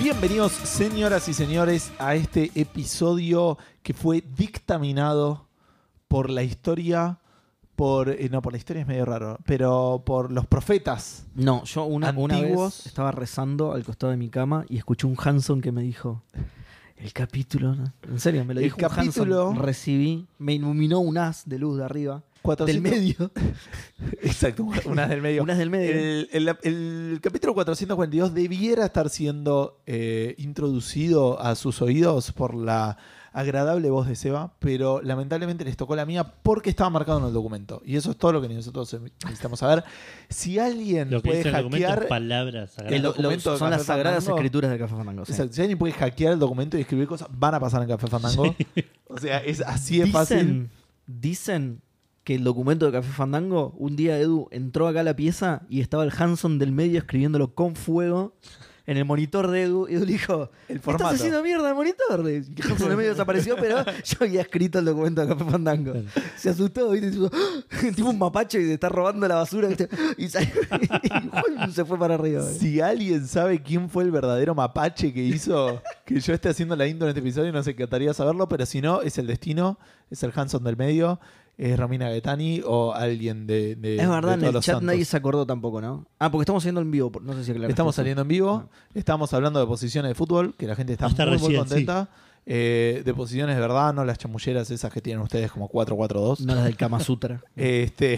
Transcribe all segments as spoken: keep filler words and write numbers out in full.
Bienvenidos, señoras y señores, a este episodio que fue dictaminado por la historia, por eh, no, por la historia es medio raro, pero por los profetas. No, yo una, una antiguos. vez estaba rezando al costado de mi cama y escuché un Hanson que me dijo: el capítulo, ¿no? En serio, me lo El dijo un capítulo- Hanson. Recibí, me iluminó un haz de luz de arriba, cuatrocientos del medio. Exacto, unas del medio. Unas del medio. El, el- el capítulo cuatrocientos cuarenta y dos debiera estar siendo eh, introducido a sus oídos por la agradable voz de Seba, pero lamentablemente les tocó la mía porque estaba marcado en el documento. Y eso es todo lo que nosotros necesitamos saber. Si alguien Lo que puede dice el documento hackear... es palabras sagradas. El Lo- lo- documento de son Café las sagradas Fandango. escrituras de Café Fandango. Sí. Exacto. Si alguien puede hackear el documento y escribir cosas, van a pasar en Café Fandango. O sea, es así de fácil. Dicen, dicen que el documento de Café Fandango, un día Edu entró acá a la pieza y estaba el Hanson del medio escribiéndolo con fuego en el monitor de Edu. Edu le dijo: El ¿estás formato. haciendo mierda el monitor? Y el Hanson del medio desapareció, pero yo había escrito el documento de Café Fandango. Se asustó, ¿viste? Tipo, tipo un mapache que te está robando la basura, ¿viste? Y, salió, y se fue para arriba. ¿viste? Si alguien sabe quién fue el verdadero mapache que hizo que yo esté haciendo la intro en este episodio, nos encantaría saberlo, pero si no, es el destino, es el Hanson del medio, es Romina Gaetani o alguien de, de Es verdad, de en todos el los chat santos. nadie se acordó tampoco, ¿no? Ah, porque estamos saliendo en vivo, no sé si aclaraste Estamos eso. saliendo en vivo, Ah. estamos hablando de posiciones de fútbol, que la gente está Hasta muy, muy recién, contenta. Eh, de posiciones de verdad, no las chamulleras esas que tienen ustedes como cuatro cuatro dos. No las del Kama Sutra. Este.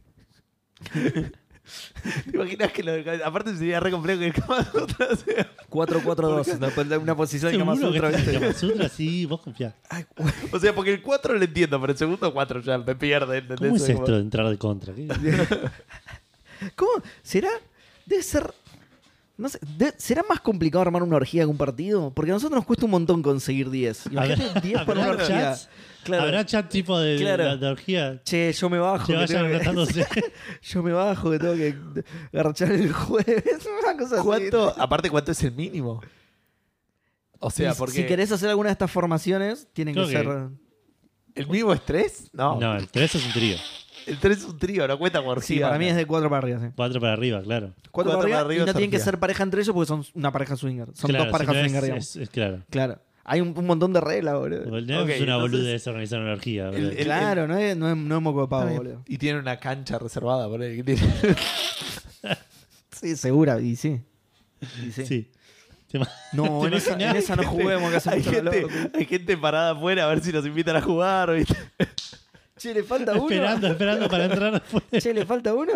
¿Te imaginas que lo de- aparte sería re complejo que el Kama Sutra sea- cuatro cuatro dos, una, una posición del Kama Seguro que Sutra. está en ¿viste? Kama Sutra, sí, vos confiás. O sea, porque el cuatro lo entiendo, pero el segundo cuatro ya me pierde. ¿entendés? ¿Cómo es Como- esto de entrar de contra? ¿Qué? ¿Cómo? ¿Será? Debe ser... No sé, de- ¿será más complicado armar una orgía que un partido? Porque a nosotros nos cuesta un montón conseguir diez. Imagínate diez por una ¿Habrá orgía. chats? Claro. ¿Habrá chat tipo de, Claro. de, de orgía? Che, yo me bajo. Que que vayan tengo que- anotándose. yo me bajo, que tengo que garchar el jueves. Una cosa así. ¿Cuánto, aparte, ¿cuánto es el mínimo? O sea, Y porque Si querés hacer alguna de estas formaciones, tienen que Creo que- ser... ¿el mínimo es tres? No. No, el tres es un trío. El tres es un trío, no cuenta como orgía. Sí, para mí es de cuatro para arriba, sí. Cuatro para arriba, claro. Cuatro, Cuatro para arriba, para arriba y no es tienen que orgía. ser pareja entre ellos porque son una pareja swinger. Son Claro, dos parejas si no swinger, es, digamos. es, es claro. Claro. Hay un, un montón de reglas, boludo. El neo Ok, es una entonces- boludez organizar una orgía. boludo. El- el- claro, no, es, no, es, no es moco de Está pavo, bien. boludo. Y tiene una cancha reservada por ahí. que tiene- Sí, segura, y sí. Y sí. Sí. ¿Te ima- No, ¿Te en esa, imaginas? en esa no juguemos, que hace hay, mucho gente, calor. hay gente parada afuera a ver si nos invitan a jugar. ¿viste? Che, le falta uno. Esperando, esperando para entrar después. Che, le falta uno.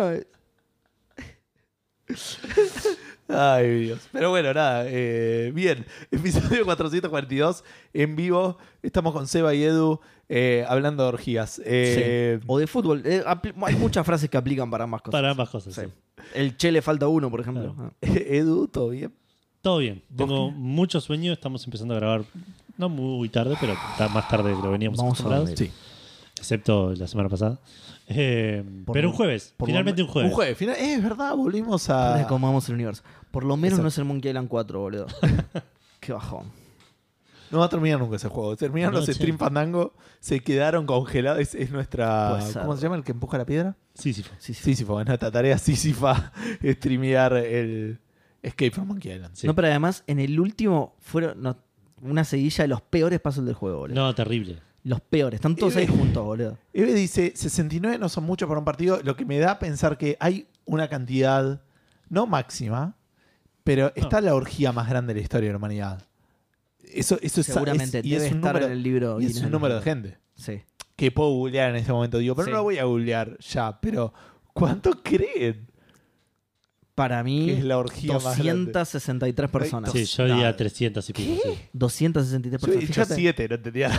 Ay, Dios. Pero bueno, nada. eh, bien. Episodio cuatrocientos cuarenta y dos en vivo. Estamos con Seba y Edu eh, hablando de orgías. Eh, Sí. O de fútbol. Eh, apl- hay muchas frases que aplican para ambas cosas. Para ambas cosas. Sí. sí. El che le falta uno, por ejemplo. Claro. Ah. Edu, ¿todo bien? Todo bien. ¿Vos Tengo mucho sueño. Estamos empezando a grabar. No muy tarde, pero está más tarde de lo que veníamos Vamos a acostumbrados. dormir. Sí. Excepto la semana pasada. Eh, Por pero lo- un jueves. por lo Finalmente un jueves. Un jueves. Final, es verdad, volvimos a. Recomamos el universo. Por lo menos Exacto. no es el Monkey Island cuatro, boludo. Qué bajón. No va a terminar nunca ese juego. Terminaron No, los che. Stream Fandango, se quedaron congelados. Es, es nuestra. Puede ser. ¿Cómo se llama el que empuja la piedra? Sí, sí. Sí, sí. Sísifo, es nuestra tarea Sísifa streamear el Escape from Monkey Island. Sí. No, pero además, en el último fueron no, una seguilla de los peores pasos del juego, boludo. No, terrible. Los peores. Están todos ahí juntos, boludo. Eve dice, sesenta y nueve no son muchos para un partido, lo que me da a pensar que hay una cantidad, no máxima, pero está la orgía más grande de la historia de la humanidad. Eso, eso es, Seguramente es- y debe es un estar número, en el libro. y es Guinness. un número de gente Sí. que puedo googlear en este momento. Digo, pero Sí. no lo voy a googlear ya, pero ¿cuánto creen Para mí, que es la orgía más grande? doscientas sesenta y tres personas. Sí, yo diría Nada. trescientos y pico. Sí. doscientas sesenta y tres Yo he personas. dicho Fíjate, siete, no entendía.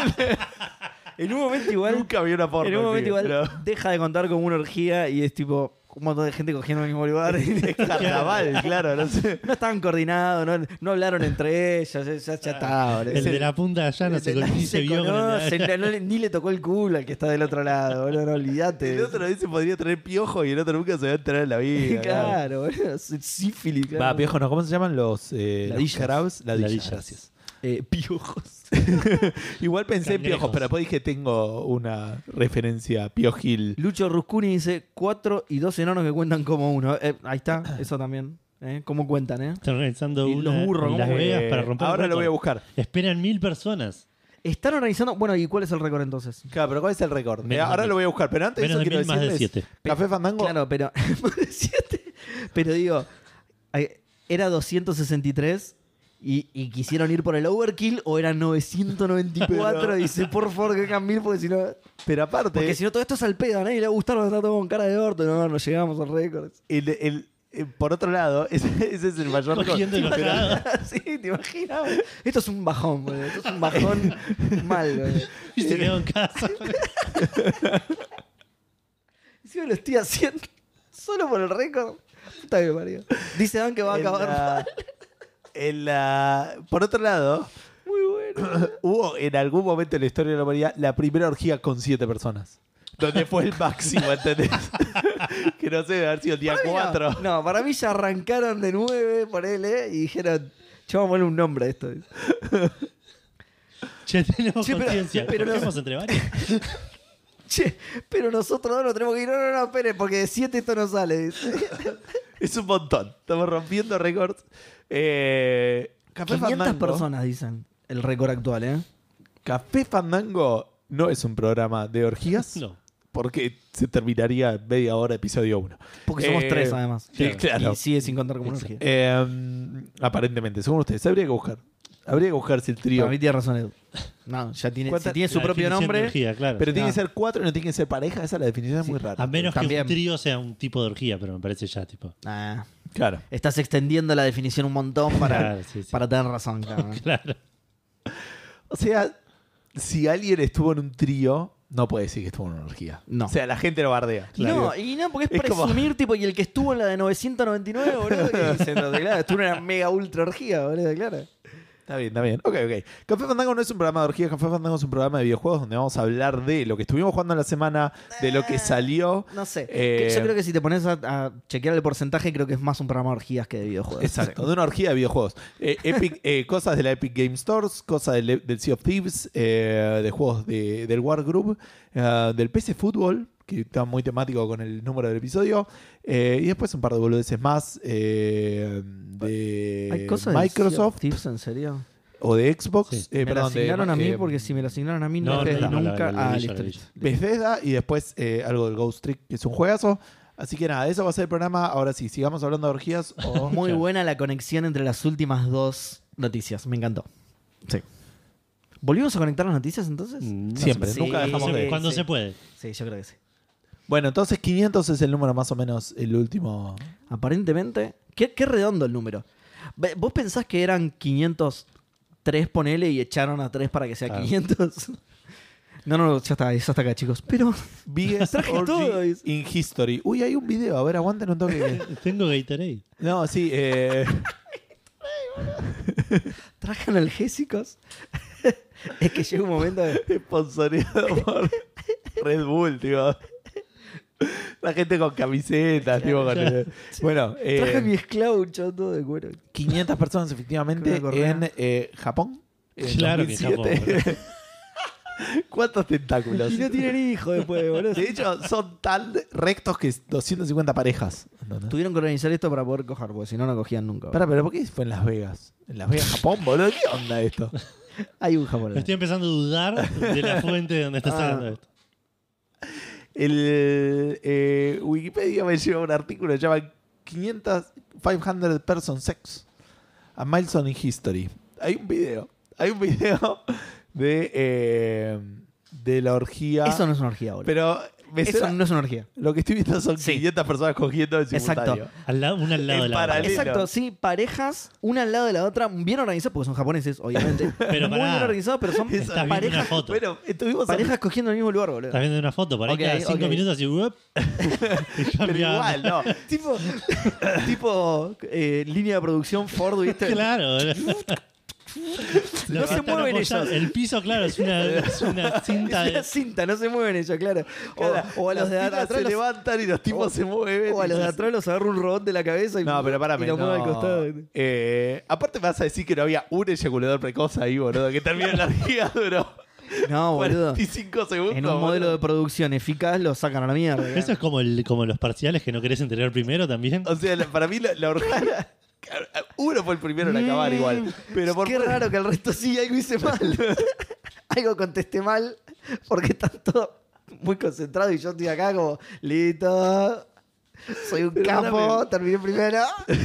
en un momento igual, Nunca vi una porno. en un momento pibe, igual pero- deja de contar como una orgía y es tipo un montón de gente cogiendo en el mismo lugar. Es carnaval, claro, no sé. No estaban coordinados, no, no hablaron entre ellos, ya, ya, ya está, boludo. El de la punta de allá no se, El de la- ni se se vio. con el de conoce, allá. no le- ni le tocó el culo al que está del otro lado, boludo, no olvidate. El otro dice podría tener piojo y el otro nunca se va a enterar en la vida. Claro, boludo, sífilis. Claro. Va, piojo, ¿no? ¿Cómo se llaman los, eh, los Ladillas. jarabes? Ladillas, Ladillas. gracias. Eh, piojos. Igual pensé en Cangrejos. piojos, pero después dije tengo una referencia piojil. Lucho Ruscuni dice cuatro y dos enanos que cuentan como uno. Eh, ahí está, eso también. ¿Eh? ¿Cómo cuentan, eh? Están organizando Y una los burros, en Las ¿cómo? Vegas Eh, para romper el ahora lo récord. voy a buscar. Esperan mil personas. Están organizando... Bueno, ¿y cuál es el récord entonces? Claro, pero ¿cuál es el récord? Menos Eh, ahora de lo voy a buscar, pero antes de Menos eso de quiero mil, más de decirles, siete. Café Fandango. Claro, pero... siete. Pero digo, hay- ¿era doscientos sesenta y tres y, y quisieron ir por el overkill o eran novecientos noventa y cuatro? Pero- Y dice, por favor, que hagan mil porque si no... Pero aparte, Porque si no, todo esto es al pedo, a nadie le va a gustar, va a estar todo con cara de orto. No, no llegamos al récord. el, el- eh, por otro lado, ese, ese es el mayor récord. Cogiendo enojado. Sí, te imaginas. Esto es un bajón, boludo. Esto es un bajón mal, boludo. Y se quedó en casa. Si me lo estoy haciendo solo por el récord. Puta que parió. Dice Dan que va a En acabar la- mal. en la- por otro lado, Muy bueno. hubo en algún momento en la historia de la humanidad la primera orgía con siete personas. Donde fue el máximo, ¿entendés? Que no sé, debe haber sido el día Para mí cuatro. No, no, para mí ya arrancaron de nueve, ponele, y dijeron, che, vamos a ponerle un nombre a esto. Ya tenemos Sí, pero- conciencia. pero no- Cogemos entre varios. Che, pero nosotros dos no tenemos que ir. No, no, no, esperen, porque de siete esto no sale. dice. Es un montón. Estamos rompiendo récords. Eh, Café quinientas Fandango. personas dicen el récord actual, ¿eh? Café Fandango no es un programa de orgías. No. Porque se terminaría en media hora episodio uno. Porque somos Eh, tres, además. Sí, claro. Y sigue sin contar como una orgía. Eh, aparentemente, según ustedes, habría que buscar. Habría que buscar si el trío. Para mí tiene razón, Edu. No, ya tiene, ¿Cuánta- si tiene su La propio definición de nombre. orgía, claro. Pero tiene Ah. que ser cuatro y no tiene que ser pareja. Esa la definición es muy rara. A menos También. que un trío sea un tipo de orgía, pero me parece ya tipo. Ah, Claro. estás extendiendo la definición un montón para, Claro, sí, sí. para tener razón, claro. Claro. O sea, si alguien estuvo en un trío, no puede decir que estuvo en una orgía. No. O sea, la gente lo bardea. No, y no, porque es, Es como- presumir, tipo, y el que estuvo en la de novecientos noventa y nueve, boludo, que dice, no, claro, estuvo en una mega ultra orgía, boludo, claro. Está bien, está bien. Ok, ok. Café Fandango no es un programa de orgías. Café Fandango es un programa de videojuegos donde vamos a hablar de lo que estuvimos jugando en la semana, de lo que salió. No sé. Eh, Yo creo que si te pones a, a chequear el porcentaje, creo que es más un programa de orgías que de videojuegos. Exacto, de una orgía de videojuegos. Eh, Epic, eh, cosas de la Epic Game Stores, cosas del, del Sea of Thieves, eh, de juegos de, del War Group, eh, del P C Fútbol, que está muy temático con el número del episodio, eh, y después un par de boludeces más eh, de ¿Hay cosas de Microsoft Sea of Thieves, en serio? o de Xbox. Sí. eh, me perdón, la asignaron de, a mí eh, porque si me la asignaron a mí no, No, le no, pedí no, la- nunca. la- la Ah, vi yo, listo, la vi listo. Bethesda y después eh, algo del Ghost Trick, que es un juegazo. Así que nada, eso va a ser el programa. Ahora sí, sigamos hablando de orgías. O... Muy Claro. buena la conexión entre las últimas dos noticias. Me encantó. Sí. ¿Volvimos a conectar las noticias entonces? Mm, Siempre, Sí, nunca dejamos sí, de... Cuando sí. se puede. Sí, yo creo que sí. Bueno, entonces quinientos es el número más o menos el último. Aparentemente. Qué, qué redondo el número. Ve- ¿Vos pensás que eran quinientos tres, ponele, y echaron a tres para que sea Claro. quinientos? No, no, ya está, eso hasta acá, chicos. Pero Biggest Traje orgy todo, dice. in history. Uy, hay un video. A ver, aguanten un toque. Tengo Gatorade. No, sí. Eh, traje analgésicos. Es que llega un momento de... sponsoreado por Red Bull, tío. La gente con camisetas, tío. Con, eh, bueno, eh, Traje mi esclavo, un choto de cuero. quinientas personas efectivamente Con una correa. en eh, Japón. En Claro que en dos mil siete. ¿Cuántos tentáculos? Y no tienen hijos después, boludo. De hecho, son tan rectos que doscientas cincuenta parejas. ¿Entendés? Tuvieron que organizar esto para poder coger, porque si no, no cogían nunca. Pará, pero ¿por qué fue en Las Vegas? ¿En Las Vegas, Japón, boludo? ¿Qué onda esto? Hay un japonés. Estoy empezando a dudar de la fuente de donde estás Ah. sacando esto. El eh, Wikipedia me lleva un artículo que se llama quinientos, quinientos Person Sex, a Milestone in History. Hay un video. Hay un video de, eh, de la orgía. Eso no es una orgía, boludo. Pero me Eso suena- no es una orgía. lo que estoy viendo son Sí. quinientas personas cogiendo en Exacto. simultáneo. Al lado, una al lado En de la otra. paralelo. Exacto, sí, parejas, una al lado de la otra, bien organizadas, porque son japoneses, obviamente. Pero muy pará. bien organizados, pero son Estás Estás viendo parejas, una foto. Bueno, estuvimos parejas cogiendo en el mismo lugar, boludo. Estás viendo una foto. Por ahí Ok, cada cinco ok. minutos y, ¡up! y pero cambia. igual, no. tipo, tipo eh, línea de producción Ford, ¿viste? Claro. No Lo que se están mueven apoyados- ellos. El piso, claro, es una, es una cinta Es una de. cinta, no se mueven ellos, claro. O, Claro, o a los las de tiras atrás se los- levantan y los tipos o- se mueven. o a y los de se- atrás los agarra un robot de la cabeza y, No, pero párame. y lo mueve no. al costado. Eh, aparte me vas a decir que no había un eyaculador precoz ahí, boludo, que terminó en la orgía, duró No, boludo. cuarenta y cinco segundos. En un modelo boludo. de producción eficaz lo sacan a la mierda. Eso es como, el, como los parciales que no querés entregar primero también. O sea, la- para mí la, la organa. Uno fue el primero en acabar igual. Pero por Qué raro que el resto sí, algo hice mal. Algo contesté mal porque están todos muy concentrados y yo estoy acá como, listo, soy un Perdóname. capo, terminé primero.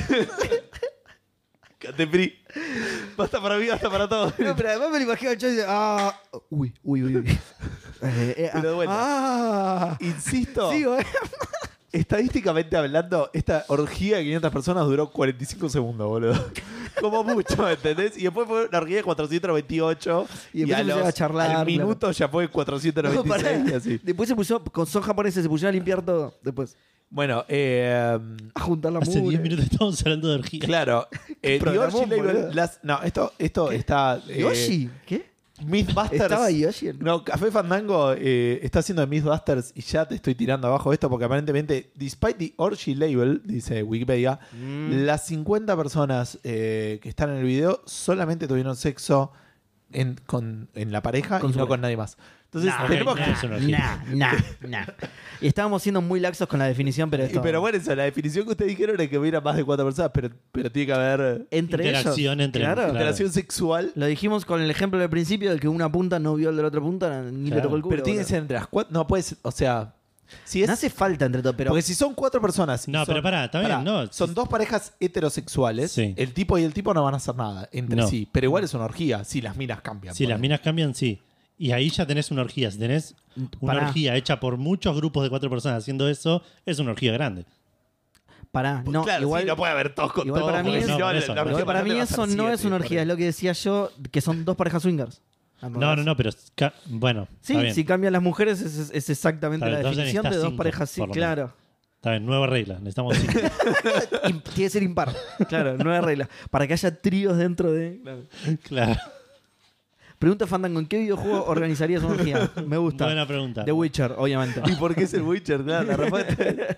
Catepri. Basta para mí, basta para todos. No, pero además me lo imagino yo y dice, ah, uy, uy, uy, uy. Eh, eh, Pero bueno. ah, Insisto, sigo, eh. estadísticamente hablando, esta orgía de quinientas personas duró cuarenta y cinco segundos, boludo. Como mucho, ¿entendés? Y después fue una orgía de cuatrocientos noventa y ocho. Y Y, después a se pusieron los, a charlar, al minuto ya fue cuatrocientos noventa y seis. No, y así. Después se puso, con son japoneses, se pusieron a limpiar todo. Después, Bueno, eh, a juntar la Hace mugre. diez minutos estamos hablando de orgía. claro. Eh, The programón, Orgy Label, boludo. las- no, esto, esto está. eh, ¿Yoshi? ¿Qué? Mythbusters. ¿Estaba Yoshi? en- No, Café Fandango eh, está haciendo de Mythbusters y ya te estoy tirando abajo esto porque aparentemente, despite the orgy label, dice Wikipedia, Mm. las cincuenta personas eh, que están en el video solamente tuvieron sexo en, con, en la pareja Con y su no pareja. con nadie más. Entonces, Nah, tenemos ok, que... nah, es una orgía. Nah, nah, nah. Y estábamos siendo muy laxos con la definición, pero Y- esto... Pero bueno, eso, la definición que ustedes dijeron es que hubiera más de cuatro personas, pero, pero tiene que haber entre Interacción ellos, entre- claro. claro. interacción sexual. Lo dijimos con el ejemplo del principio de que una punta no vio al de la otra punta ni le Claro. tocó el culo. Pero tiene que boludo. ser entre las cuatro. No puede ser, o sea... Si es, No hace falta entre todos, pero... Porque si son cuatro personas. y No, son- pero pará, está bien, no. Son dos parejas heterosexuales. Sí. El tipo y el tipo no van a hacer nada entre No. sí. Pero igual es una orgía. Si las minas cambian. Si las ponele. minas cambian, sí. Y ahí ya tenés una orgía. Si tenés una Pará. orgía hecha por muchos grupos de cuatro personas haciendo eso, es una orgía grande. Pará, Pues no, claro, igual... sí, no puede haber todos con igual todos. para mí porque es- si No, no, por la- eso, la por orgía igual para más mí grande va a eso ser no es siete, una orgía, ponele. es lo que decía yo, que son dos parejas swingers. No, no, no, pero ca- bueno. Sí, está bien. si cambian las mujeres es, es- es exactamente Está bien, la entonces definición de necesitas dos cinco, parejas sí, por lo claro. Está bien, nueva regla. Necesitamos cinco. Im- Tiene que ser impar. Claro, nueva regla. Para que haya tríos dentro de... Claro. Pregunta Fandango, ¿en qué videojuego organizarías una orgía? Me gusta. Buena pregunta. The Witcher, obviamente. ¿Y por qué es el Witcher? Claro, la respuesta.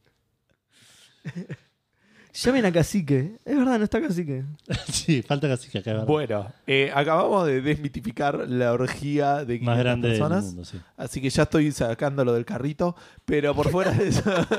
Llamen a Cacique. Es verdad, no está Cacique. Sí, falta casi que acá. Bueno, eh, acabamos de desmitificar la orgía de Más quinientas grande personas. del mundo, sí. Así que ya estoy sacándolo del carrito. Pero por fuera de eso.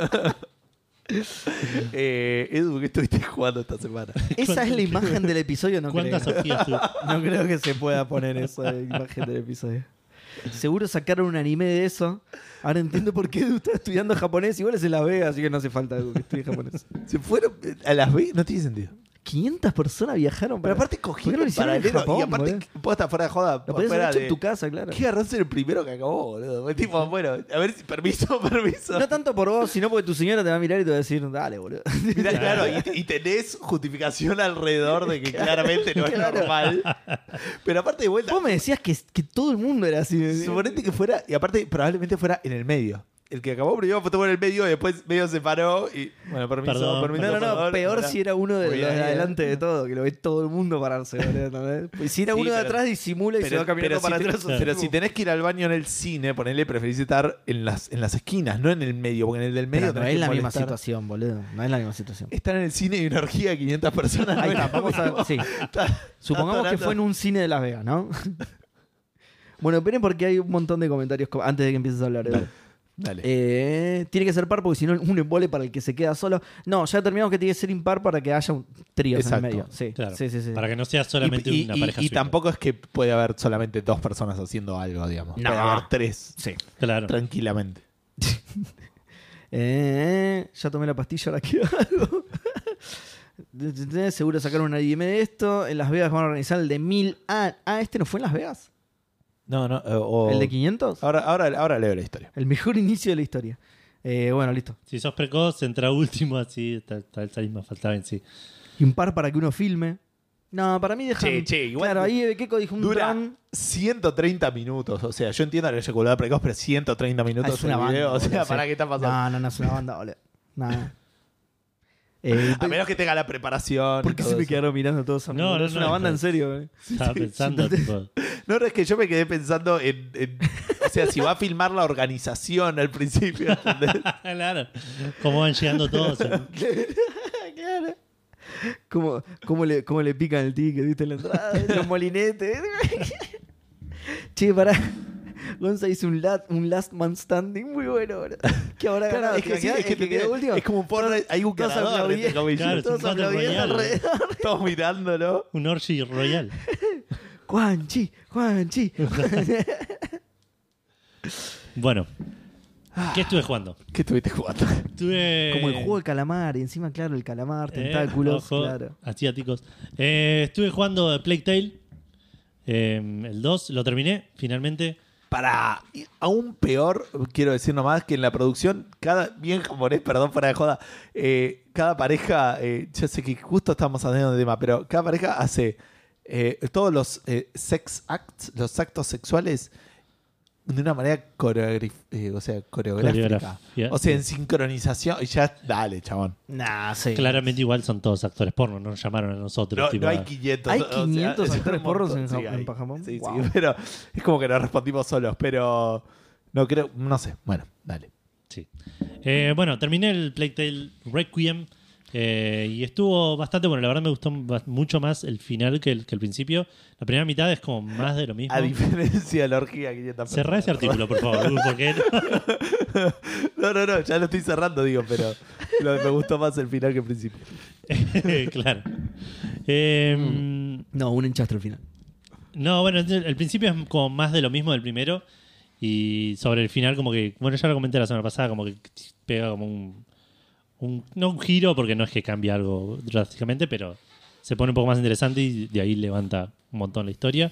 eh, Edu, ¿qué estuviste jugando esta semana? Esa es la imagen del episodio, no creo. ¿Cuántas orgías tú? No creo que se pueda poner esa imagen del episodio. Seguro sacaron un anime de eso. Ahora entiendo por qué Edu está estudiando japonés. Igual es en Las Vegas, así que no hace falta Edu, que estudie japonés. Se fueron eh, a Las Vegas. No tiene sentido. quinientas personas viajaron Pero para... aparte ¿Por qué cogieron no lo hicieron en paralelo. Japón, Y aparte, boludo? vos estás fuera de joda. Lo podías fuera haber hecho de- en tu casa, claro. ¿Qué agarró ser el primero que acabó, boludo? Fue tipo, bueno, a ver si permiso, permiso. No tanto por vos, sino porque tu señora te va a mirar y te va a decir, dale, boludo. Mirá, claro, y, y tenés justificación alrededor de que claramente no es Claro. normal. Pero aparte de vuelta, Vos me decías que, que todo el mundo era así. suponete que fuera, y aparte probablemente fuera en el medio. El que acabó primero fue todo en el medio y después medio se paró y, bueno, permiso, Perdón, permiso. No, no, no, perdón, peor hola. si era uno de Muy los de bien. adelante de todo, que lo ve todo el mundo pararse, boludo, ¿entendés? Pues si era Sí, uno de pero- atrás, disimula y se va caminando pero para si te- atrás. pero si tenés que ir al baño en el cine, ponele, preferís estar en las, en las esquinas, no en el medio, porque en el del medio Pero no tenés es que la misma molestar. situación, boludo. No es la misma situación. Estar en el cine y una orgía de quinientas personas. Ahí no está, es lo vamos mismo. a... Sí. Está- Supongamos está que fue en un cine de Las Vegas, ¿no? Bueno, esperen porque hay un montón de comentarios co- antes de que empieces a hablar. Edu. Dale. Eh, tiene que ser par porque si no un embole para el que se queda solo. No, ya terminamos que tiene que ser impar para que haya un trío en el Exacto. medio. Sí, Claro. sí, sí, sí. Para que no sea solamente y, y- una y- pareja y swinger. tampoco es que puede haber solamente dos personas haciendo algo, digamos. No. Puede haber tres, Sí. Claro. tranquilamente. Eh, ya tomé la pastilla, ahora qué hago. Seguro sacaron un anime de esto. En Las Vegas van a organizar el de mil. Ah, ah, ¿este no fue en Las Vegas? No, no. eh, o- ¿El de quinientos? Ahora, ahora, ahora leo la historia. El mejor inicio de la historia. Eh, bueno, listo. Si sos precoz, entra último, así, tal, tal, tal, más faltaba en sí. Impar para que uno filme. No, para mí dejan... Che, che, igual Claro, ahí Ebekeko dijo un Dura run. ciento treinta minutos. O sea, yo entiendo la eyaculada precoz, pero ciento treinta Ah, minutos es una el banda, video. O sea, boludo, ¿para sí. qué está pasando? No, no, no es una banda, boludo. No. Eh, A menos que tenga la preparación. ¿Por y qué todo se me eso. quedaron mirando todos a mí? No, boludo? no, es no, una no, banda no. en serio. eh. Estaba pensando, tipo, No, no, es que yo me quedé pensando en, en- o sea, si va a filmar la organización al principio, ¿entendés? claro. ¿Cómo van llegando todos? Claro. ¿Cómo, cómo, le, ¿Cómo le pican el ticket, viste, en la entrada? Los molinetes. Che, pará. Gonza hizo un, lat, un Last Man Standing muy bueno, bro. Que ahora Claro, ganado. es que sí, es que te- quedó último. es como un Fortnite, hay un Todos ganador, aplaudían. entre comillas. Claro, es un Todos Battle aplaudían Royale. alrededor. Todos mirándolo. Un Orgy Royal. Juanchi, Juanchi. Bueno. ¿Qué estuve jugando? ¿Qué estuviste jugando? Estuve... Como el juego de calamar. Y encima, claro, el calamar, Eh, tentáculos. ojo, Claro. asiáticos. Eh, estuve jugando Plague Tale. eh, el dos, lo terminé finalmente. Para aún peor, quiero decir nomás que en la producción, cada bien japonés, perdón para de joda, eh, cada pareja, eh, yo sé que justo estamos hablando de tema, pero cada pareja hace eh, todos los eh, sex acts, los actos sexuales de una manera coreograf eh, o sea, coreográfica. Coreografía. O sea, en sincronización. Y ya, dale, chabón. Nah, sí. Claramente igual son todos actores porno, no nos llamaron a nosotros. No, tipo, no hay quinientos. ¿Hay o sea, quinientos es actores un porros montón. en Sí, Ja- hay. en Japón? Sí, Wow. sí, pero es como que nos respondimos solos, pero no creo, no sé. Bueno, dale. Sí. Eh, bueno, terminé el Plague Tale Requiem eh, y estuvo bastante bueno. La verdad me gustó ba- mucho más el final que el, que el principio. La primera mitad es como más de lo mismo. A diferencia de la orgía quinientas Cerrá ese personas. artículo, por favor, Gus, porque No, no, no, ya lo estoy cerrando, digo, pero lo- me gustó más el final que el principio. claro. Eh, No, un enchastre al final. No, bueno, el, el principio es como más de lo mismo del primero. Y sobre el final, como que, bueno, ya lo comenté la semana pasada, como que pega como un, un no un giro, porque no es que cambie algo drásticamente, pero se pone un poco más interesante y de ahí levanta un montón la historia.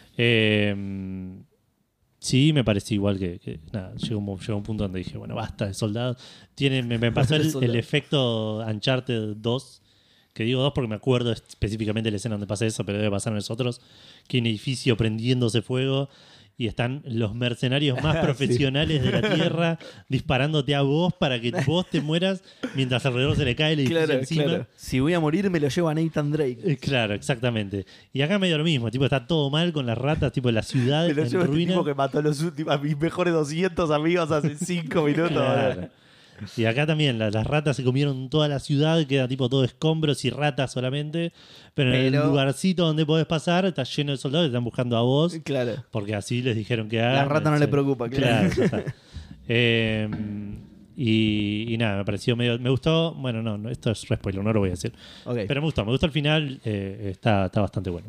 Eh, sí, me pareció igual que, que nada, llegó un, llegó un punto donde dije, bueno, basta de soldados. Tiene, me, me pasó el, el efecto Uncharted dos, que digo dos porque me acuerdo específicamente de la escena donde pasa eso, pero debe pasar en los otros, que hay un edificio prendiéndose fuego y están los mercenarios más profesionales de la Tierra disparándote a vos para que vos te mueras mientras alrededor se le cae el edificio Claro, encima. claro. Si voy a morir, me lo llevo a Nathan Drake. Eh, Claro, exactamente. Y acá medio lo mismo, tipo, está todo mal con las ratas, tipo, la ciudad Me lo en llevo este ruina. tipo que mató a, los últimos, a mis mejores doscientos amigos hace cinco minutos. Claro. Y acá también la- las ratas se comieron toda la ciudad, queda tipo todo escombros y ratas solamente. Pero, en Pero- el lugarcito donde podés pasar está lleno de soldados que están buscando a vos. Claro. Porque así les dijeron que hagan. La rata no Sí. le preocupa, claro. Claro, ya está. Eh, y, y nada, me pareció medio. Me gustó. Bueno, no, no, esto es re spoiler, no lo voy a decir. Ok. Pero me gustó, me gustó el final. eh, está, está bastante bueno.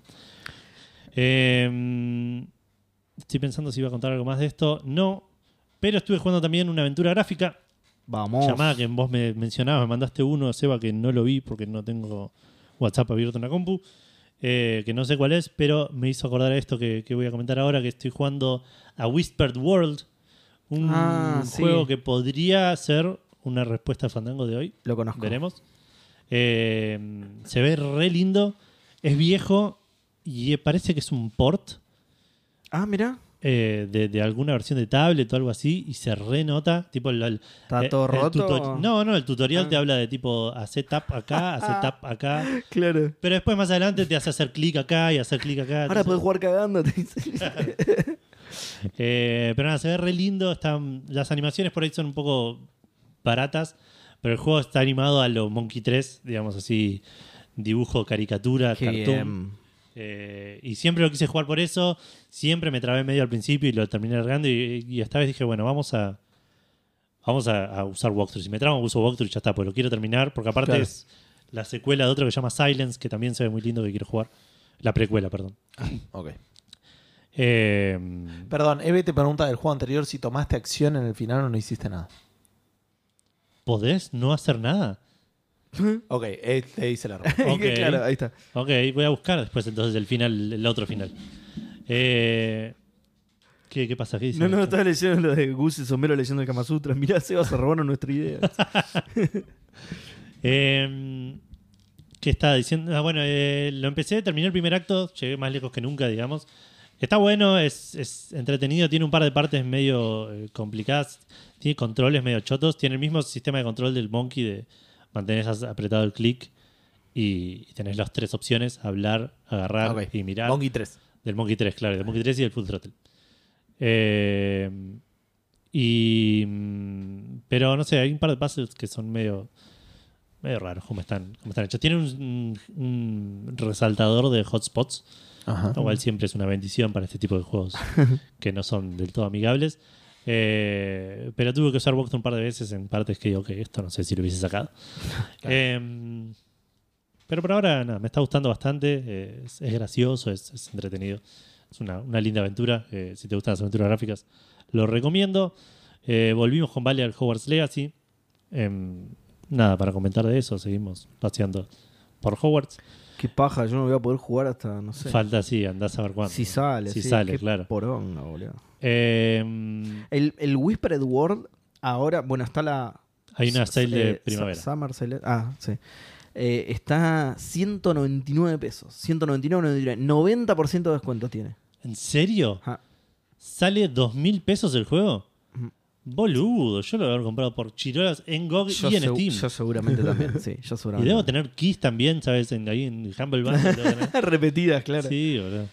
Eh, estoy pensando si iba a contar algo más de esto. No. Pero estuve jugando también una aventura gráfica Vamos. llamada que vos me mencionabas, me mandaste uno, Seba, que no lo vi porque no tengo WhatsApp abierto en la compu, eh, que no sé cuál es, pero me hizo acordar a esto que, que voy a comentar ahora, que estoy jugando a Whispered World, un Ah, sí. juego que podría ser una respuesta a Fandango de hoy. Lo conozco. Veremos. Eh, se ve re lindo, es viejo y parece que es un port Ah, mira. eh, de, de alguna versión de tablet o algo así y se renota. Tipo el, el- ¿Está eh, todo el roto? tuto- No, no, el tutorial Ah. te habla de tipo hacer tap acá, hacer tap acá. Claro. Pero después más adelante te hace hacer clic acá y hacer clic acá. Ahora entonces- puedes jugar cagando. te dice. Eh, pero nada, se ve re lindo. Están, las animaciones por ahí son un poco baratas, pero el juego está animado a lo Monkey tres, digamos así, dibujo, caricatura, Qué cartoon. bien. Eh, y siempre lo quise jugar por eso. Siempre me trabé medio al principio y lo terminé largando. Y, y esta vez dije, bueno, vamos a vamos a, a usar walkthrough. Si me trabo, uso walkthrough y ya está, pues lo quiero terminar. Porque aparte Claro. es la secuela de otro que se llama Silence, que también se ve muy lindo, que quiero jugar. La precuela, perdón. Ok. Eh, Perdón, Eve te pregunta del juego anterior si tomaste acción en el final o no hiciste nada. ¿Podés no hacer nada? Ok, eh, te dice la respuesta. Ok. Claro, ahí está. Ok, voy a buscar después entonces el final, el otro final. Eh, ¿qué, ¿Qué pasa? ¿Qué dice? No, no, estaba leyendo lo de Gus y Somero leyendo el Kama Sutra. Mirá, Seba se robaron nuestra idea. Eh, ¿Qué estaba diciendo? Ah, bueno, eh, lo empecé, terminé el primer acto, llegué más lejos que nunca, digamos. Está bueno, es, es entretenido, tiene un par de partes medio eh, complicadas, tiene controles medio chotos, tiene el mismo sistema de control del Monkey de mantener apretado el clic y, y tenés las tres opciones, hablar, agarrar Ok. y mirar. Monkey tres. Del Monkey tres, claro, del Monkey tres y del Full Throttle. Eh, y, mm, pero no sé, hay un par de puzzles que son medio medio raros cómo están, cómo están hechos. Tienen un, un resaltador de hotspots, Ajá. lo cual siempre es una bendición para este tipo de juegos que no son del todo amigables. Eh, pero tuve que usar Voxer un par de veces en partes que digo que esto no sé si lo hubiese sacado. Claro. Eh, pero por ahora nada, me está gustando bastante. Eh, es, es gracioso, es, es entretenido. Es una, una linda aventura. Eh, si te gustan las aventuras gráficas, lo recomiendo. Eh, volvimos con Vale al Hogwarts Legacy. Eh, nada para comentar de eso. Seguimos paseando por Hogwarts. Qué paja, yo no voy a poder jugar hasta, no sé. Falta, sí, andás a ver cuándo. Si sale, Si sí, sale, qué claro. poronga, boludo. Eh, El, el Whispered World, ahora, bueno, está la... hay una sale de eh, primavera. Summer Sale. Ah, sí. Eh, está ciento noventa y nueve pesos. ciento noventa y nueve, noventa y nueve. noventa por ciento de descuento tiene. ¿En serio? Ajá. ¿Sale dos mil pesos el juego? Ujú. Boludo, yo lo voy a haber comprado por chirolas en G O G Yo, y en segu- Steam. yo seguramente también, sí, yo Y seguramente. debo tener keys también, ¿sabes? En, ahí en Humble Bundle. debo tener. repetidas, claro. Sí, boludo.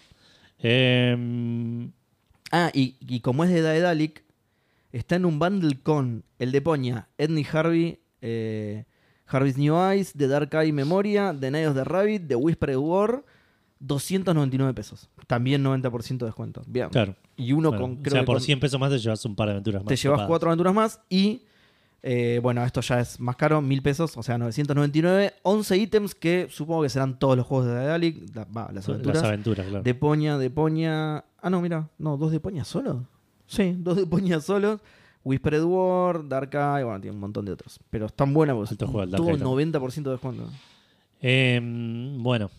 Eh, Ah, y, y como es de Daedalic, está en un bundle con el de Poña, Edney Harvey, eh, Harvey's New Eyes, The Dark Eye Memoria, The Night of the Rabbit, The Whispered War, doscientos noventa y nueve pesos. También noventa por ciento de descuento. Bien. claro. Y uno Bueno, con, o creo sea, que por con- cien pesos más te llevas un par de aventuras más. te llevas copadas. cuatro aventuras más y, eh, bueno, esto ya es más caro, mil pesos, o sea, novecientos noventa y nueve, once ítems que supongo que serán todos los juegos de Daedalic, la- va, las aventuras. Las aventuras, claro. De Poña, de Poña. Ah, no, mira. No, dos de Poña solo. Sí, dos de Poña solos. Whispered War, Dark Eye, bueno, tiene un montón de otros. Pero están buenas porque Alto juego, el Dark tuvo Eye también. noventa por ciento de descuento. Eh, bueno.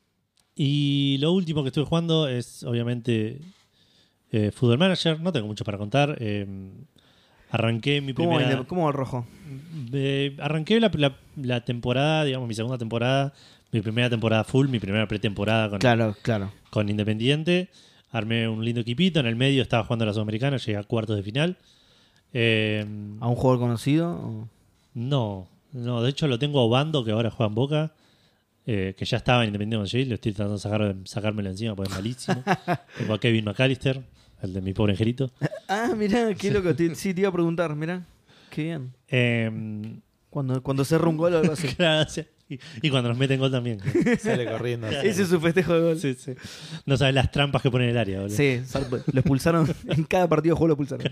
Y lo último que estuve jugando es, obviamente, eh, Football Manager. No tengo mucho para contar. Eh, arranqué mi ¿Cómo, primera... va el- ¿Cómo va el rojo? Eh, arranqué la, la- la temporada, digamos, mi segunda temporada, mi primera temporada full, mi primera pretemporada con, Claro, claro. con Independiente. Armé un lindo equipito. En el medio estaba jugando a la Sudamericana, llegué a cuartos de final. Eh, ¿A un jugador conocido? o- no, no, de hecho lo tengo a Obando, que ahora juega en Boca, eh, que ya estaba en Independiente Medellín. Lo estoy tratando de sacar, sacármelo encima porque es malísimo. Tengo a Kevin McAllister, el de mi pobre angelito. Ah, mirá, qué loco. Te- sí, te iba a preguntar, mirá. Qué bien. Eh, Cuando, cuando cerra un gol o algo así. claro, o sea, y, y cuando nos meten gol también. Sale corriendo. Ese es su festejo de gol. Sí, sí. No sabes las trampas que pone en el área, boludo. Sí, salvo- lo expulsaron. En cada partido de juego lo expulsaron.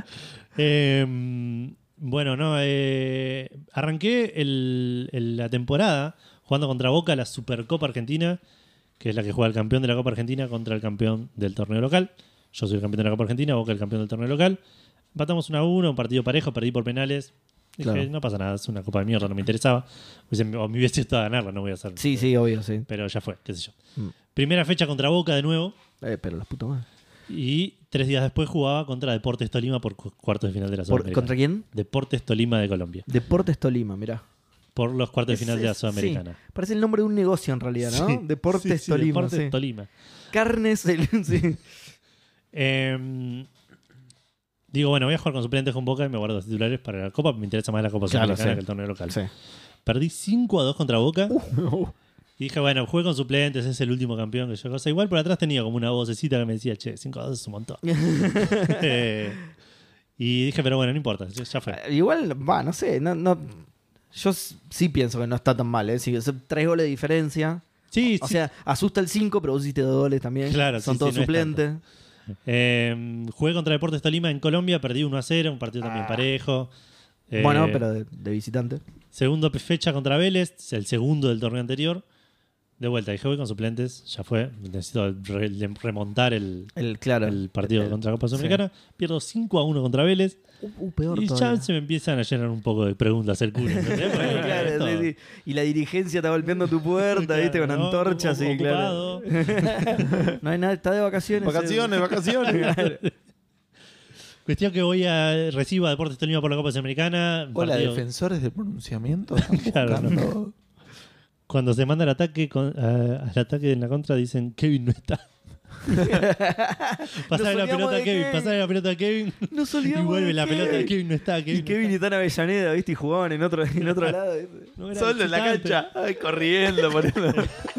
Eh, bueno, no, eh, arranqué el- el- la temporada jugando contra Boca la Supercopa Argentina, que es la que juega el campeón de la Copa Argentina contra el campeón del torneo local. Yo soy el campeón de la Copa Argentina, Boca el campeón del torneo local. Empatamos uno a uno, un partido parejo, perdí por penales. Dije, Claro. no pasa nada, es una copa de mierda, no me interesaba. Hubiese- O me hubiese gustado ganarla, no voy a hacer. Sí, sí, obvio, sí. Pero ya fue, qué sé yo. Mm. Primera fecha contra Boca de nuevo. Eh, pero las putas madres. Y tres días después jugaba contra Deportes Tolima por cu- cuartos de final de la Por- Sudamericana. ¿Contra quién? Deportes Tolima de Colombia. Deportes Tolima, mirá. Por los cuartos de Es- final de la es- Sudamericana. sí, parece el nombre de un negocio en realidad, ¿no? Sí, Deportes sí, sí, Tolima. Deportes sí. Tolima. Carnes, el- sí. Eh, digo, bueno, voy a jugar con suplentes con Boca y me guardo los titulares para la Copa. Me interesa más la Copa Claro, Sudamericana sí. que el torneo local. Sí. Perdí cinco a dos contra Boca. Uh. Y dije, bueno, jugué con suplentes, es el último campeón que yo cosa. Igual por atrás tenía como una vocecita que me decía, che, cinco a dos es un montón. Eh, y dije, pero bueno, no importa, ya ya fue. Igual, va, no sé. No, no, yo s- sí pienso que no está tan mal, ¿eh? Si son tres goles de diferencia. Sí, O sí. sea, asusta el cinco, pero vos hiciste dos goles también. Claro, Son sí, todos sí, no es suplentes. Eh, jugué contra Deportes Tolima en Colombia, perdí uno a cero, un partido también Ah. parejo. Eh, Bueno, pero de, de visitante. Segundo fecha contra Vélez, el segundo del torneo anterior. De vuelta, dije voy con suplentes, ya fue. Necesito re- remontar el, El, claro. el partido el- contra Copa Sudamericana. Pierdo cinco a uno contra Vélez. Uh, uh, peor Y todavía. ya se me empiezan a llenar un poco de preguntas el culo. ¿entendés? Porque Claro, esto- sí, sí. Y la dirigencia está golpeando tu puerta, Claro, ¿viste? Con ¿no? antorchas, sí, Ocupado. claro. No hay nada, está de vacaciones. Vacaciones, vacaciones. Cuestión que voy a recibo a Deportes Tolima por la Copa Sudamericana. Hola, partido- defensores del pronunciamiento. Están Claro, buscando- Cuando se manda el ataque con- a- al ataque en la contra dicen Kevin no está. Pasale la olvidamos pelota a de Kevin, Kevin. pasale la pelota a Kevin. Nos Y olvidamos vuelve de la Kevin. pelota de Kevin no está. Kevin Y Kevin y Tana Avellaneda, ¿viste? Y jugaban en otro, en otro lado. ¿viste? no era Solo en la visitante. cancha. Ay, corriendo, poniendo.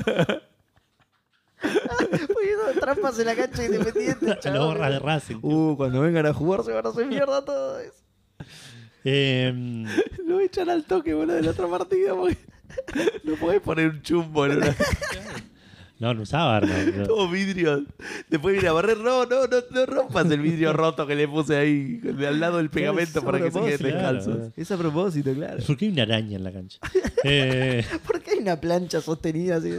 Poniendo trampas en la cancha independiente. A la borra de Racing. Uh, cuando vengan a jugar se van a hacer mierda todos. Eh, Lo echan al toque, boludo, del otro partido. Porque no podés poner un chumbo en una... no, no usaba arma. no. Todo vidrio. Después viene a barrer. No, no, no, no rompas el vidrio roto que le puse ahí de al lado del pegamento Eso para que se queden propósito, descalzos. claro. Es a propósito, claro. ¿Por qué hay una araña en la cancha? Eh, ¿Por qué hay una plancha sostenida así?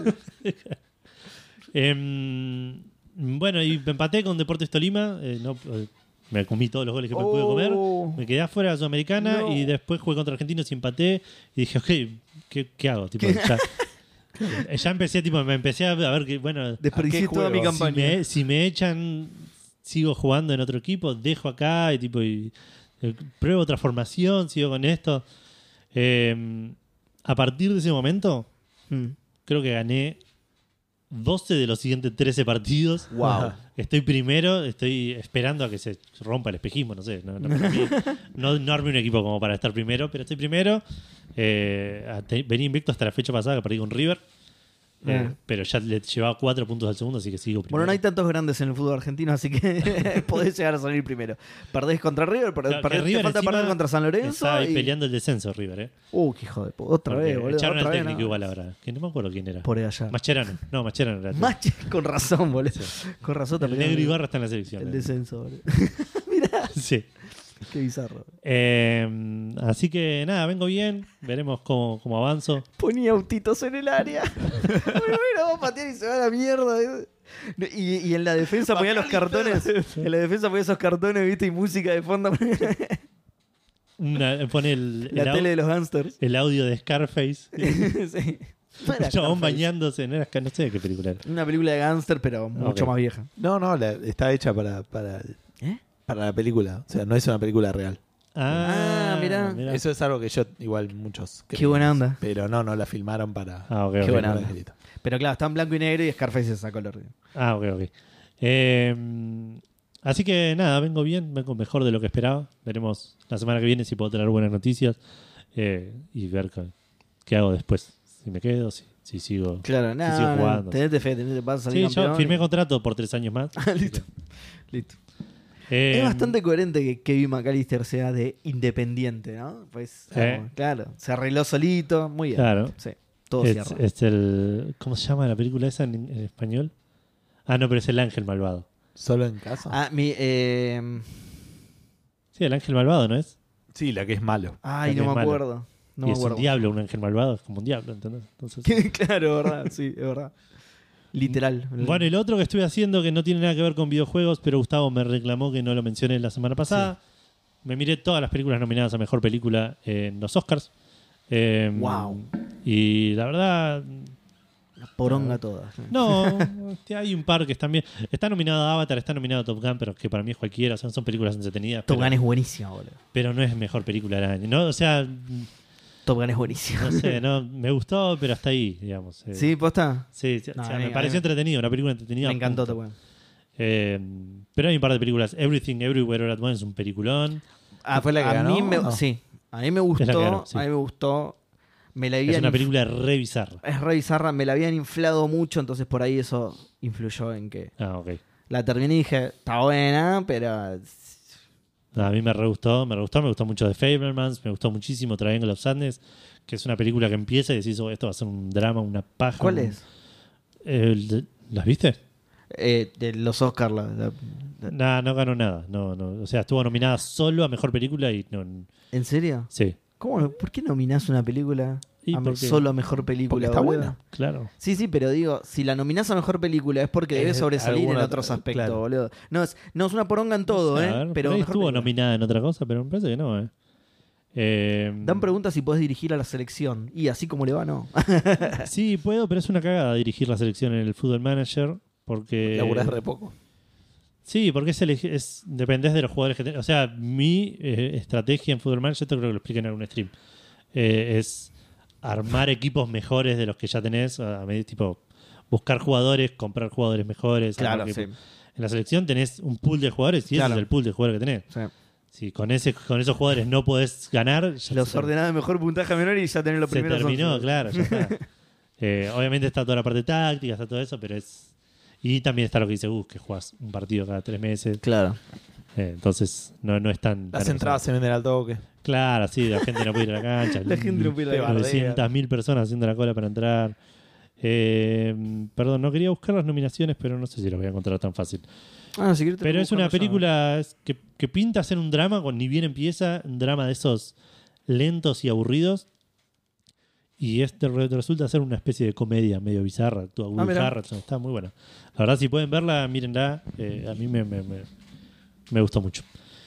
em, bueno, y me empaté con Deportes Tolima. eh, no, eh, me comí todos los goles que me pude comer. Oh. Me quedé afuera de la Sudamericana No. y después jugué contra Argentinos y empaté. Y dije, ok, ¿qué, qué hago? Tipo, ya, ya empecé, tipo, me empecé a ver que, bueno, Desperdicié ¿A qué toda mi juego? si campaña. me, si me echan, sigo jugando en otro equipo, dejo acá y tipo y, eh, pruebo otra formación, sigo con esto. Eh, a partir de ese momento, Mm. creo que gané doce de los siguientes trece partidos. Wow. Estoy primero, estoy esperando a que se rompa el espejismo, no sé. No, no, para mí, no, no armé un equipo como para estar primero, pero estoy primero. Eh, te- venía invicto hasta la fecha pasada que perdí con River. Eh, Ah. pero ya le llevaba cuatro puntos al segundo, así que sigo primero. Bueno, no hay tantos grandes en el fútbol argentino, así que podés llegar a salir primero. Perdés contra River, per- Claro, que perdés- River te falta encima perder contra San Lorenzo. Estaba ahí Y... peleando el descenso River, ¿eh? Uh, qué hijo de puta. Otra Porque vez, boludo. echaron Otra al vez, técnico no. igual ahora. Que no me acuerdo quién era. Por ahí allá. Mascherano. No, Mascherano era. el- Mache, con razón, boludo. Sí. Con razón El también. negro Ibarra está en la selección. El ¿eh? descenso, boludo. Sí. Qué bizarro. Eh, así que nada, vengo bien. Veremos cómo, cómo avanzo. Ponía autitos en el área. Bueno, bueno, vamos a patear y se va a la mierda. ¿eh? No, Y, y en la defensa ponía los cartones. En la defensa ponía esos cartones, viste, y música de fondo. Una- pone el, el, La au- tele de los gangsters. el audio de Scarface. Sí. No era El chabón Scarface. bañándose. No, era, Scar- no sé de qué película era. Una película de gangster, pero mucho Ok. más vieja. No, no, la- está hecha para, para, el- ¿Eh? para la película. O sea, no es una película real. Ah, mirá. Eso es algo que yo, igual muchos. Qué creemos. buena onda. Pero no, no la filmaron para. Ah, ok, Qué ok. buena para onda. Angelito. Pero claro, está en blanco y negro y Scarface es a color. Ah, ok, ok. Eh, así que nada, vengo bien, vengo mejor de lo que esperaba. Veremos la semana que viene si puedo tener buenas noticias eh, y ver qué, qué hago después. Si me quedo, si, si sigo. Claro, Sí, nada, sigo no, jugando. tenete fe, tenete, vas a salir Sí, yo campeón. firmé contrato por tres años más. Ah, listo. Listo. Eh, Es bastante coherente que Kevin McAllister sea de independiente, ¿no? Pues, Eh. como, claro, se arregló solito, muy bien. Claro. Sí, todo Es, cierra. es el. ¿Cómo se llama la película esa en, en español? Ah, no, pero es El Ángel Malvado. ¿Solo en casa? Ah, mi, eh... Sí, El Ángel Malvado, ¿no es? Sí, la que es malo. Ay, La que no es me malo. acuerdo. No y me es acuerdo. un diablo, un ángel malvado, es como un diablo, ¿entendés? Entonces, Claro, verdad, sí, es verdad. Literal. bueno, y lo otro que estoy haciendo que no tiene nada que ver con videojuegos, pero Gustavo me reclamó que no lo mencioné la semana pasada. Me miré todas las películas nominadas a Mejor Película en los Oscars. Eh, Wow. Y la verdad, La poronga toda. no, este, hay un par que están bien. Está nominado Avatar, está nominado Top Gun, pero que para mí es cualquiera, son, son películas entretenidas. Top pero, Gun es buenísima, boludo. pero no es Mejor Película del año. ¿no? O sea, Top Gun es buenísima. no sé, no, me gustó, pero hasta ahí, digamos. Eh, ¿Sí, posta? Sí, o No, sea, a mí- me a pareció mí- entretenido, una película entretenida. Me encantó punto. Top Gun. Eh, pero hay un par de películas. Everything Everywhere All at Once es un peliculón. A, fue la que a ganó, mí me, o no? sí, a mí me gustó, Es la que ganó, sí. a mí me gustó. Me la Es habían una inf- película re bizarra. es re bizarra, me la habían inflado mucho, entonces por ahí eso influyó en que Ah, ok. la terminé y dije, está buena, pero No, a mí me re gustó, me re gustó, me gustó mucho The Fablemans, me gustó muchísimo Triangle of Sadness, que es una película que empieza y decís, oh, esto va a ser un drama, una paja. ¿cuál un- es? Eh, el de- ¿Las viste? Eh, de los Oscars. La, la- la- No, no ganó nada. No, no. O sea, estuvo nominada solo a Mejor Película y no. ¿En serio? Sí, ¿Cómo, ¿Por qué nominás una película Y a me- porque- solo a mejor película? porque está boludo? buena. claro. Sí, sí, pero digo, si la nominás a mejor película es porque debe Es sobresalir en alguna- otros aspectos, claro. boludo. No es, no, es una poronga en todo, A ¿eh? ver, Pero por ahí mejor estuvo película. nominada en otra cosa, pero me parece que no, ¿eh? Eh, Dan preguntas si podés dirigir a la selección. Y así como le va, no. Sí, puedo, pero es una cagada dirigir la selección en el Football Manager. Porque. Laburás re poco. Sí, porque es, elegi- es dependés de los jugadores que tenés. O sea, mi eh, estrategia en Football Manager, esto creo que lo expliqué en algún stream, eh, es armar equipos mejores de los que ya tenés. A medida, tipo, buscar jugadores, comprar jugadores mejores. Claro, armar sí. equipos. En la selección tenés un pool de jugadores y Claro. ese es el pool de jugadores que tenés. Sí. Si con ese con esos jugadores no podés ganar, ya Los se, ordenás de mejor puntaje menor y ya tenés los se primeros. terminó, once. claro, ya está. Eh, obviamente está toda la parte táctica, está todo eso, pero es... Y también está lo que dice Gus, que jugás un partido cada tres meses. Claro. Eh, entonces no, no es tan... Las tan entradas se venden al toque. Claro, sí, la gente no puede ir a la cancha. La gente no puede ir a la cancha. novecientas mil personas haciendo la cola para entrar. Eh, perdón, no quería buscar las nominaciones, pero no sé si las voy a encontrar tan fácil. Ah, si querés te Pero lo es una busco yo. película que, que pinta ser un drama, con, ni bien empieza, un drama de esos lentos y aburridos. Y este re- resulta ser una especie de comedia medio bizarra. Actúa Woody mirá. Harrelson, está muy buena. La verdad, si pueden verla, mírenla. Eh, a mí me, me, me, me gustó mucho.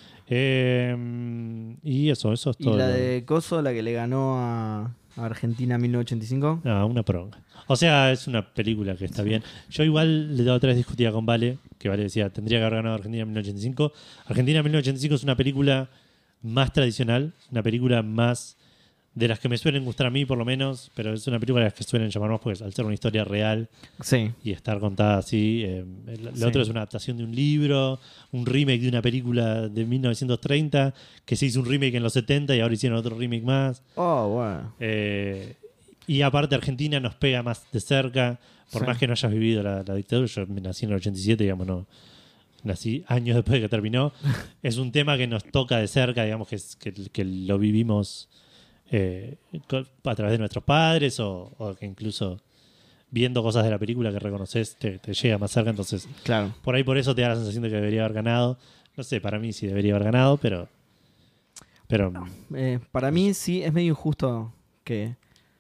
Eh, y eso, eso es Y todo. la lo- de Coso, la que le ganó a, a Argentina en mil novecientos ochenta y cinco. No, una poronga. O sea, es una película que está bien. Yo igual le otra vez discutía con Vale, que Vale decía, tendría que haber ganado Argentina en mil novecientos ochenta y cinco. Argentina en mil novecientos ochenta y cinco es una película más tradicional, una película más de las que me suelen gustar a mí por lo menos, pero es una película de las que suelen llamar más porque al ser una historia real Sí. y estar contada así, eh, el- Sí. lo otro es una adaptación de un libro, un remake de una película de mil novecientos treinta, que se hizo un remake en los setenta y ahora hicieron otro remake más. Oh, bueno. Eh, y aparte Argentina nos pega más de cerca, por Sí. más que no hayas vivido la, la dictadura. Yo nací en el ochenta y siete, digamos, no nací años después de que terminó. Es un tema que nos toca de cerca, digamos, que, es- que, que lo vivimos eh, co- a través de nuestros padres o, o que incluso viendo cosas de la película que reconoces te, te llega más cerca. Entonces, Claro. por ahí por eso te da la sensación de que debería haber ganado. No sé, para mí sí debería haber ganado, pero... pero Eh, para mí sí es medio injusto que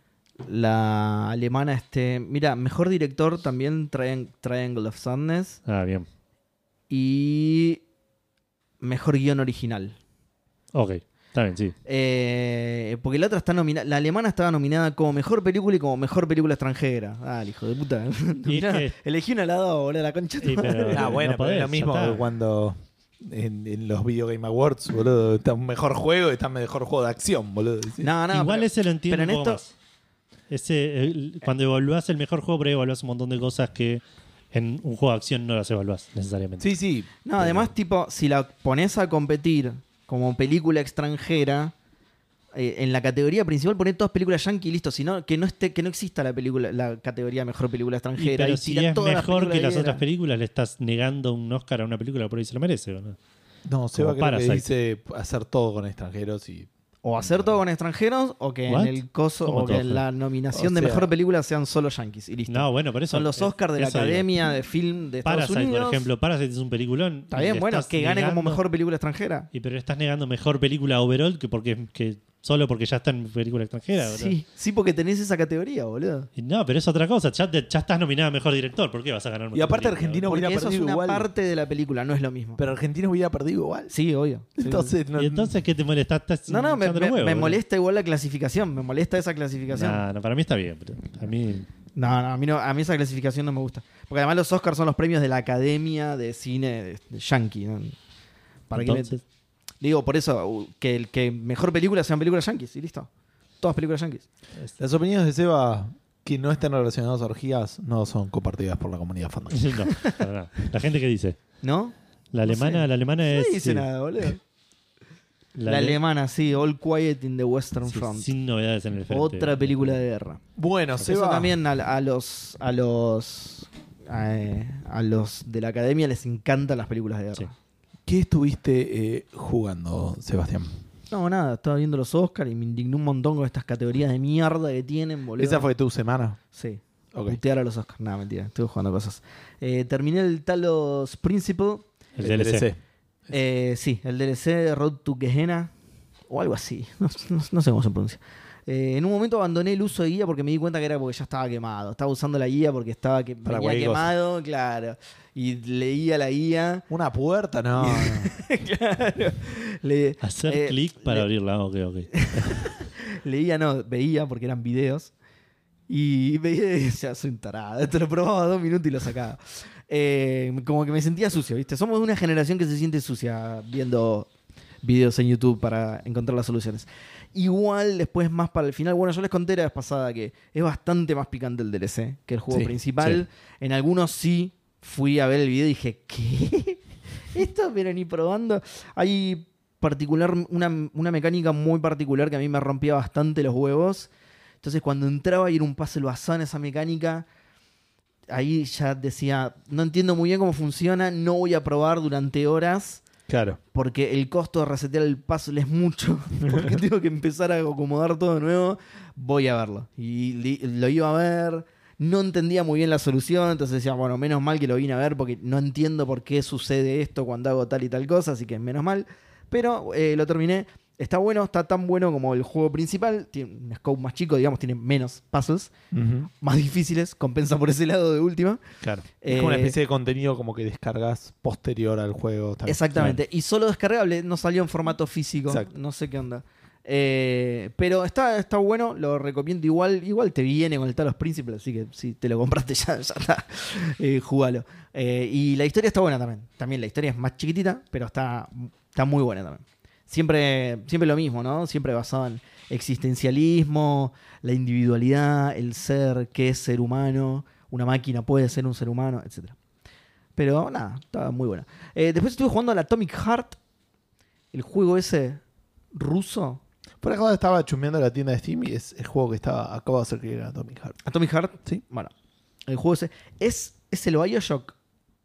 la alemana esté... Mira, mejor director también Triang- Triangle of Sadness Ah, bien. y mejor guión original. Ok, está bien, sí. Eh, porque la otra está nominada, la alemana estaba nominada como mejor película y como mejor película extranjera. Ah, el hijo de puta. Mirá, que- elegí una al lado, boludo, la concha de Sí, tu madre. pero- Ah, bueno, no pero es lo podés, mismo ya está. que cuando en, en los Video Game Awards, boludo, está un mejor juego y está un mejor juego de acción, boludo. Sí. No, no, Igual pero- ese lo entiendo pero en un poco esto- más. Ese, el- cuando evaluás el mejor juego, pero ahí evaluás un montón de cosas que en un juego de acción no las evaluás necesariamente. Sí, sí. No, además, tipo, si la pones a competir como película extranjera, eh, en la categoría principal poner todas películas yankee y listo, sino que no esté, que no exista la película, la categoría mejor película Y extranjera. pero y si tira es todas mejor que películas las que otras quieras. películas, le estás negando un Oscar a una película que por ahí se lo merece, ¿o no? No, Seba creo que Parasite. dice hacer todo con extranjeros y... O hacer todo con extranjeros, o que What? en el coso, ¿Cómo o que todo? en la nominación O de sea- mejor película sean solo yankees y listo. No, bueno, por eso. Son los eh, Oscars de la eso digo. Academia de Film de Estados Parasite, Unidos. por ejemplo. Parasite es un peliculón. Está y bien, le bueno, estás que gane como negando- mejor película extranjera. Y pero le estás negando mejor película overall que porque que solo porque ya está en película extranjera. boludo. Sí, sí, porque tenés esa categoría, boludo. Y no, pero es otra cosa. Ya, te- ya estás nominada a mejor director. ¿Por qué vas a ganar mejor Y aparte película, Argentina Porque hubiera eso es perdido una igual. parte de la película, no es lo mismo. Pero Argentina hubiera perdido igual. Sí, obvio. Sí, Entonces, boludo? no, ¿Y entonces qué te molesta? Estás No, no, me, hinchando me- los huevos, me boludo. molesta igual la clasificación, me molesta esa clasificación. Nah, no, para mí está bien. Pero a mí. No, no, a mí no, a mí esa clasificación no me gusta. Porque además los Oscars son los premios de la Academia de Cine de, de Yankee, ¿no? Para que me- Entonces, digo, por eso, uh, que el que mejor película sean películas yankees y listo. Todas películas yankees. Las opiniones de Seba que no están relacionadas a orgías no son compartidas por la comunidad fandom. no, para nada. La gente que dice. ¿No? La No alemana, sé. la alemana No es. dice sí, nada, boludo. La, ale- alemana, sí, All Quiet in the Western sí, Front. sin novedades en el frente. Otra película de guerra. Bueno, Porque Seba... eso también a, a los a los eh, a los de la academia les encantan las películas de guerra. Sí. ¿Qué estuviste eh, jugando, Sebastián? No, nada, estaba viendo los Oscars y me indignó un montón con estas categorías de mierda que tienen, boludo. ¿Esa fue tu semana? Sí. Ok. Putear a los Oscars. Nada, mentira, estuve jugando cosas. Eh, terminé el Talos Principle. El D L C. Eh, sí, el D L C Road to Gehenna o algo así. No, no- no sé cómo se pronuncia. Eh, en un momento abandoné el uso de guía porque me di cuenta que era porque ya estaba quemado. Estaba usando la guía porque estaba que Para venía cualquier cosa. quemado, claro. Y leía la guía. ¿Una puerta? No. no. Claro. Le- Hacer eh, clic para le- abrirla. Ok, ok. Leía, no, veía porque eran videos. Y veía y decía, soy un tarado. Esto lo probaba dos minutos y lo sacaba. Eh, como que me sentía sucio, ¿viste? Somos una generación que se siente sucia viendo videos en YouTube para encontrar las soluciones. Igual, después más para el final, bueno, yo les conté la vez pasada que es bastante más picante el D L C que el juego Sí, principal. En algunos sí fui a ver el video y dije, ¿qué? Esto, pero ni probando. Hay particular, una, una mecánica muy particular que a mí me rompía bastante los huevos. Entonces, cuando entraba y era un puzzle basado en esa mecánica, ahí ya decía, no entiendo muy bien cómo funciona, no voy a probar durante horas. Claro. Porque el costo de resetear el puzzle es mucho. Porque tengo que empezar a acomodar todo de nuevo. Voy a verlo. Y li- lo iba a ver. No entendía muy bien la solución. Entonces decía, bueno, menos mal que lo vine a ver porque no entiendo por qué sucede esto cuando hago tal y tal cosa. Así que menos mal. Pero eh, lo terminé. Está bueno, está tan bueno como el juego principal. Tiene un scope más chico, digamos, tiene menos puzzles. Uh-huh. Más difíciles. Compensa por ese lado de última. Claro. Eh, es como una especie de contenido como que descargas posterior al juego. Tal. Exactamente. Y solo descargable, no salió en formato físico. Exacto. No sé qué onda. Eh, pero está, está bueno, lo recomiendo igual. Igual te viene con el Talos Príncipe, así que si te lo compraste ya, ya está. Eh, jugalo. Eh, y la historia está buena también. También la historia es más chiquitita, pero está, está muy buena también. Siempre, siempre lo mismo, ¿no? Siempre basado en existencialismo, la individualidad, el ser, qué es ser humano, una máquina puede ser un ser humano, etcétera. Pero nada, está muy buena. Eh, después estuve jugando al Atomic Heart, el juego ese ruso. Por acá estaba chusmeando la tienda de Steam y es el juego que estaba, acabo de hacer que era Atomic Heart. Atomic Heart, Sí. bueno, el juego ese es, es el Bioshock.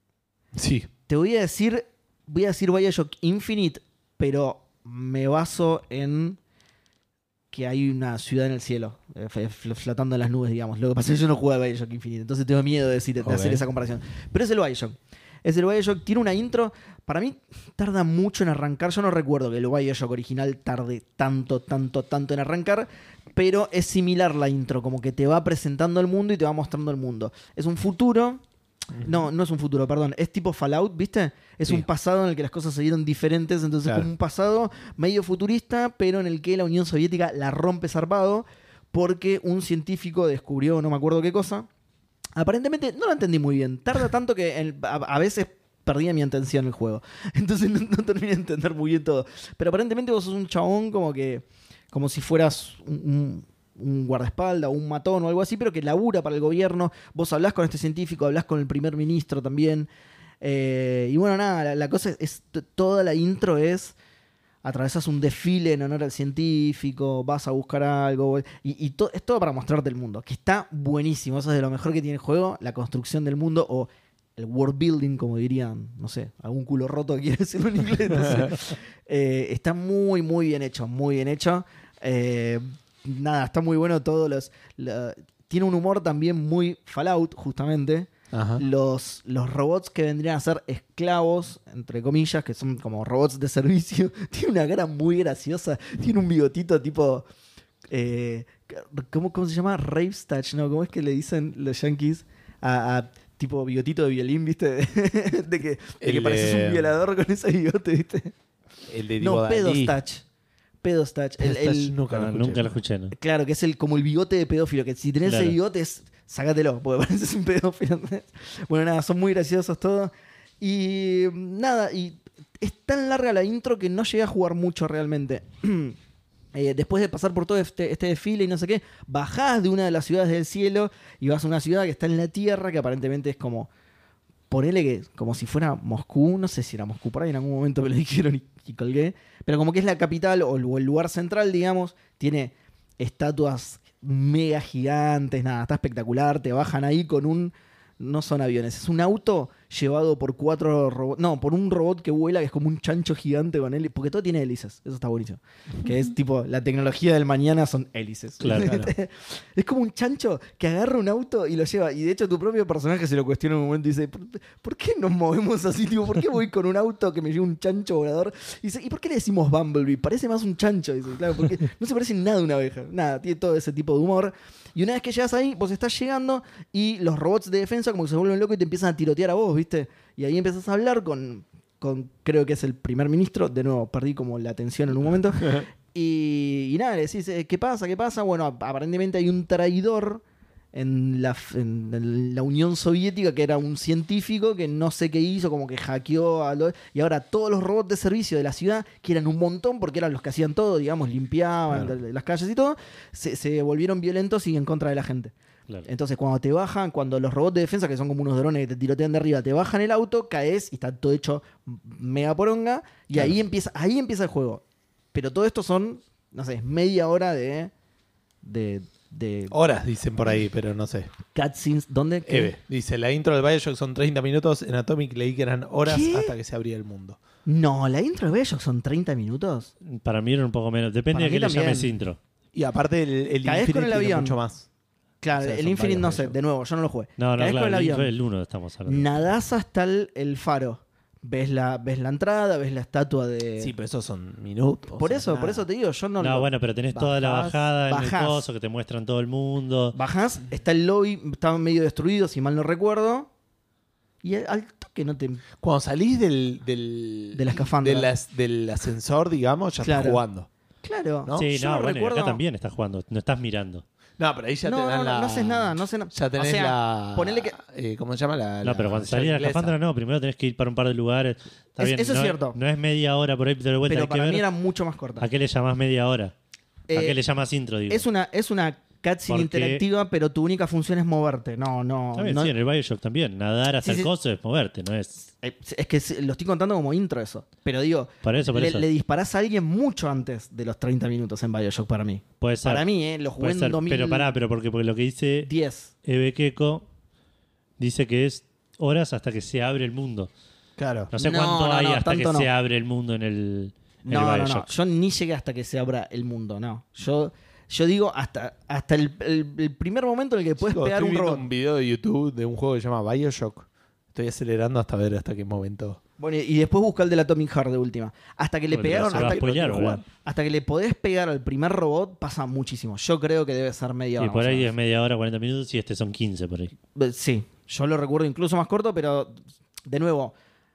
Sí. Te voy a decir, voy a decir Bioshock Infinite, pero me baso en que hay una ciudad en el cielo, eh, fl- flotando en las nubes, digamos. Lo que pasa es que yo no jugué a Bioshock Infinite, entonces tengo miedo de, decir, de Okay. hacer esa comparación. Pero es el Bioshock. Es el Bioshock, tiene una intro. Para mí tarda mucho en arrancar. Yo no recuerdo que el Bioshock original tarde tanto, tanto, tanto en arrancar. Pero es similar la intro, como que te va presentando el mundo y te va mostrando el mundo. Es un futuro. No, no es un futuro, perdón. Es tipo Fallout, ¿viste? Es Sí. un pasado en el que las cosas se dieron diferentes. Entonces Claro. es como un pasado medio futurista, pero en el que la Unión Soviética la rompe zarpado porque un científico descubrió no me acuerdo qué cosa. Aparentemente no lo entendí muy bien. Tarda tanto que el- a, a veces perdía mi atención el juego. Entonces no, no terminé de entender muy bien todo. Pero aparentemente vos sos un chabón como que... Como si fueras un... un un guardaespaldas o un matón o algo así, pero que labura para el gobierno. Vos hablás con este científico, hablás con el primer ministro también. Eh, y bueno, nada, la, la cosa es, es t- toda la intro es atravesás un desfile en honor al científico, vas a buscar algo, y, y to- es todo para mostrarte el mundo, que está buenísimo. Eso es de lo mejor que tiene el juego, la construcción del mundo o el world building, como dirían, no sé, algún culo roto que quiere decirlo en inglés. No sé. Eh, está muy, muy bien hecho, muy bien hecho. Eh, Nada, está muy bueno todos los... La, tiene un humor también muy Fallout, justamente. Ajá. Los, los robots que vendrían a ser esclavos, entre comillas, que son como robots de servicio. Tiene una cara muy graciosa. Tiene un bigotito tipo... Eh, ¿cómo, ¿Cómo se llama? Rave Touch, ¿no? ¿Cómo es que le dicen los yankees a... a tipo bigotito de violín, ¿viste? de que, de que El, pareces eh, un violador con ese bigote, ¿viste? El de No, Divo Dalí. pedostach. Pedostach. El, Pedostach el- nunca lo No, escuché. nunca lo escuché, ¿no? Claro, que es el como el bigote de pedófilo, que si tenés Claro. ese bigote, es, sácatelo, porque pareces un pedófilo. Bueno, nada, son muy graciosos todos. Y nada, y es tan larga la intro que no llegué a jugar mucho realmente. Eh, después de pasar por todo este, este desfile y no sé qué, bajás de una de las ciudades del cielo y vas a una ciudad que está en la tierra, que aparentemente es como, ponele que como si fuera Moscú, no sé si era Moscú, por ahí en algún momento me lo dijeron y, y colgué, pero como que es la capital o el, o el lugar central, digamos, tiene estatuas mega gigantes, nada, está espectacular, te bajan ahí con un... No son aviones, es un auto llevado por cuatro robots. No, por un robot que vuela, que es como un chancho gigante con hélices. Porque todo tiene hélices, eso está buenísimo. Que es tipo, la tecnología del mañana son hélices. Claro, claro. Es como un chancho que agarra un auto y lo lleva. Y de hecho, tu propio personaje se lo cuestiona en un momento y dice: ¿Por, por qué nos movemos así? Tipo, ¿por qué voy con un auto que me lleva un chancho volador? Y dice: ¿y por qué le decimos Bumblebee? Parece más un chancho. Dice, claro, porque no se parece en nada a una abeja. Nada, tiene todo ese tipo de humor. Y una vez que llegas ahí, vos estás llegando y los robots de defensa como que se vuelven locos y te empiezan a tirotear a vos, ¿viste? Y ahí empiezas a hablar con, con creo que es el primer ministro. De nuevo, perdí como la atención en un momento. Y, y nada, le decís, eh, ¿qué pasa? ¿Qué pasa? Bueno, ap- aparentemente hay un traidor en la, en, en la Unión Soviética que era un científico que no sé qué hizo, como que hackeó a lo- y ahora todos los robots de servicio de la ciudad, que eran un montón porque eran los que hacían todo, digamos, limpiaban Claro. la- las calles y todo, se, se volvieron violentos y en contra de la gente. Claro. Entonces, cuando te bajan, cuando los robots de defensa, que son como unos drones que te tirotean de arriba, te bajan el auto, caes y está todo hecho mega poronga. Y Claro. ahí empieza, ahí empieza el juego. Pero todo esto son, no sé, media hora de, de, de Horas dicen por ahí, pero no sé. cutscenes. ¿Dónde? ¿Qué? Eve, dice, la intro del Bioshock son treinta minutos, en Atomic leí que eran horas ¿Qué? hasta que se abría el mundo. No, la intro de Bioshock son treinta minutos. Para mí era un poco menos. Depende Para de mí qué le también. llames intro. Y aparte el, el Caes Infinite con el tiene avión. mucho más. Claro, O sea, el son Infinite varios no sé, Bioshock. de nuevo, yo no lo jugué. No, no, Caes claro. con el El, avión. el uno estamos hablando. Nadás hasta el, el faro. Ves la, ves la entrada, ves la estatua de... Sí, pero esos son minutos. por son eso, por nada. eso te digo, yo no... No, lo- bueno, pero tenés toda la Bajás, bajada en bajás. el coso que te muestran todo el mundo. Bajás, está el lobby, está medio destruido, si mal no recuerdo. Y al toque no te... Cuando salís del, del, De la escafandra. de las- del ascensor, digamos, ya Claro. estás jugando. Claro. ¿No? Sí, yo no, no bueno, y recuerdo- acá también estás jugando. No estás mirando. No, pero ahí ya No, tenés no, no, la... no haces nada, no haces nada. Ya tenés O sea, la... ponele que- eh, ¿Cómo se llama? La, No, pero cuando salís de la inglesa. escafandra, no. Primero tenés que ir para un par de lugares. Está Es- bien, eso es no, cierto. No es media hora por ahí, te doy vuelta. Pero hay que para ver mí era mucho más corta. ¿A qué le llamás media hora? ¿A Eh, qué le llamas intro, digo? Es una, es una cutscene Porque- interactiva, pero tu única función es moverte. No, no. Está bien, no- sí, en el Bioshock también. Nadar hasta Sí, el sí. coso es moverte, no es... eh, es que se- lo estoy contando como intro eso. Pero digo, Por eso, por le, eso. le disparás a alguien mucho antes de los treinta minutos en Bioshock para mí. Puede ser. Para mí, ¿eh? Lo jugué puede en ser. dos mil diez. Pero pará, pero porque, porque lo que dice Eve Keko dice que es horas hasta que se abre el mundo. Claro. No sé No, cuánto no, hay no, hasta que tanto no. se abre el mundo en el, en No, el no, no. Bioshock. Yo ni llegué hasta que se abra el mundo, no. Yo, yo digo hasta, hasta el, el- el primer momento en el que puedes Chicos, pegar estoy un viendo robot. un video de YouTube de un juego que se llama Bioshock. Estoy acelerando hasta ver hasta qué momento. Bueno, y después busca el del Atomic Heart de última. Hasta que le Porque pegaron, se va a hasta, spoilear, que, boludo. hasta que le podés pegar al primer robot, pasa muchísimo. Yo creo que debe ser media Y hora. por más o ahí es menos. media hora, cuarenta minutos y este son quince por ahí. Eh, Sí, yo lo recuerdo incluso más corto, pero de nuevo,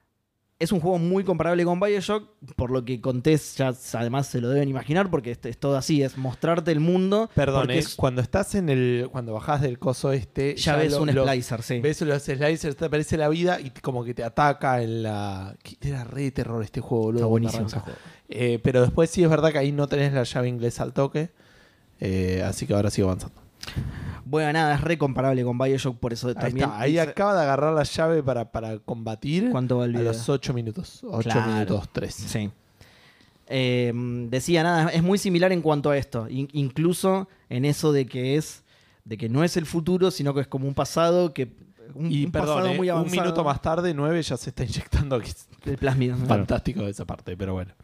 es un juego muy comparable con Bioshock, por lo que conté, ya además se lo deben imaginar, porque es, es todo así, es mostrarte el mundo. Perdón, porque eh, es- cuando estás en el. Cuando bajás del coso este. ya, ves lo- un lo- splicer, sí. Ves los slicers, te aparece la vida y como que te ataca en la. ¿Qué? Era re de terror este juego, boludo. Está buenísimo cuando ese arranca. juego. Eh, pero después sí es verdad que ahí no tenés la llave inglesa al toque. Eh, así que ahora sigo avanzando. Bueno, nada, es re comparable con Bioshock, por eso Ahí también. está. Ahí dice- acaba de agarrar la llave para, para combatir. ¿Cuánto va el A video? los ocho minutos. ocho Claro. minutos tres. Sí. Eh, decía nada, es muy similar en cuanto a esto. In- incluso en eso de que es. De que no es el futuro, sino que es como un pasado que. Un, Y un perdón, pasado eh, muy un avanzado. minuto más tarde, nueve, ya se está inyectando. Que es El plásmido. fantástico esa parte, pero bueno.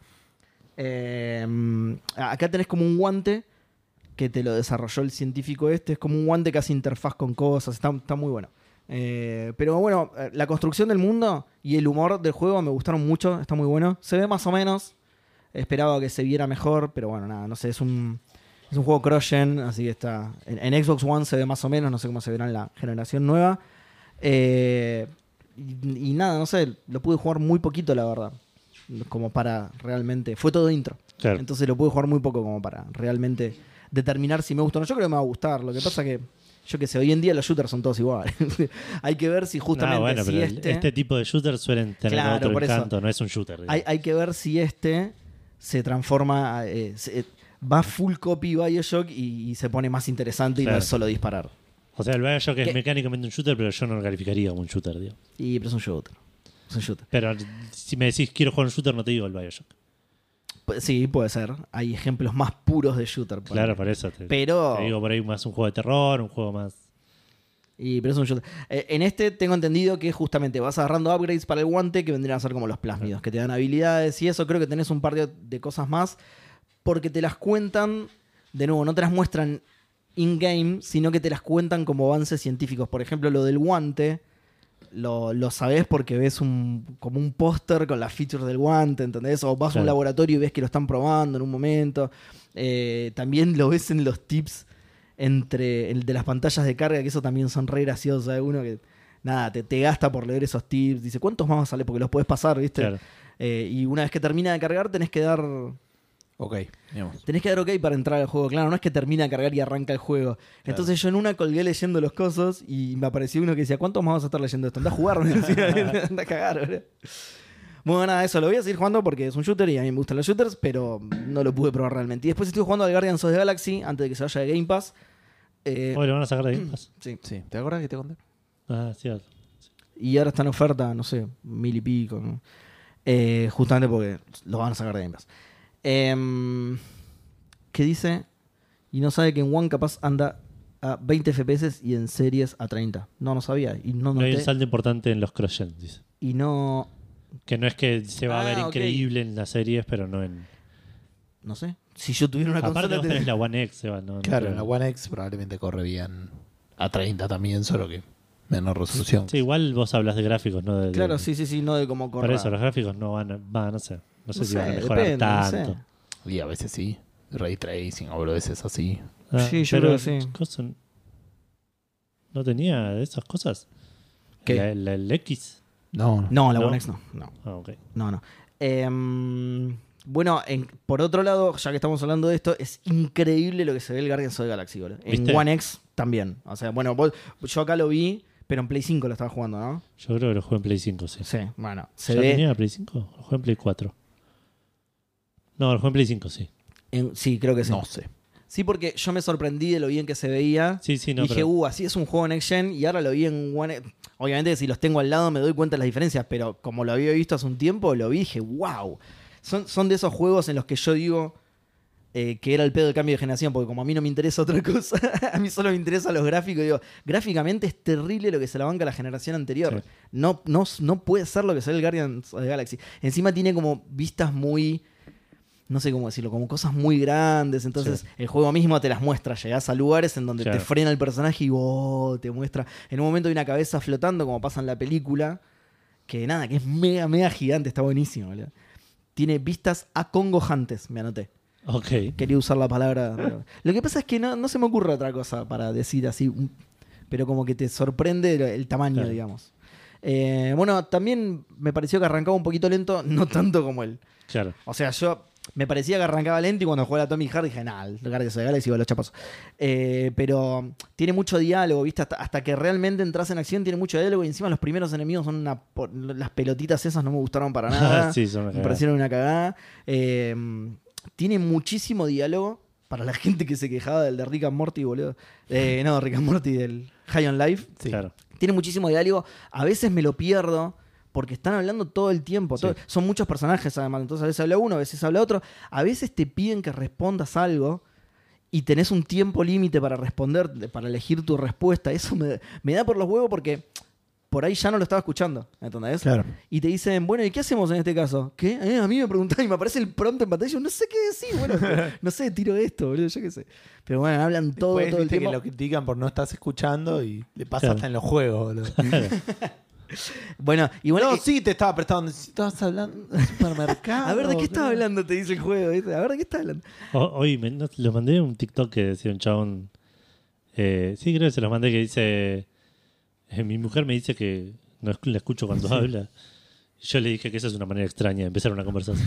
Eh, acá tenés como un guante que te lo desarrolló el científico este. Es como un guante que hace interfaz con cosas. Está, está muy bueno. Eh, pero bueno, eh, la construcción del mundo y el humor del juego me gustaron mucho. Está muy bueno. Se ve más o menos. Esperaba que se viera mejor, pero bueno, nada, no sé. Es un, es un juego cross-gen, así que está. En, en Xbox One se ve más o menos. No sé cómo se verá en la generación nueva. Eh, y, y nada, no sé. Lo pude jugar muy poquito, la verdad. Como para realmente. Fue todo intro. Claro. Entonces lo pude jugar muy poco como para realmente determinar si me gusta o no. Yo creo que me va a gustar. Lo que pasa que, yo que sé, hoy en día los shooters son todos iguales. Hay que ver si justamente No, bueno, si pero el- este... este tipo de shooters suelen tener Claro, otro por eso. encanto, no es un shooter. digamos. hay, hay que ver si este se transforma... eh, se- va full copy Bioshock y, y se pone más interesante y no Claro. es solo disparar. O sea, el Bioshock es ¿Qué? mecánicamente un shooter, pero yo no lo calificaría como un shooter, digo. Y, pero es un shooter. Es un shooter. Pero si me decís quiero jugar un shooter, no te digo el Bioshock. Pu- Sí, puede ser. Hay ejemplos más puros de shooter. por Claro, ejemplo. por eso. Te, Pero... te digo por ahí más un juego de terror, un juego más... Y, pero es un shooter. Eh, en este tengo entendido que justamente vas agarrando upgrades para el guante que vendrían a ser como los plásmidos, que te dan habilidades y eso. Creo que tenés un par de, de cosas más porque te las cuentan, de nuevo, no te las muestran in-game, sino que te las cuentan como avances científicos. Por ejemplo, lo del guante, lo, lo sabés porque ves un, como un póster con las features del guante, ¿entendés? O vas a un Claro. laboratorio y ves que lo están probando en un momento. Eh, también lo ves en los tips entre el de las pantallas de carga, que eso también son re graciosos. Hay uno que, nada, te, te gasta por leer esos tips. Dice, ¿cuántos más sale? Porque los puedes pasar, ¿viste? Claro. Eh, y una vez que termina de cargar, tenés que dar... Ok, digamos. Tenés que dar ok para entrar al juego. Claro, no es que termina de cargar y arranca el juego. Entonces yo en una colgué leyendo los cosos y me apareció uno que decía, ¿cuántos más vas a estar leyendo esto? Anda a jugar, me decía. Anda a cagar, boludo. Bueno, nada, eso lo voy a seguir jugando porque es un shooter y a mí me gustan los shooters, pero no lo pude probar realmente. Y después estuve jugando al Guardians of the Galaxy antes de que se vaya de Game Pass. Eh, Hoy lo van a sacar de Game Pass. sí. Sí, ¿te acuerdas que te conté? Ah, cierto. Y ahora está en oferta, no sé, mil y pico. ¿no? Eh, justamente porque lo van a sacar de Game Pass. Em, ¿Qué dice? Y no sabe que en One capaz anda a veinte F P S y en series a treinta. No, no sabía. Y no, No hay un noté, salto importante en los cross-gen, dice. y no... Que no es que se va a Ah, ver ok. increíble en las series, pero no en... No sé. Si yo tuviera una Aparte consola... vos te- tenés la One X, Seba, no, no Claro, creo. en la One X probablemente corre bien a treinta también, solo que menor resolución. Sí, igual vos hablas de gráficos, no de... de- Claro, sí, sí, sí, no de cómo correr. Por eso, los gráficos no van a... Va, no sé. No sé No si sé, van a mejorar depende, no sé. tanto. Y a veces sí. Ray tracing o veces así. Ah, Sí, yo pero creo que sí. cosa- ¿No tenía de esas cosas? ¿Qué? La- la- el X. No, no. No, la ¿No? One X no. No, Ah, ok. no. no. Em, bueno, en- por otro lado, ya que estamos hablando de esto, es increíble lo que se ve el Guardians of the Galaxy, boludo. En ¿Viste? One X también. O sea, bueno, vos- yo acá lo vi, pero en Play cinco lo estaba jugando, ¿no? Yo creo que lo jugué en Play cinco, sí. Sí, bueno, se ¿Ya ve... tenía Play cinco? Lo jugué en Play cuatro. No, lo jugué en Play cinco, sí. en- sí, creo que sí. No sé. Sí, porque yo me sorprendí de lo bien que se veía. Sí, sí, no, Dije, pero... uh, así es un juego Next Gen y ahora lo vi en One X. Obviamente, si los tengo al lado me doy cuenta de las diferencias, pero como lo había visto hace un tiempo, lo vi y dije, wow. Son, son de esos juegos en los que yo digo eh, que era el pedo del cambio de generación, porque como a mí no me interesa otra cosa, a mí solo me interesan los gráficos. Digo, gráficamente es terrible lo que se la banca la generación anterior. Sí. No, no, no puede ser lo que se ve el Guardians of the Galaxy. Encima tiene como vistas muy... No sé cómo decirlo, como cosas muy grandes. Entonces, Sí. el juego mismo te las muestra. Llegás a lugares en donde Claro. te frena el personaje y oh, te muestra. En un momento hay una cabeza flotando, como pasa en la película. Que nada, que es mega, mega gigante. Está buenísimo, boludo. Tiene vistas acongojantes, me anoté. Ok. Quería usar la palabra. pero- Lo que pasa es que no, no se me ocurre otra cosa para decir así. un- Pero como que te sorprende el, el tamaño, Claro. digamos. Eh, bueno, también me pareció que arrancaba un poquito lento, no tanto como él. Claro. O sea, yo me parecía que arrancaba lento y cuando jugué a Tommy Hart dije, nah, el Guardians of the Galaxy iba a los chapazos. Eh, pero tiene mucho diálogo, ¿viste? Hasta, hasta que realmente entras en acción tiene mucho diálogo y encima los primeros enemigos son una... po- Las pelotitas esas no me gustaron para nada. Sí, son una Me cagada. parecieron una cagada. Eh, tiene muchísimo diálogo para la gente que se quejaba del de Rick and Morty, boludo. Eh, no, Rick and Morty, del High on Life. Sí. Claro. Tiene muchísimo diálogo. A veces me lo pierdo porque están hablando todo el tiempo. todo- Sí. Son muchos personajes, además. Entonces a veces habla uno, a veces habla otro. A veces te piden que respondas algo y tenés un tiempo límite para responder, para elegir tu respuesta. Eso me, me da por los huevos porque por ahí ya no lo estaba escuchando. ¿Entendés? Claro. Y te dicen, bueno, ¿y qué hacemos en este caso? ¿Qué? Eh, a mí me preguntan y me aparece el prompt en pantalla y yo no sé qué decir. Bueno, no sé, tiro esto, boludo, yo qué sé. Pero bueno, hablan todo, Después, todo el viste tiempo. que lo critican por no estás escuchando y le pasa Claro. hasta en los juegos, boludo. Bueno, igual No, que- sí, te estaba prestando. Si estabas hablando de supermercado. a ver, ¿de qué estaba boludo. hablando? Te dice el juego, ¿viste? A ver, ¿de qué estaba hablando? O- Hoy me, no, lo mandé un TikTok que decía un chabón. Eh, sí, creo que se los mandé que dice. eh, mi mujer me dice que no esc- la escucho cuando habla. Yo le dije que esa es una manera extraña de empezar una conversación.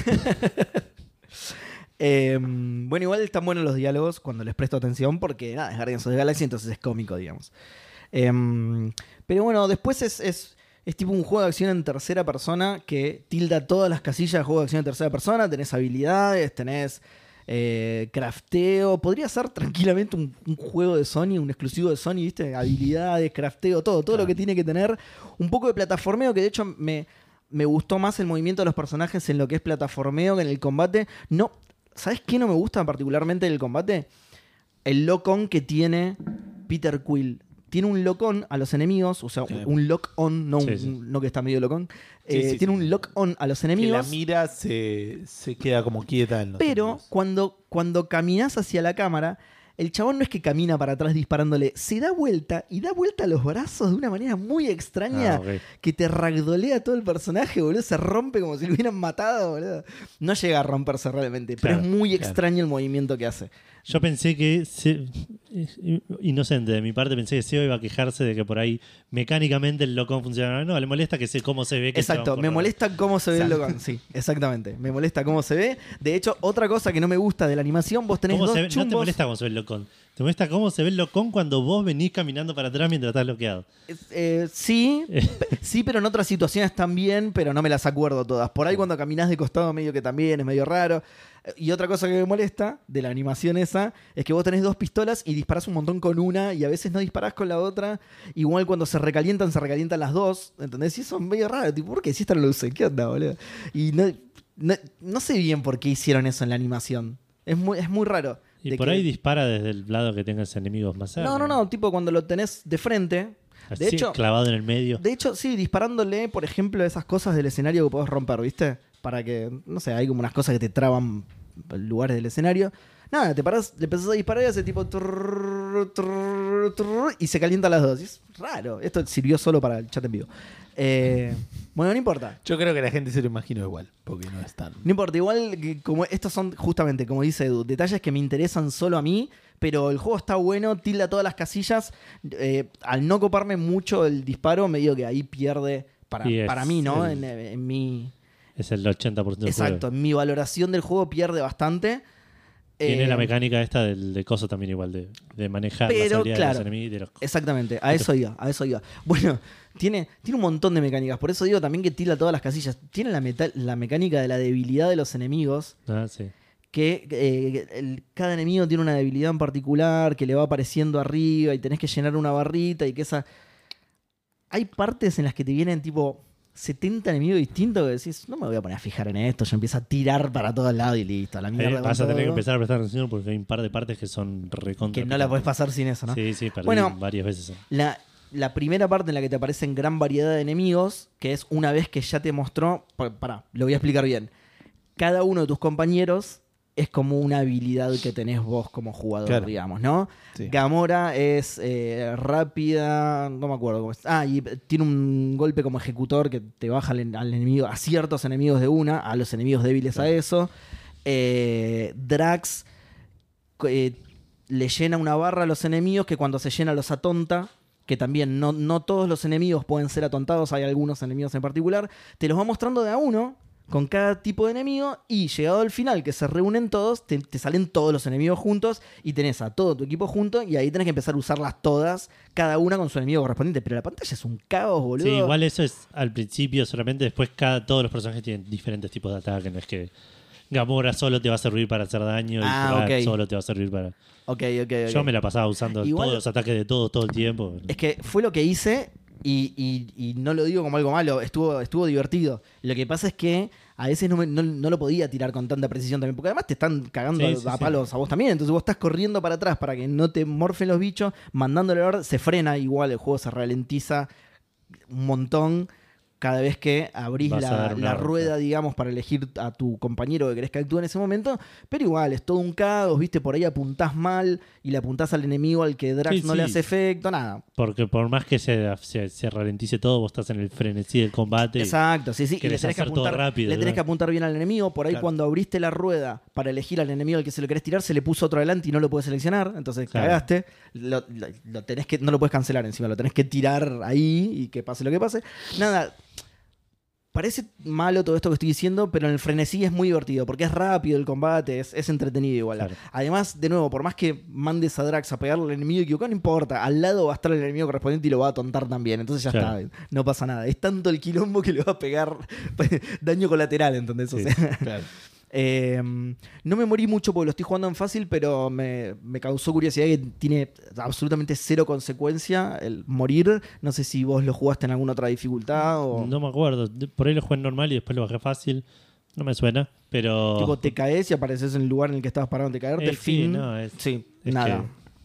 Eh, bueno, igual están buenos los diálogos cuando les presto atención porque nada, es Guardians of the Galaxy, entonces es cómico, digamos. Eh, pero bueno, después es, es, es tipo un juego de acción en tercera persona que tilda todas las casillas de juego de acción en tercera persona. Tenés habilidades, tenés eh, crafteo. Podría ser tranquilamente un, un juego de Sony, un exclusivo de Sony, ¿viste? Habilidades, crafteo, todo, todo Claro. lo que tiene que tener. Un poco de plataformeo que de hecho me, me gustó más el movimiento de los personajes en lo que es plataformeo que en el combate. No, ¿sabes qué no me gusta particularmente del combate? El lock-on que tiene Peter Quill. Tiene un lock-on a los enemigos, o sea, Sí. un lock-on, no, un- Sí, sí. no que está medio lock-on. Sí, Eh, sí, tiene sí. un lock-on a los Que la enemigos, mira se, se queda como quieta en los pero enemigos. cuando, cuando caminas hacia la cámara, el chabón no es que camina para atrás disparándole, se da vuelta y da vuelta a los brazos de una manera muy extraña Ah, ok. que te ragdolea todo el personaje, boludo. Se rompe como si lo hubieran matado, boludo. No llega a romperse realmente, pero Claro, es muy claro. extraño el movimiento que hace. Yo pensé que, se- inocente de mi parte, pensé que Seba iba a quejarse de que por ahí mecánicamente el locón funcionaba. No, le molesta que sé cómo se ve. Que Exacto, se van me por- molesta cómo se ve el Exacto. logo. Sí, exactamente. Me molesta cómo se ve. De hecho, otra cosa que no me gusta de la animación, vos tenés ¿Cómo dos se ve? No chumbos. te molesta cómo se ve el locón. Te molesta cómo se ve el locón cuando vos venís caminando para atrás mientras estás bloqueado. Eh, sí, pe- sí, pero en otras situaciones también, pero no me las acuerdo todas. Por ahí cuando caminás de costado medio que también es medio raro. Eh, Y otra cosa que me molesta de la animación esa es que vos tenés dos pistolas y disparás un montón con una y a veces no disparás con la otra. Igual cuando se recalientan, se recalientan las dos. ¿Entendés? Y eso es medio raro. Tipo, ¿por qué si esta no lo usé? ¿Qué onda, boludo? Y no, no, no sé bien por qué hicieron eso en la animación. Es muy, es muy raro. Y de por que- ahí dispara desde el lado que tengas enemigos más cerca. No, no, no, tipo cuando lo tenés de frente. Así, De hecho, clavado en el medio. de hecho, sí, disparándole, por ejemplo, esas cosas del escenario que podés romper, ¿viste? Para que, no sé, hay como unas cosas que te traban lugares del escenario. Nada, te parás, le empezás a disparar y hace tipo... trrr, trrr, trrr, y se calientan las dos. Y es raro. Esto sirvió solo para el chat en vivo. Eh, bueno, no importa. Yo creo que la gente se lo imaginó igual, porque no es tan... No importa, igual que como estos son justamente, como dice Edu, detalles que me interesan solo a mí, pero el juego está bueno, tilda todas las casillas. Eh, al no coparme mucho el disparo, me digo que ahí pierde para, Y es para mí, ¿no? el- En, en mi... Es el ochenta por ciento del Exacto, juego. en mi valoración del juego pierde bastante. Tiene Eh, la mecánica esta del de coso también igual, de, de manejar las pero, habilidades claro, de los enemigos. y De los... Exactamente, a eso iba, a eso iba. Bueno, tiene, tiene un montón de mecánicas, por eso digo también que tila todas las casillas. Tiene la, meta- la mecánica de la debilidad de los enemigos, Ah, sí. que eh, el- cada enemigo tiene una debilidad en particular, que le va apareciendo arriba y tenés que llenar una barrita y que esa... Hay partes en las que te vienen tipo setenta enemigos distintos que decís, no me voy a poner a fijar en esto, yo empiezo a tirar para todos lados y listo, a la Ahí mierda. vas con a tener que todo. empezar a prestar atención porque hay un par de partes que son recontra. Que no la podés pasar sin eso, ¿no? Sí, sí, perdí Bueno, varias veces. La, la primera parte en la que te aparecen gran variedad de enemigos, que es una vez que ya te mostró. pa- Pará, lo voy a explicar bien. Cada uno de tus compañeros es como una habilidad que tenés vos como jugador, Claro. digamos, ¿no? Sí. Gamora es eh, rápida, no me acuerdo cómo es. Ah, y tiene un golpe como ejecutor que te baja al, en- al enemigo, a ciertos enemigos de una, a los enemigos débiles a eso. Eh, Drax eh, le llena una barra a los enemigos que cuando se llena los atonta. Que también no, no todos los enemigos pueden ser atontados, hay algunos enemigos en particular. Te los va mostrando de a uno con cada tipo de enemigo y llegado al final que se reúnen todos, te, te salen todos los enemigos juntos y tenés a todo tu equipo junto y ahí tenés que empezar a usarlas todas, cada una con su enemigo correspondiente. Pero la pantalla es un caos, boludo. Sí, igual eso es al principio solamente. Después cada, todos los personajes tienen diferentes tipos de ataque. No es que Gamora solo te va a servir para hacer daño Ah, y Drax ok. solo te va a servir para... Ok, ok, ok. Yo me la pasaba usando Igual- todos los ataques de todos todo el tiempo. Es que fue lo que hice y, y- y no lo digo como algo malo, estuvo, estuvo divertido. Lo que pasa es que a veces no, me- no- no lo podía tirar con tanta precisión también, porque además te están cagando Sí, a, sí, a sí. palos a vos también. Entonces vos estás corriendo para atrás para que no te morfen los bichos, mandándole la orden, se frena igual, el juego se ralentiza un montón cada vez que abrís Vas a la, dar una la ronda. rueda, digamos, para elegir a tu compañero que querés que actúe en ese momento. Pero igual, es todo un caos, ¿viste? Por ahí apuntás mal y le apuntás al enemigo al que Drax Sí, no sí. le hace efecto, nada. Porque por más que se, se, se ralentice todo, vos estás en el frenesí del combate. Exacto, sí, sí. Y le querés tenés, que hacer todo apuntar, rápido, le tenés ¿verdad? que apuntar bien al enemigo. Por ahí Claro. cuando abriste la rueda para elegir al enemigo al que se lo querés tirar, se le puso otro adelante y no lo puedes seleccionar. Entonces Claro. cagaste. Lo, lo- lo tenés que, no lo puedes cancelar encima, lo tenés que tirar ahí y que pase lo que pase. Nada. Parece malo todo esto que estoy diciendo, pero en el frenesí es muy divertido, porque es rápido el combate, es, es entretenido igual. Claro. Además, de nuevo, por más que mandes a Drax a pegarle al enemigo equivocado, no importa. Al lado va a estar el enemigo correspondiente y lo va a atontar también. Entonces ya Claro. está, no pasa nada. Es tanto el quilombo que le va a pegar daño colateral, ¿entendés? O Sí. sea, Claro. eh, no me morí mucho porque lo estoy jugando en fácil, pero me, me causó curiosidad que tiene absolutamente cero consecuencia el morir. No sé si vos lo jugaste en alguna otra dificultad o... No me acuerdo. De- Por ahí lo jugué en normal y después lo bajé fácil. No me suena, pero... Tipo, te caes y apareces en el lugar en el que estabas parado de caerte. Eh, sí, fin. no, es- sí, es nada.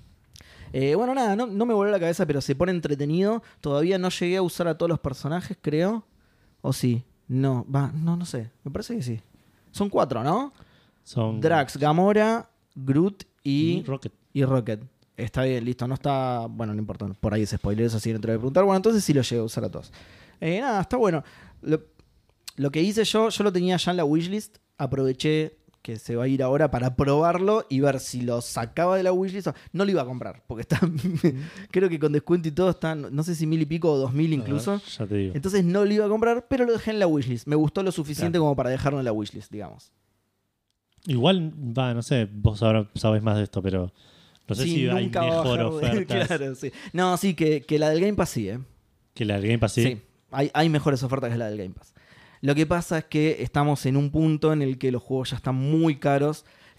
Eh, bueno, nada, no, no me voló la cabeza, pero se pone entretenido. Todavía no llegué a usar a todos los personajes, creo. ¿O sí? No, va, no, no sé. Me parece que sí. Son cuatro, ¿no? Son... Drax, Gamora, Groot y, y Rocket. y Rocket. Está bien, listo. No está. Bueno, no importa. Por ahí es spoiler, eso sí, no te lo voy a preguntar. Bueno, entonces sí lo llegué a usar a todos. Eh, nada, está bueno. Lo, lo que hice yo, yo lo tenía ya en la wishlist. Aproveché que se va a ir ahora para probarlo y ver si lo sacaba de la wishlist. o- No lo iba a comprar, porque está. Creo que con descuento y todo está, no sé si mil y pico o dos mil incluso. A ver, ya te digo. Entonces no lo iba a comprar, pero lo dejé en la wishlist. Me gustó lo suficiente Claro. como para dejarlo en la wishlist, digamos. Igual, va, no sé, vos ahora sabés más de esto, pero no sé Sí, si hay nunca va a mejor bajar de- ofertas claro, sí. No, sí, que, que la del Game Pass sí, ¿eh? que la del Game Pass. Sí. Sí, hay, hay mejores ofertas que la del Game Pass. Lo que pasa es que estamos en un punto en el que los juegos ya están muy caros.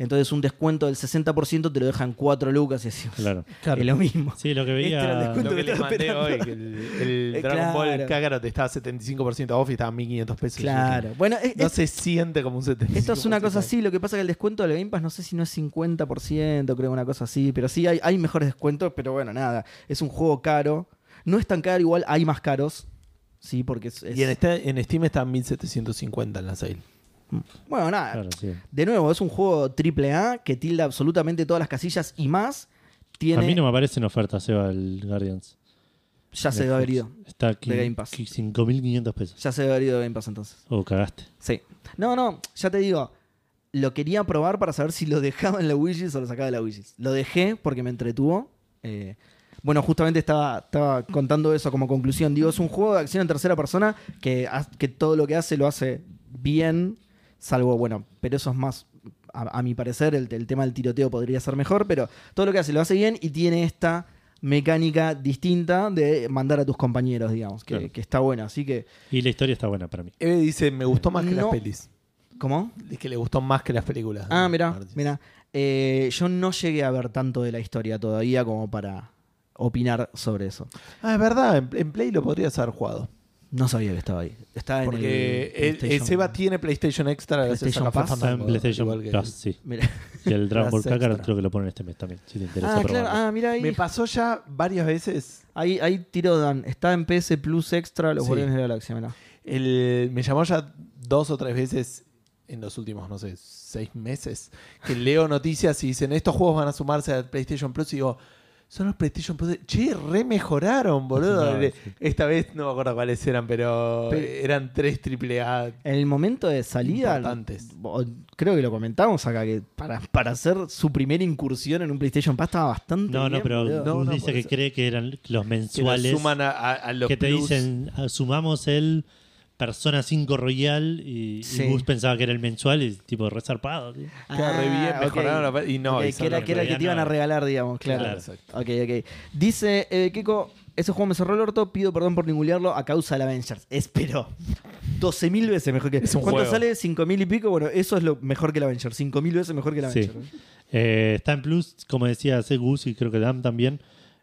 Entonces un descuento del sesenta por ciento te lo dejan cuatro lucas y así. Claro. Claro. Es lo mismo. Sí, lo que Este era el veía. descuento. Lo que que les estaba mandé esperando. hoy, que el, el Eh, Dragon Ball claro. Kakarot estaba setenta y cinco por ciento off y estaba mil quinientos pesos. Claro. Bueno, es- No es- se siente como un setenta y cinco por ciento. esto es una cosa así. Lo que pasa es que el descuento del Game Pass no sé si no es cincuenta por ciento, creo una cosa así. Pero sí hay, hay mejores descuentos, pero bueno, nada. Es un juego caro. No es tan caro, igual hay más caros. Sí, porque es. es- Y en, este, en Steam está mil setecientos cincuenta en la sale. Bueno, nada. Claro, sí. De nuevo, es un juego triple A que tilda absolutamente todas las casillas y más. Tiene. A mí no me aparece en oferta, Seba, el Guardians. Ya se debe haber ido. Está aquí. de Game Pass. cinco mil quinientos pesos. Ya se debe haber ido de Game Pass entonces. Oh, cagaste. Sí. No, no, ya te digo. Lo quería probar para saber si lo dejaba en la wishlist o lo sacaba de la wishlist. Lo dejé porque me entretuvo. Eh, bueno, justamente estaba, estaba contando eso como conclusión. Digo, es un juego de acción en tercera persona que, ha- que todo lo que hace lo hace bien, salvo, bueno, pero eso es más, a, a mi parecer, el, el tema del tiroteo podría ser mejor, pero todo lo que hace lo hace bien y tiene esta mecánica distinta de mandar a tus compañeros, digamos, que, Claro. que está buena. Así que, Y la historia está buena para mí. Eve dice, me gustó más que No. las pelis. ¿cómo? Es que le gustó más que las películas. Ah, mira, Guardians. mira. Eh, yo no llegué a ver tanto de la historia todavía como para opinar sobre eso. Ah, es verdad, en, en Play lo podrías haber jugado. No sabía que estaba ahí. Estaba en Porque el el, el PlayStation. Seba tiene PlayStation Extra gracias PlayStation a Café Pass. Está en Fandango, PlayStation igual que- Plus, sí. Mira. Y el Dragon Ball Las Kakarot extra. creo que lo ponen este mes también, si te interesa Ah, claro. probarlo. Ah, mira ahí. Me pasó ya varias veces. Ahí, ahí tiro Dan. Está en P S Plus Extra Los Sí. Guardianes de la Galaxia, mira. El, me llamó ya dos o tres veces en los últimos, no sé, seis meses, que leo noticias y dicen, estos juegos van a sumarse al PlayStation Plus y digo, son los PlayStation Plus. Che, re mejoraron, boludo. No, Le- sí. Esta vez no me acuerdo cuáles eran, pero, Pero- eran tres triple A En el momento de salida, importantes. o- creo que lo comentamos acá, que para, para hacer su primera incursión en un PlayStation Pass estaba bastante No, no, bien, pero boludo. No, Gus no, dice por que eso. cree que eran los Que nos mensuales suman a, a- a los que te plus. dicen, "Ah, sumamos el Persona cinco Royal y, y Sí. Gus pensaba que era el mensual y tipo resarpado. tío. Queda re bien, Ah, mejoraron ok. la- y no, Ok, y que son era, los que era el que te iban a no. regalar, digamos, claro. Claro. Exacto. Ok, ok. Dice eh, Keko, ese juego me cerró el orto, pido perdón por ningunearlo a causa de la Avengers. Espero. doce mil veces mejor que... Es un ¿Cuánto juego. sale? cinco mil y pico. Bueno, eso es lo mejor que la Avengers. cinco mil veces mejor que la Sí. Avengers. Eh, está en Plus, como decía hace Gus y creo que Dam también.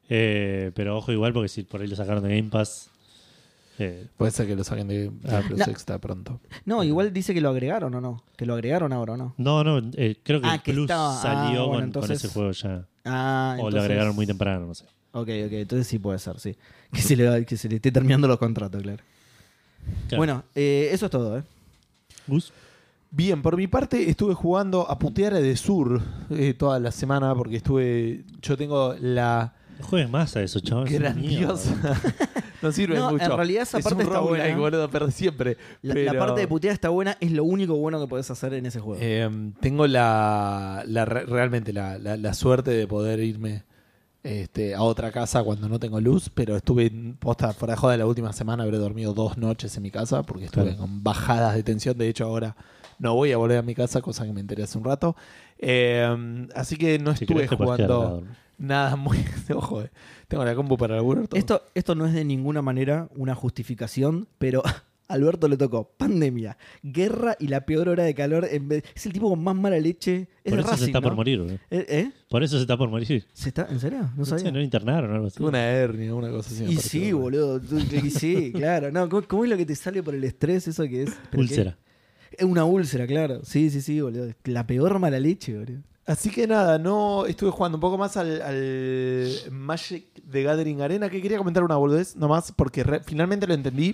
Eh, pero ojo igual porque si por ahí lo sacaron de Game Pass. eh, Puede ser que lo saquen de, de Ah, Plus no. Extra pronto. No, igual dice que lo agregaron o no. Que lo agregaron ahora o no. no, no, eh, creo que Ah, el que Plus estaba- ah, salió bueno, con, entonces- con ese juego ya. Ah, O entonces... lo agregaron muy temprano, no sé. Ok, ok. Entonces sí puede ser, sí. Que se le, que se le esté terminando los contratos, claro. Claro. Bueno, eh, eso es todo, ¿eh? Gus. Bien, por mi parte estuve jugando a putear de Sur eh, toda la semana porque estuve. Yo tengo la No juegues más a eso, chaval. es una grandiosa. mierda. no sirve No, mucho. en realidad esa es parte un está roguelike, buena. boludo, pero siempre. La, Pero, la parte de putear está buena, es lo único bueno que podés hacer en ese juego. eh, tengo la, la re- realmente la, la- la suerte de poder irme este, a otra casa cuando no tengo luz, pero estuve en- posta fuera de joda la última semana, habré dormido dos noches en mi casa porque estuve Claro. con bajadas de tensión. De hecho, ahora no voy a volver a mi casa, cosa que me enteré hace un rato. Eh, así que no Si estuve querés te podés quedar jugando acá a dormir. nada muy. Ojo, eh. Tengo la compu para laburar todo. Esto, esto no es de ninguna manera una justificación, pero a Alberto le tocó pandemia, guerra y la peor hora de calor. En vez, es el tipo con más mala leche. Es Por de eso Racing, se está ¿no? por morir, bro. ¿Eh? ¿Eh? Por eso se está por morir. ¿Se está? ¿En serio? No No sé, sabía. no lo internaron o algo así. Tuve una hernia, una cosa así. me Y pareció. sí, boludo. tú- Y sí, claro. No, ¿cómo, cómo es lo que te sale por el estrés eso que es? ¿Pero qué? Úlcera. Es una úlcera, claro. Sí, sí, sí, boludo. La peor mala leche, boludo. Así que nada, no estuve jugando un poco más al, al Magic the Gathering Arena, que quería comentar una boludez nomás, porque re- finalmente lo entendí.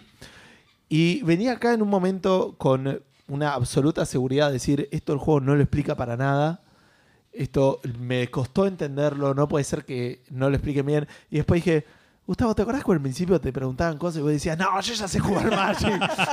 Y venía acá en un momento con una absoluta seguridad de decir, esto el juego no lo explica para nada. Esto me costó entenderlo, no puede ser que no lo explique bien. Y después dije, Gustavo, ¿te acordás cuando al principio te preguntaban cosas y vos decías, no, yo ya sé jugar Magic?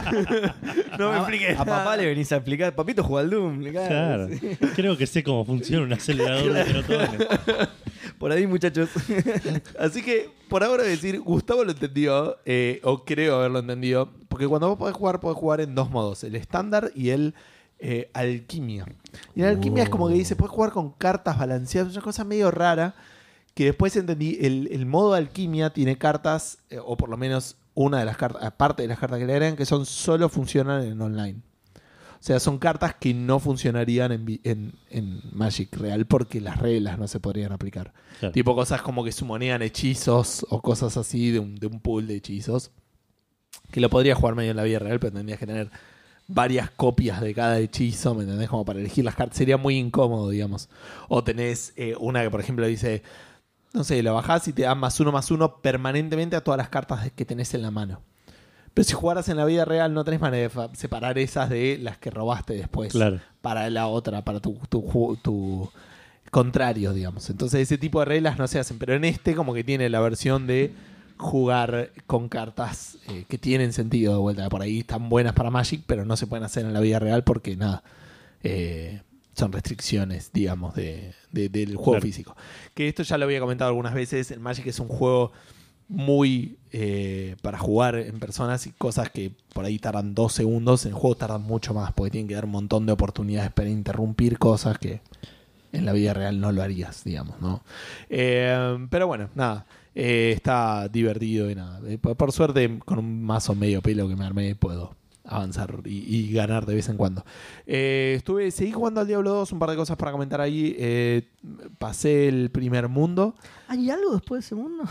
no me a, expliques a nada. papá le venís a explicar, papito juega al Doom. Claro. Sí. Creo que sé cómo funciona un acelerador de pelotones. Por ahí, muchachos. Así que por ahora voy a decir, Gustavo lo entendió, eh, o creo haberlo entendido, porque cuando vos podés jugar, podés jugar en dos modos, el estándar y el eh, alquimia. Y en alquimia es como que dice, podés jugar con cartas balanceadas, es una cosa medio rara, que después entendí, el, el modo alquimia tiene cartas, eh, o por lo menos una de las cartas, aparte de las cartas que le agregan, que son solo funcionan en online. O O sea, son cartas que no funcionarían en, vi- en, en Magic real porque las reglas no se podrían aplicar. Claro. Tipo cosas como que sumonean hechizos o cosas así de un, de un pool de hechizos. Que lo podría jugar medio en la vida real, pero tendrías que tener varias copias de cada hechizo, ¿me entendés? Como para elegir las cartas. Sería muy incómodo, digamos. O tenés eh, una que, por ejemplo, dice, no sé, lo bajás y te da más uno más uno permanentemente a todas las cartas que tenés en la mano. Pero si jugaras en la vida real no tenés manera de fa- separar esas de las que robaste después. Claro. Para la otra, para tu, tu, ju- tu contrario, digamos. Entonces ese tipo de reglas no se hacen. Pero en este como que tiene la versión de jugar con cartas eh, que tienen sentido de vuelta. Por ahí están buenas para Magic, pero no se pueden hacer en la vida real porque nada. Eh, son restricciones, digamos, de, de- del juego Claro. físico. Que esto ya lo había comentado algunas veces. El Magic es un juego muy eh, para jugar en personas y cosas que por ahí tardan dos segundos. En el juego tardan mucho más porque tienen que dar un montón de oportunidades para interrumpir cosas que en la vida real no lo harías, digamos, ¿no? Eh, pero bueno, nada. Eh, está divertido y nada. Eh, por, por suerte, con un mazo medio pelo que me armé, puedo avanzar y, y ganar de vez en cuando. Eh, estuve, seguí jugando al Diablo dos, un par de cosas para comentar ahí. Eh, pasé el primer mundo. ¿Hay algo después de ese mundo?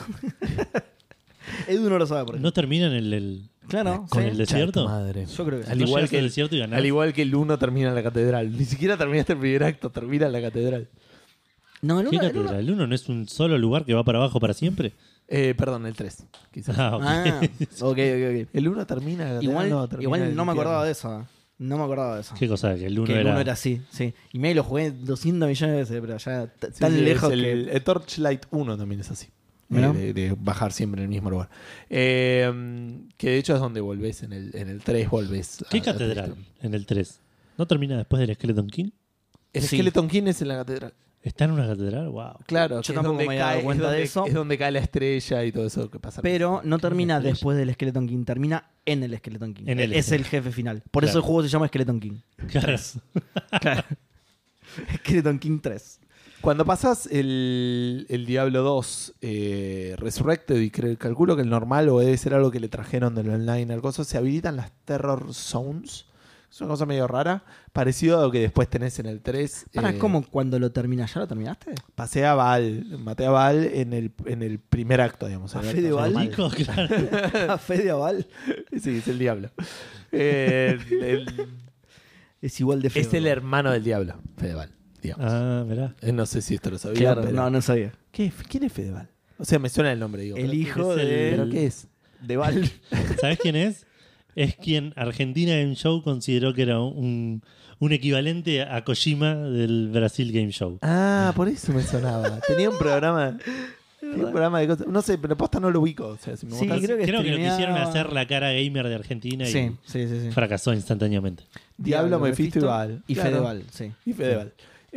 Edu no lo sabe, por ejemplo. ¿No terminan el, el- Claro, con sí. el desierto? Madre. Yo creo que sí. Al ¿No igual llegas que al el- desierto y ganás? Al igual que el uno termina en la catedral. Ni siquiera terminaste el primer acto, termina en la catedral. No, el ¿Qué uno- el uno- catedral? ¿El uno no es un solo lugar que va para abajo para siempre? Eh, perdón, el tres. Quizás. Ah, ok. Ah, ok, ok, ok. El uno termina en la catedral. Igual, no, termina en igual el no me infierno. acordaba de eso. eh. No me acordaba de eso. ¿Qué cosa? Que el uno que el era... uno era así, sí. Y me lo jugué doscientos millones de veces, pero ya t- Sí, tan sí, lejos es el, que... el Torchlight uno también es así. Mirá. Eh, de, de bajar siempre en el mismo lugar. Eh, que de hecho es donde volvés. En el, en el tres volvés. a- ¿Qué a catedral Tristram. en el tres? ¿No termina después del Skeleton King? El Sí. Skeleton King es en la catedral. ¿Está en una catedral? Wow. Claro, Yo que es tampoco donde me había dado cae- cuenta es donde, de eso. Es donde cae la estrella y todo eso que pasa. Pero no termina estrella. después del Skeleton King, termina en el Skeleton King. En el es el Skeleton. jefe final. Por eso Claro. el juego se llama Skeleton King. Claro. Claro. Skeleton King tres. Cuando pasas el, el Diablo dos eh, Resurrected, y creo, calculo que el normal o debe ser algo que le trajeron del online al coso, se habilitan las Terror Zones. Es una cosa medio rara, parecido a lo que después tenés en el tres. Para, eh, ¿cómo cuando lo terminas? ¿Ya lo terminaste? Pasé a Val, maté a Val en el, en el primer acto, digamos. ¿A en el Fede acto Val? normal. Nico, claro. A Fede Aval. Sí, es el Diablo. Eh, el- el- Es igual de feo. es el hermano del Diablo, Fedeval, digamos. Ah, mirá. Eh, No sé si esto lo sabía. Claro, pero- no, no sabía. ¿Qué- ¿Quién es Fedeval? O sea, me suena el nombre, digo. El pero- hijo es el- de... ¿Pero qué es? De Val. ¿Sabes quién es? Es quien Argentina Game Show consideró que era un, un equivalente a Kojima del Brasil Game Show. Ah, por eso me sonaba. Tenía un programa. Tenía un programa de cosas. No sé, pero posta no lo ubico. O sea, si me Sí, mostrás- creo que Creo que lo streameaba- quisieron hacer la cara gamer de Argentina y Sí, sí, sí. sí. fracasó instantáneamente. Diablo, Mephisto y Val. Y Claro. Fedeval, sí. Y Fedeval.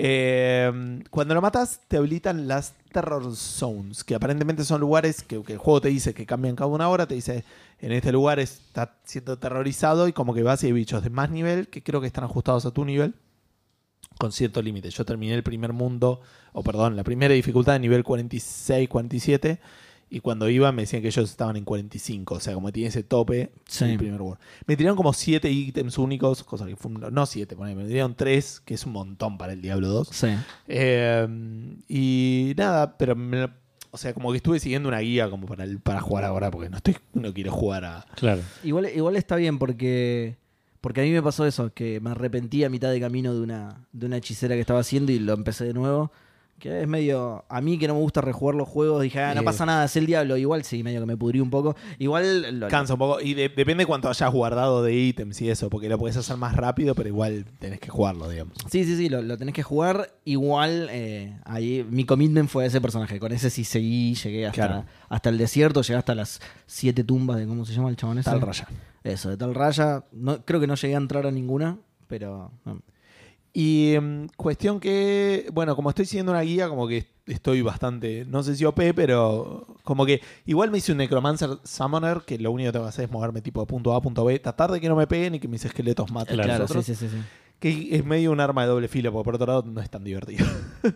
Eh, cuando lo matas, te habilitan las Terror Zones, que aparentemente son lugares que, que el juego te dice que cambian cada una hora. Te dice, en este lugar está siendo terrorizado y como que vas y hay bichos de más nivel que creo que están ajustados a tu nivel con cierto límite. Yo terminé el primer mundo, o perdón, la primera dificultad en nivel cuarenta y seis, cuarenta y siete. Y cuando iba me decían que ellos estaban en cuarenta y cinco. O sea, como tiene ese tope Sí. en el primer world. Me tiraron como siete ítems únicos, cosa que fue un- no siete, ponele, me tiraron tres, que es un montón para el Diablo dos. Sí. Eh, y nada, pero me- o sea, como que estuve siguiendo una guía como para, el- para jugar ahora, porque no estoy, no quiero jugar a. Claro. Igual, igual está bien porque porque a mí me pasó eso, que me arrepentí a mitad de camino de una, de una hechicera que estaba haciendo y lo empecé de nuevo. Que es medio... A mí que no me gusta rejugar los juegos, dije, ah, no Eh. pasa nada, es el Diablo. Igual sí, medio que me pudrí un poco. Igual... Lo, Cansa un poco. Y de- depende cuánto hayas guardado de ítems y eso, porque lo puedes hacer más rápido, pero igual tenés que jugarlo, digamos. Sí, sí, sí, lo, lo tenés que jugar. Igual, eh, ahí mi commitment fue ese personaje. Con ese sí seguí, llegué hasta, Claro. hasta el desierto, llegué hasta las siete tumbas de... ¿Cómo se llama el chabón ese? Tal raya. Eso, de tal raya. No, creo que no llegué a entrar a ninguna, pero... no. Y mm, cuestión que, bueno, como estoy siguiendo una guía, como que estoy bastante, no sé si O P, pero como que igual me hice un Necromancer Summoner, que lo único que tengo que hacer es moverme tipo de punto A a punto B, tratar de que no me peguen y que mis esqueletos maten a Claro, los Claro, otros, sí, sí, sí, sí. que es medio un arma de doble filo, porque por otro lado no es tan divertido.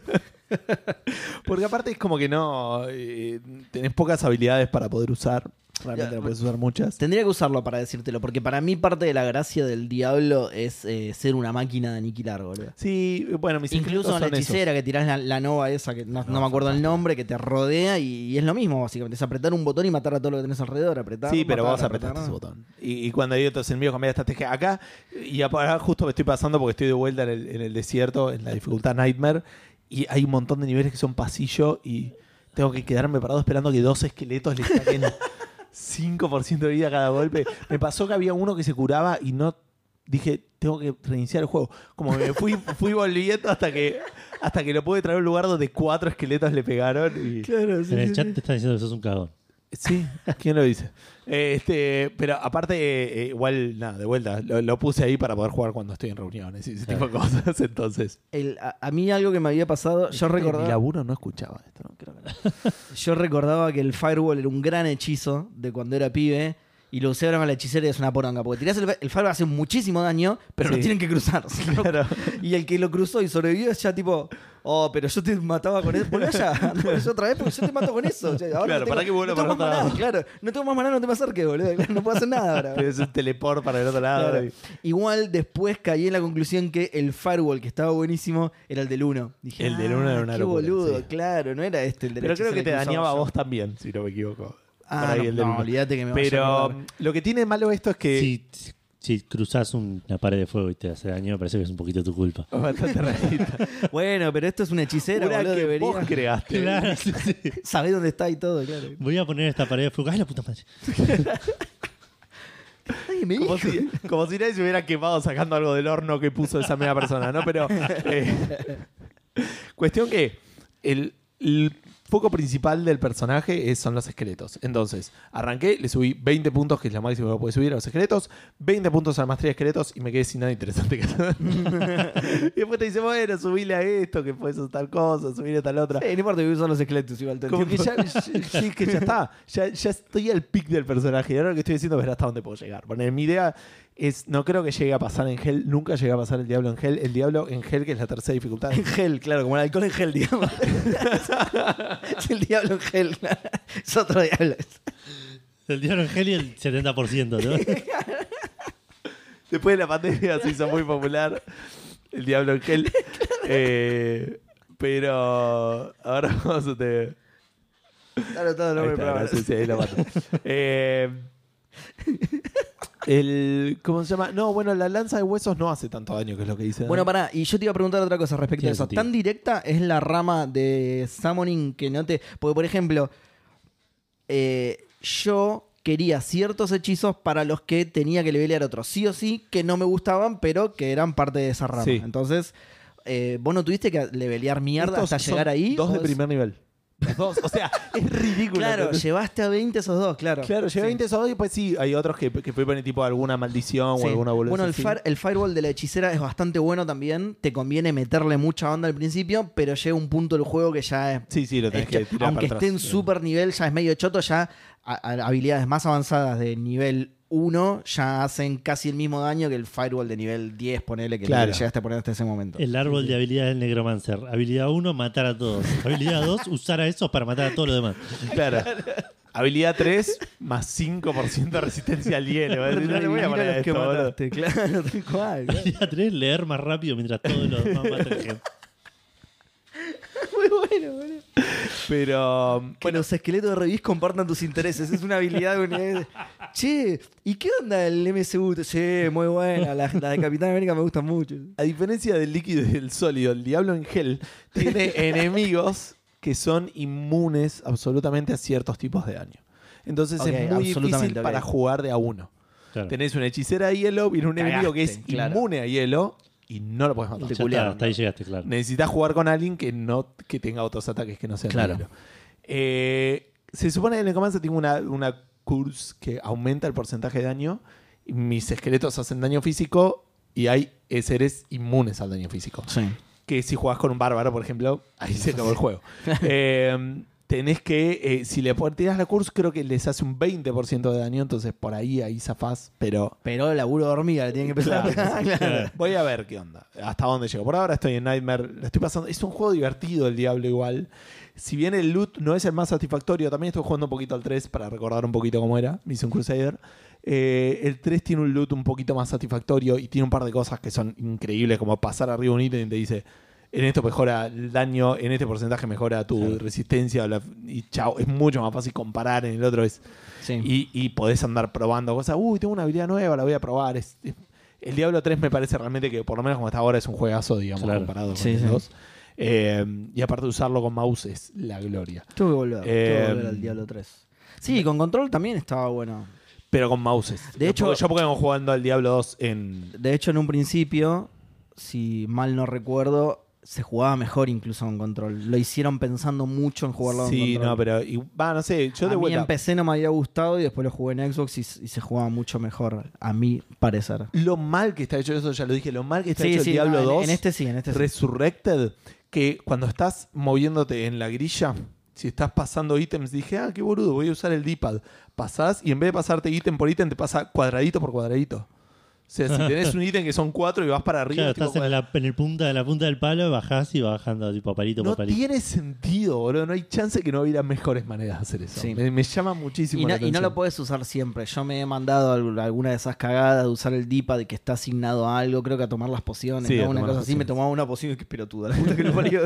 Porque aparte es como que no, eh, tenés pocas habilidades para poder usar. realmente Ya, no puedes usar muchas. Tendría que usarlo para decírtelo, porque para mí parte de la gracia del diablo es eh, ser una máquina de aniquilar, boludo. Sí, bueno, mis Incluso secretos la son esos. hechicera que tirás la, la nova esa, que no, no No, me acuerdo el fantástico. nombre, que te rodea y, y es lo mismo, básicamente. Es apretar un botón y matar a todo lo que tenés alrededor. Apretar, Sí, pero matar, vos apretaste apretar. ese botón. Y, y cuando hay otros enemigos cambiar la estrategia acá, y ahora justo me estoy pasando porque estoy de vuelta en el, en el desierto, en la dificultad Nightmare, y hay un montón de niveles que son pasillo y tengo que quedarme parado esperando que dos esqueletos le saquen cinco por ciento de vida cada golpe. Me pasó que había uno que se curaba y no... Dije, tengo que reiniciar el juego. Como que me fui, fui volviendo hasta que hasta que lo pude traer a un lugar donde cuatro esqueletos le pegaron. Y... Claro, sí, En el sí, chat sí. te están diciendo que sos un cagón. Sí, ¿quién lo dice? Este, pero aparte, eh, igual, nada, de vuelta, lo, lo puse ahí para poder jugar cuando estoy en reuniones y ese tipo de cosas. Entonces, El- a, a mí algo que me había pasado, yo mi recordaba, laburo no escuchaba esto, ¿no? Creo que no. yo recordaba que el Firewall era un gran hechizo de cuando era pibe. Y lo usé ahora con la hechicera y es una poronga. Porque tirás el, el Firewall hace muchísimo daño, pero Sí. lo tienen que cruzar. Claro. Y el que lo cruzó y sobrevivió es ya tipo, oh, pero yo te mataba con eso. Volví allá, no por eso otra vez porque yo te mato con eso. O sea, ahora Claro, no tengo, ¿para qué vuelvo no tengo para más otro maná, lado? claro. No tengo más maná, no te me acerques, boludo. Claro, no puedo hacer nada ahora. Es un teleport para el otro lado. Claro. y- Igual después caí en la conclusión que el Firewall que estaba buenísimo era el del uno. Dije, El del uno ah, era una qué locura, boludo, sí. claro, no era este el de la Pero creo que hechicera te usaba dañaba a yo. vos también, si no me equivoco. Ah, Por ahí no, el del no, uno. olvídate que me vaya a Pero acordar. lo que tiene de malo esto es que... Si, si cruzás una pared de fuego y te hace daño, me parece que es un poquito tu culpa. Bastante realista. Bueno, pero esto es una hechicera, Una boludo, que debería. vos creaste. Claro, sí, sí. Sabés dónde está y todo, claro. Voy a poner esta pared de fuego. ¡Ay, la puta madre! Ay, me Como dijo. si, como si nadie se hubiera quemado sacando algo del horno que puso esa media persona, ¿no? Pero. eh, cuestión que el, el foco principal del personaje es, son los esqueletos. Entonces, arranqué, le subí veinte puntos, que es la máxima que puede subir a los esqueletos, veinte puntos a la maestría de esqueletos y me quedé sin nada interesante que hacer. Y después te dice, bueno, subile a esto, que puedes hacer tal cosa, subile a tal otra. Sí, no importa que usan los esqueletos igual todo el Como que tiempo. ya, ya- sí, que ya está. Ya, ya estoy al pic del personaje. Y ahora lo que estoy diciendo es ver hasta dónde puedo llegar. Bueno, mi idea es, no creo que llegue a pasar en Hell. Nunca llegue a pasar el Diablo en Hell. El Diablo en Hell, que es la tercera dificultad. En gel, claro, como el alcohol en gel, digamos. Es el diablo en gel. Es otro diablo. El diablo Angel y el setenta por ciento, ¿no? Después de la pandemia se hizo muy popular el Diablo en Hell. Eh, pero ahora vamos a tener... Claro, todo el Ahí nombre del está, programa. gracias, sí, ahí lo mato. Eh, el, ¿Cómo se llama? No, bueno, la lanza de huesos no hace tanto daño, que es lo que dice. Bueno, pará, y yo te iba a preguntar otra cosa respecto a Tiene eso. sentido. ¿Tan directa es la rama de summoning que no te...? Porque, por ejemplo, eh, yo quería ciertos hechizos para los que tenía que levelear otros. Sí o sí, que no me gustaban, pero que eran parte de esa rama. Sí. Entonces, eh, ¿vos no tuviste que levelear mierda Estos hasta son llegar ahí? Dos ¿O de es- primer nivel. Los dos. O sea, es ridículo. Claro, pero- llevaste a veinte esos dos, claro. Claro, llevé Sí. veinte esos dos y después sí, hay otros que, que fue poner tipo alguna maldición Sí. o alguna boludez Bueno, el, así. fire- el firewall de la hechicera es bastante bueno también. Te conviene meterle mucha onda al principio, pero llega un punto del juego que ya es. Sí, sí, lo tenés es que, que tirar aunque para esté en atrás. super nivel, ya es medio choto. Ya a- a- habilidades más avanzadas de nivel uno ya hacen casi el mismo daño que el firewall de nivel diez, ponele, que Claro. le llegaste a poner hasta ese momento. El árbol de habilidades del Necromancer. Habilidad uno, matar a todos. Habilidad dos, usar a esos para matar a todos los demás. Claro. Habilidad tres más cinco por ciento de resistencia al hielo. Es decir, no le voy a Revivir poner los que esto, boludo. mataste, claro, tal cual. claro. Habilidad tres, leer más rápido mientras todos los demás matan gente. Muy bueno, boludo. Pero. Que los esqueletos de Revis compartan tus intereses. Es una habilidad de unidad. Che, ¿y qué onda el M S U? Sí, muy buena. La, la de Capitán América me gusta mucho. A diferencia del líquido y del sólido, el Diablo en Hell tiene enemigos que son inmunes absolutamente a ciertos tipos de daño. Entonces Ok, es muy difícil absolutamente, ok. para jugar de a uno. Claro. Tenés una hechicera de hielo, viene un Cagaste, enemigo que es claro. inmune a hielo y no lo puedes matar. Te Ya culiaron, está, hasta ahí ¿no? llegaste, claro. Necesitas jugar con alguien que no que tenga otros ataques que no sean de Claro. hielo. Eh, se supone que en el Necromancer tengo una, una curse que aumenta el porcentaje de daño. Y mis esqueletos hacen daño físico y hay seres inmunes al daño físico. Sí. Que si jugás con un bárbaro, por ejemplo, ahí se acabó el juego. Eh, tenés que, eh, si le tirás la curse, creo que les hace un veinte por ciento de daño, entonces por ahí, ahí zafás, pero... Pero el laburo de hormiga le tienen que empezar. Claro, Claro. Claro. Voy a ver qué onda, hasta dónde llego. Por ahora estoy en Nightmare, la estoy pasando. Es un juego divertido el Diablo igual. Si bien el loot no es el más satisfactorio, también estoy jugando un poquito al tres para recordar un poquito cómo era Mission Crusader. Eh, el tres tiene un loot un poquito más satisfactorio y tiene un par de cosas que son increíbles, como pasar arriba un ítem y te dice... En esto mejora el daño, en este porcentaje mejora tu Claro. resistencia. La, y chao, es mucho más fácil comparar. En el otro es. Sí. Y, y podés andar probando cosas. Uy, tengo una habilidad nueva, la voy a probar. Es, es- el Diablo tres me parece realmente que, por lo menos como está ahora, es un juegazo, digamos, Claro. comparado con Sí, el sí. dos. Eh, y aparte de usarlo con mouse es la gloria. Tuve que volver, Eh, tuve que volver al Diablo tres. Sí, con control también estaba bueno. Pero con mouses. De hecho- Porque yo porque vengo jugando al Diablo dos en... De hecho, en un principio, si mal no recuerdo, se jugaba mejor incluso con control. Lo hicieron pensando mucho en jugarlo con Sí, control. no, pero... y- Va, no sé, yo a de mí vuelta... en P C no me había gustado y después lo jugué en Xbox y, y se jugaba mucho mejor, a mi parecer. Lo mal que está hecho, eso ya lo dije, lo mal que está Sí, hecho sí, el Diablo no, en- dos... En este sí, en este sí. Resurrected, que cuando estás moviéndote en la grilla, si estás pasando ítems, dije, ah, qué boludo, voy a usar el D-pad. Pasás y en vez de pasarte ítem por ítem, te pasa cuadradito por cuadradito. O sea, si tenés un ítem que son cuatro y vas para arriba, Claro, tipo estás en cuadra- la, en el punta, en la punta del palo, bajás y vas bajando tipo palito no por palito. tiene sentido, boludo. No hay chance que no hubiera mejores maneras de hacer eso. Sí. Me, me llama muchísimo Y no, la y no atención. lo puedes usar siempre. Yo me he mandado al- alguna de esas cagadas de usar el D-pad que está asignado a algo, creo que a tomar las pociones, Sí, ¿no? a Una tomar cosa las así, me pociones. tomaba una poción y qué pelotuda, la puta que lo parió.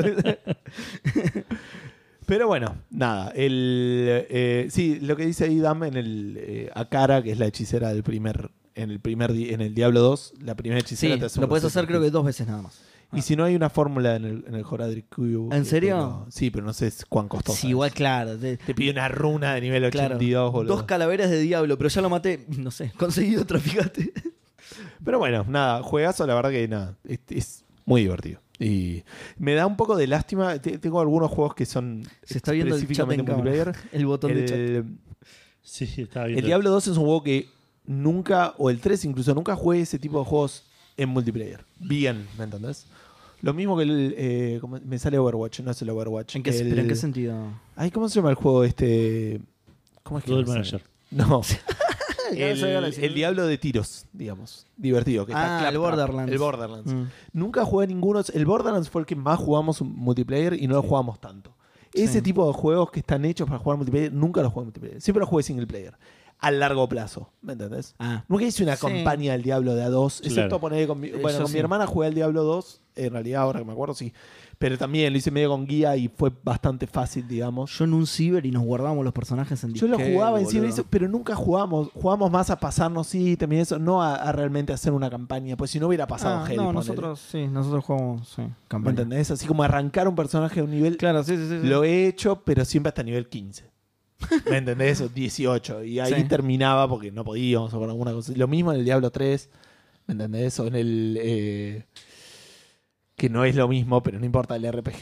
Pero bueno, nada. El, eh, sí, lo que dice ahí Dam en el eh, Akara, que es la hechicera del primer. En el primer di- en el Diablo dos, la primera Sí, hechicera te hace un lo puedes reset hacer creo de que dos veces nada más. Y si no hay una fórmula en el, en el Horadric Cube. ¿En eh, serio? pero- sí, pero no sé cuán costosa. Sí, es. igual, claro. te- Te pide una runa de nivel claro. ochenta y dos, boludo. Dos calaveras de diablo, pero ya lo maté. No sé, conseguí otra, fíjate. Pero bueno, nada, juegazo, la verdad que nada. Es, es muy divertido. Y me da un poco de lástima. Te- Tengo algunos juegos que son Se está viendo el chat específicamente en cámara. multiplayer. El botón de chat. El, Sí, estaba viendo. el Diablo dos es un juego que nunca, o el tres incluso, nunca jugué ese tipo de juegos en multiplayer. Bien, ¿me entendés? Lo mismo que el, eh, ¿cómo- me sale Overwatch, no es el Overwatch. ¿En qué, el, ¿Pero en qué sentido? Ay, ¿cómo se llama el juego este? ¿Cómo es que Football no Manager. sale? No. Ya sabía la el, decisión. el Diablo de tiros, digamos. Divertido. Que está Ah, el Claptrap. Borderlands. El Borderlands. Mm. Nunca jugué ninguno. El Borderlands fue el que más jugamos multiplayer y no lo jugamos tanto. Ese Sí. tipo de juegos que están hechos para jugar multiplayer, nunca los jugué multiplayer. Siempre los jugué single player. A largo plazo. ¿Me entendés? Ah. Nunca hice una Sí. campaña del Diablo de A dos. Claro. Excepto poner con mi, Eh, bueno, yo con mi sí. hermana jugué al Diablo dos. En realidad, ahora que me acuerdo, sí. Pero también lo hice medio con guía y fue bastante fácil, digamos. Yo en un ciber y nos guardábamos los personajes en Yo lo disquete, jugaba encima, boludo. eso, pero nunca jugamos. Jugamos más a pasarnos ítems y eso, no a, a realmente hacer una campaña. Pues si no hubiera pasado Ah, heavy, no, ponele. nosotros sí, nosotros jugamos sí, ¿Me campaña. entendés? Así como arrancar un personaje a un nivel. Claro, sí, sí, sí. sí. Lo he hecho, pero siempre hasta nivel quince. ¿Me entendés? O dieciocho. Y ahí Sí. terminaba porque no podíamos o con alguna cosa. Lo mismo en el Diablo tres. ¿Me entendés? O en el. eh, que no es lo mismo, pero no importa, el R P G.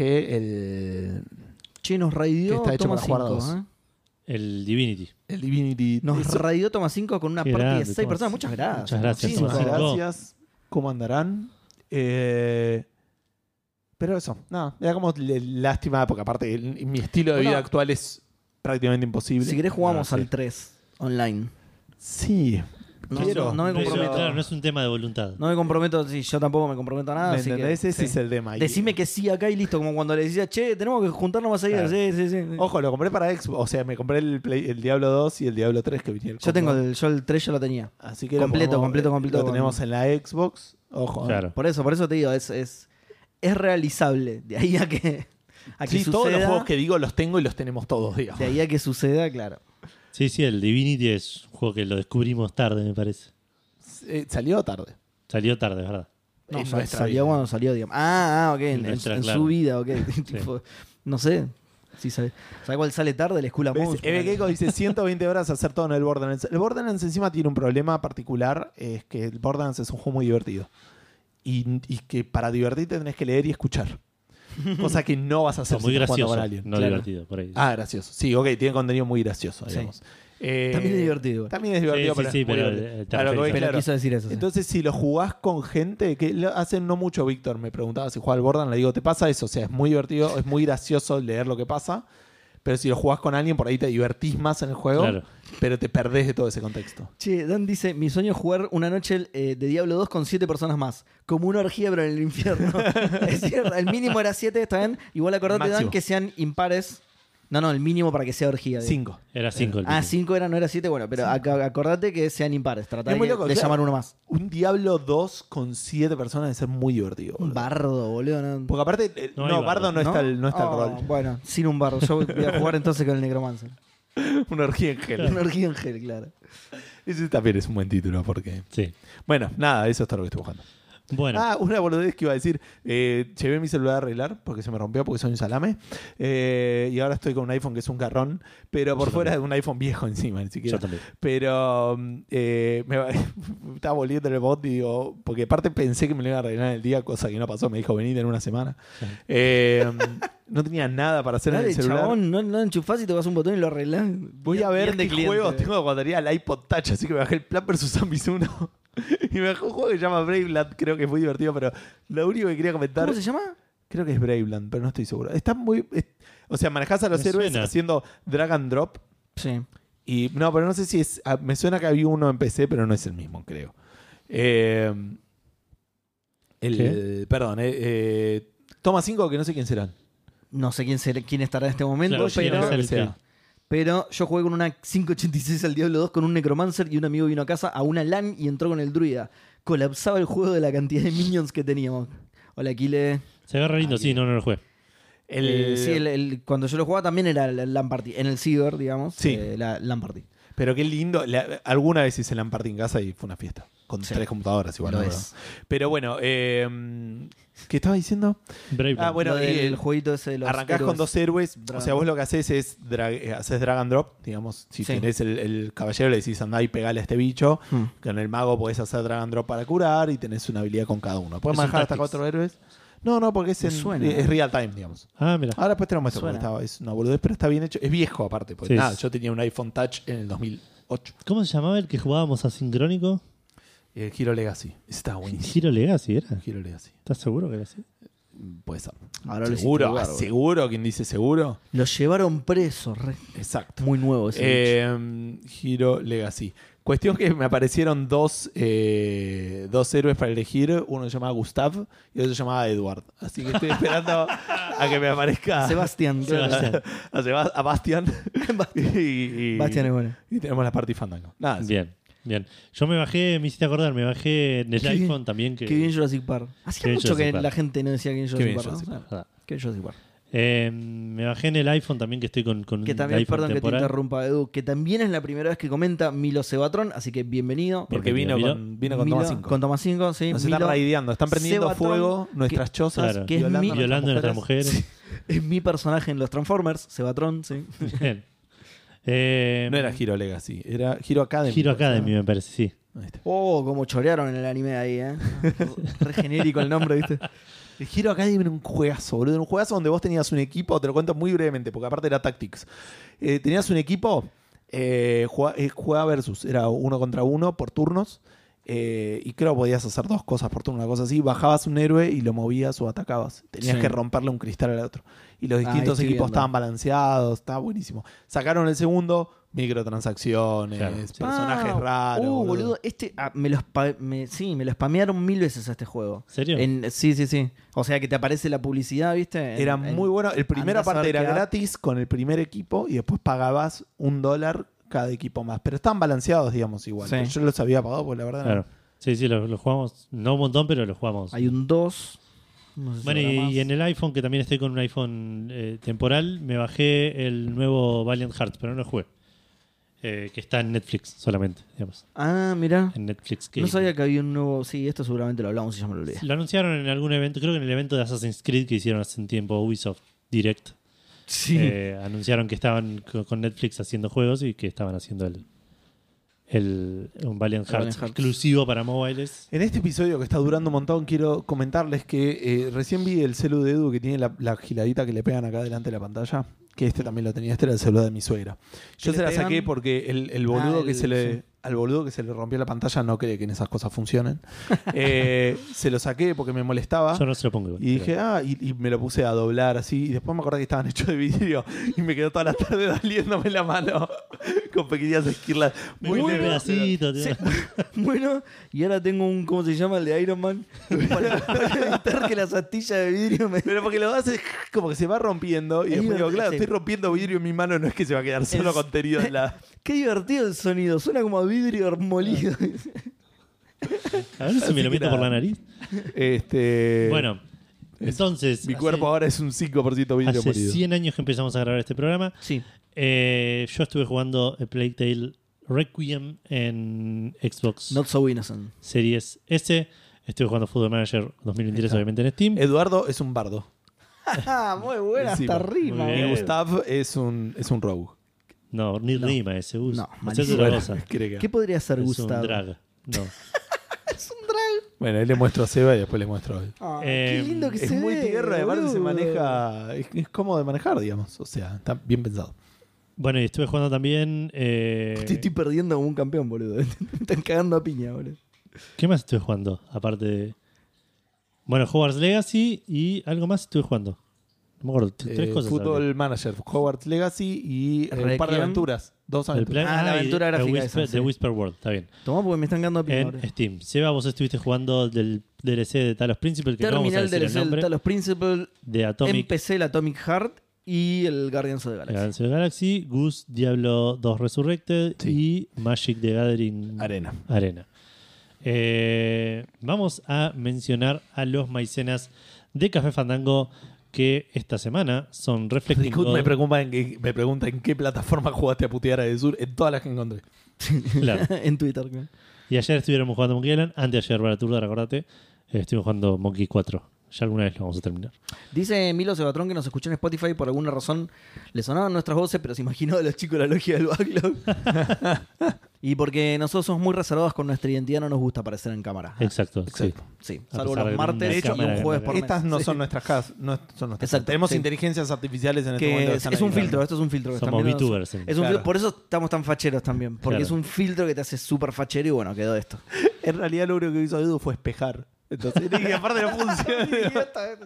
El, Che, nos Que raidió está hecho Toma para jugar a cinco, dos. ¿eh? El Divinity. el Divinity. Nos Eso- raidió Toma cinco con una Qué party de grande, seis Toma personas. cinco. Muchas gracias. Muchas gracias, Muchísimas Toma Muchas cinco. gracias. ¿Cómo andarán? Eh, pero eso, nada, me da como le- lástima, porque aparte el- mi estilo de Bueno, vida actual es prácticamente imposible. Si querés jugamos Ah, sí. al tres online. Sí, No, quiero. no, no me Pero, comprometo. claro, no es un tema de voluntad. No me comprometo, sí, yo tampoco me comprometo a nada. ¿Me así que, entendés? Ese sí. es el tema. Y- Decime que sí acá y listo, como cuando le decía, che, tenemos que juntarnos más seguido. Claro. Sí, sí, sí. Ojo, lo compré para Xbox. O sea, me compré el, Play- el Diablo dos y el Diablo tres que venía el Yo tengo combo. el, yo el tres ya lo tenía. Así que lo completo, podemos- completo, completo Lo con- tenemos en la Xbox. Ojo. ¿eh? Claro. Por eso, por eso te digo, es, es, es realizable. De ahí a que, a que Sí, suceda. todos los juegos que digo los tengo y los tenemos todos, digamos. De ahí a que suceda, claro. Sí, sí, el Divinity es un juego que lo descubrimos tarde, me parece. Eh, salió tarde. Salió tarde, ¿verdad? No, En sal- nuestra salió vida. cuando salió, digamos. Ah, ah, ok, en, En en- nuestra, en claro. su vida, ok. Tipo, no sé. Sí, sabe. ¿Sabe cuál sale tarde? La School of ¿Ves? Monsters. Eve Keiko dice ciento veinte horas hacer todo en el Borderlands. El Borderlands encima tiene un problema particular, es que el Borderlands es un juego muy divertido. Y, y que para divertirte tenés que leer y escuchar. Cosa que no vas a hacer Es muy si estás jugando gracioso, con alguien. no Claro. divertido, por ahí. Ah, gracioso. Sí, ok, tiene contenido muy gracioso, Sí. digamos. Eh, También es divertido. igual. También es divertido, Sí, sí, pero sí, es muy pero, divertido. eh, te A lo que voy, referís a- Pero claro. quiso decir eso. sí. Entonces, si lo jugás con gente, que lo hacen no mucho, Víctor me preguntaba si juega al Borderlands, le digo, ¿te pasa eso? O sea, es muy divertido, es muy gracioso leer lo que pasa, Pero si lo jugás con alguien, por ahí te divertís más en el juego, Claro. pero te perdés de todo ese contexto. Che, Dan dice, mi sueño es jugar una noche eh, de Diablo dos con siete personas más. Como una orgía, pero en el infierno. Es cierto, el mínimo era siete, está bien. Igual acordate, Máximo. Dan, que sean impares. No, no, el mínimo para que sea orgía. digo. Cinco. Era cinco el Ah, mínimo. cinco era, no era siete, bueno, pero ac- acordate que sean impares. Tratá Es de, muy que- loco, de claro. llamar uno más. Un Diablo dos con siete personas debe ser muy divertido. Un boludo. bardo, boludo. No, Porque aparte, eh, No no, hay bardo bardo. no, está el, no está Oh, el rol. Bueno, sin un bardo. Yo voy a jugar entonces con el Necromancer. Una orgía en gel. Una orgía en gel, claro. Ese también es un buen título porque... Sí. Bueno, nada, eso es todo lo que estoy buscando. Bueno, Ah, una boludez que iba a decir. Eh, llevé mi celular a arreglar porque se me rompió porque soy un salame. Eh, y ahora estoy con un iPhone que es un carrón, pero por Yo fuera también. de un iPhone viejo encima, ni siquiera. yo también. Pero eh, me, estaba volviendo en el bot y digo, porque aparte pensé que me lo iba a arreglar en el día, cosa que no pasó. Me dijo, venid en una semana. Sí. Eh, no tenía nada para hacer en Dale, el celular. chabón, no, no enchufás y tocas un botón y lo arreglás. Voy a ver Bien de qué cliente. juegos tengo cuando tenía el iPod Touch, así que me bajé el Plan versus. Zombies uno. Y me bajé un juego que se llama Braveland, creo que es muy divertido, pero lo único que quería comentar... ¿Cómo se llama? Creo que es Braveland, pero no estoy seguro. Está muy... es- o sea, manejás a los Me héroes suena. haciendo drag and drop. Sí. Y no, pero no sé si es... ah, me suena que había uno en P C, pero no es el mismo, creo. Eh, el, ¿Qué? Perdón, eh, eh, Toma cinco, que no sé quién serán. No sé quién, será- quién estará en este momento, Claro, pero, ¿quién es el que sea. que- pero yo jugué con una cinco ochenta y seis al Diablo dos con un Necromancer y un amigo vino a casa a una LAN y entró con el druida. Colapsaba el juego de la cantidad de minions que teníamos. Hola, Aquile. Se agarra lindo, sí, no, no lo jugué. El, Eh, sí, el- el- cuando yo lo jugaba también era la LAN Party. En el Ciber, digamos. Sí. eh, la LAN Party. Pero qué lindo. La- alguna vez hice LAN party en casa y fue una fiesta. Con Sí. tres computadoras igual. Lo ¿no? es. Pero bueno, eh, ¿qué estaba diciendo? Braveland. Ah, bueno, Lo del el- jueguito ese de los Arrancás con héroes. dos héroes. Drag O sea, vos lo que haces es drag, eh, haces drag and drop. Digamos, si Sí. tenés el, el caballero, le decís andá y pegale a este bicho. Hmm. Con el mago podés hacer drag and drop para curar y tenés una habilidad con cada uno. ¿Puedes Es un manejar hasta Tactics. cuatro héroes? No, no, porque es, Me en- suena, es eh. real time, digamos. Ah, mira. Ahora después te lo muestro porque Suena. estaba- es una boludez, pero está bien hecho. Es viejo aparte. Porque Sí, nada, es- yo tenía un iPhone Touch en el dos mil ocho. ¿Cómo se llamaba el que jugábamos asincrónico? Eh, Hero Legacy. Ese estaba buenísimo. Giro Legacy, ¿era? Hero Legacy. ¿Estás seguro que era así? Puede ser. Ahora lo ¿Seguro? hiciste lugar, Ah, boludo. ¿Seguro? ¿Quién dice seguro? Lo llevaron preso. re- Exacto. Muy nuevo ese. bicho. Eh, Hero Legacy. Cuestión que me aparecieron dos, eh, dos héroes para elegir. Uno se llamaba Gustav y otro se llamaba Edward. Así que estoy esperando a que me aparezca Sebastián. Sebastián. a, Seba- a Bastian. y, y- Bastián es bueno. y tenemos la party fandango. Nada, sí. Bien, bien. Yo me bajé, me hiciste acordar, me bajé en el Qué iPhone bien. también. Que, Qué bien Jurassic Park. Qué Hacía bien mucho Jurassic que Park. la gente no decía que bien Qué Jurassic bien Park. ¿no? Jurassic Ah, Qué bien Jurassic Park. eh, me bajé en el iPhone también que estoy con, con Que un también, iPhone perdón que te temporal. interrumpa, Edu, que también es la primera vez que comenta Milo Cebatrón, así que bienvenido. Porque vino Milo. con, vino con Milo- Toma cinco. Con Toma cinco, sí. Nos Milo están raideando. Están prendiendo Cebatrón, fuego nuestras que- chozas. Claro. que es violando mi- a Violando a nuestras mujeres. es mi personaje en los Transformers, Cebatrón, sí. Bien. Eh, No era Hero Legacy, era Hero Academy. Hero parece, Academy, ¿no? me parece, sí. Ahí está. Oh, como chorearon en el anime ahí, ¿eh? Re genérico el nombre, ¿viste? El Hero Academy era un juegazo, boludo. Era un juegazo donde vos tenías un equipo, te lo cuento muy brevemente, porque aparte era Tactics. Eh, tenías un equipo, eh, jugaba, eh, jugaba versus, era uno contra uno por turnos. eh, y creo que podías hacer dos cosas por turno, una cosa así. Bajabas un héroe y lo movías o atacabas. Tenías Sí. que romperle un cristal al otro. Y los Ahí distintos estoy equipos viendo. estaban balanceados, estaba buenísimo. Sacaron el segundo, microtransacciones, Claro, sí. personajes Ah, raros. Uh, boludo. boludo, este ah, me lo spa- me- sí, me lo spamearon mil veces a este juego. ¿En serio? En- sí, sí, sí. O sea que te aparece la publicidad, ¿viste? En- Era en- muy bueno. El primera andás a parte ver era qué ha- gratis con el primer equipo y después pagabas un dólar cada equipo más. Pero estaban balanceados, digamos, igual. Sí. Pero yo los había pagado, porque la verdad. no. Claro. Sí, sí, lo, lo jugamos, no un montón, pero lo jugamos. Hay un dos. No sé si Bueno, habrá y, más. y en el iPhone, que también estoy con un iPhone eh, temporal, me bajé el nuevo Valiant Hearts, pero no lo jugué. Eh, que está en Netflix solamente, digamos. Ah, mira. En Netflix. No sabía que había un nuevo. Sí, esto seguramente lo hablamos y ya me lo olvidé. Lo anunciaron en algún evento, creo que en el evento de Assassin's Creed que hicieron hace un tiempo, Ubisoft Direct. Sí. Eh, anunciaron que estaban co- con Netflix haciendo juegos y que estaban haciendo el, el un Valiant El Valiant Hearts Hearts. exclusivo para móviles. En este episodio que está durando un montón, quiero comentarles que eh, recién vi el celu de Edu que tiene la, la giladita que le pegan acá delante de la pantalla. Que este también lo tenía. Este era el celular de mi suegra. Yo le se la pegan? saqué porque el, el boludo Ah, que el- se le. sí. al boludo que se le rompió la pantalla no cree que en esas cosas funcionen. Eh, se lo saqué porque me molestaba. Yo no se lo pongo igual. Y dije, ah, y, y me lo puse a doblar así. Y después me acordé que estaban hechos de vidrio. Y me quedó toda la tarde doliéndome la mano con pequeñas esquirlas. Muy Muy un leves. pedacito, tío. Sí. Bueno, y ahora tengo un, ¿cómo se llama? El de Iron Man. Para, para evitar que las astillas de vidrio me... Pero porque lo hace como que se va rompiendo. Y Es después digo, divertido, claro, sí. estoy rompiendo vidrio en mi mano. No es que se va a quedar solo Es- contenido en la. Qué divertido el sonido. Suena como a vidrio molido. A ver si Así me lo que meto por nada. la nariz. Este. Bueno, entonces. Mi hace- cuerpo ahora es un cinco por ciento vidrio Hace molido. cien años que empezamos a grabar este programa. Sí. Eh, yo estuve jugando a Plague Tale Requiem en Xbox Not so innocent. Series S. Estuve jugando Football Manager dos mil veintitrés, Está. obviamente en Steam. Eduardo es un bardo. Muy buena Encima. hasta rima. Muy Y bien. boludo. Gustav es un, es un rogue. No, ni No. rima ese. Gus. No, Ese es malísimo. otra Bueno, cosa. cree que- ¿Qué podría ser Es un Gustavo? drag. No. Es un drag. Bueno, ahí le muestro a Seba y después le muestro a él. Ah, Eh, qué lindo que Es se muy ve, tierra, aparte se boludo. maneja. Es, es cómodo de manejar, digamos. O sea, está bien pensado. Bueno, y estuve jugando también. eh, Te estoy perdiendo como un campeón, boludo. Me están cagando a piña, boludo. ¿Qué más estuve jugando? Aparte de. Bueno, Hogwarts Legacy y algo más estuve jugando. No me acuerdo, t- tres Eh, cosas. Fútbol hablé. Manager, Hogwarts Legacy y eh, un par de Requiem. aventuras. Dos El aventuras. plan- Ah, la y aventura The gráfica Whisper, esa, The sí. Whisper World, está bien. Tomá porque me están cagando a piña, En boludo. Steam. Seba, vos estuviste jugando del D L C de Talos Principle, que no vamos a Terminal decir D L el C del nombre, Talos Principle. de Atomic Empecé el Atomic Heart y el Guardians of the Galaxy. Galaxy, Galaxy, Goose, Diablo dos Resurrected Sí. y Magic the Gathering Arena. Arena. Eh, vamos a mencionar a los maicenas de Café Fandango que esta semana son Reflecting Ricut God. me pregunta, en qué, me pregunta en qué plataforma jugaste a putear a Sur. En todas las que encontré. Claro. en Twitter. claro. Y ayer estuvieron jugando Monkey Island, antes de ayer Baraturdar, acordate. Eh, estuvimos jugando Monkey cuatro. Ya alguna vez lo vamos a terminar. Dice Milo Cebatrón que nos escuchó en Spotify. Por alguna razón le sonaban nuestras voces, pero se imaginó de los chicos la logia del backlog. Y porque nosotros somos muy reservados con nuestra identidad, no nos gusta aparecer en cámara. Exacto. Exacto. Sí, A salvo pesar de los que martes una y cámara un jueves que por mes. Estas no Sí. son nuestras casas. No son nuestras Exacto, casas. Tenemos sí. inteligencias artificiales en este Que momento. que es, están es un ayudando. filtro, esto es un filtro. que Somos también nos- VTubers. es un Claro. fil- por eso estamos tan facheros también. Porque Claro. es un filtro que te hace súper fachero y bueno, quedó esto. En realidad lo único que hizo Edu fue espejar. Entonces, y aparte no funciona.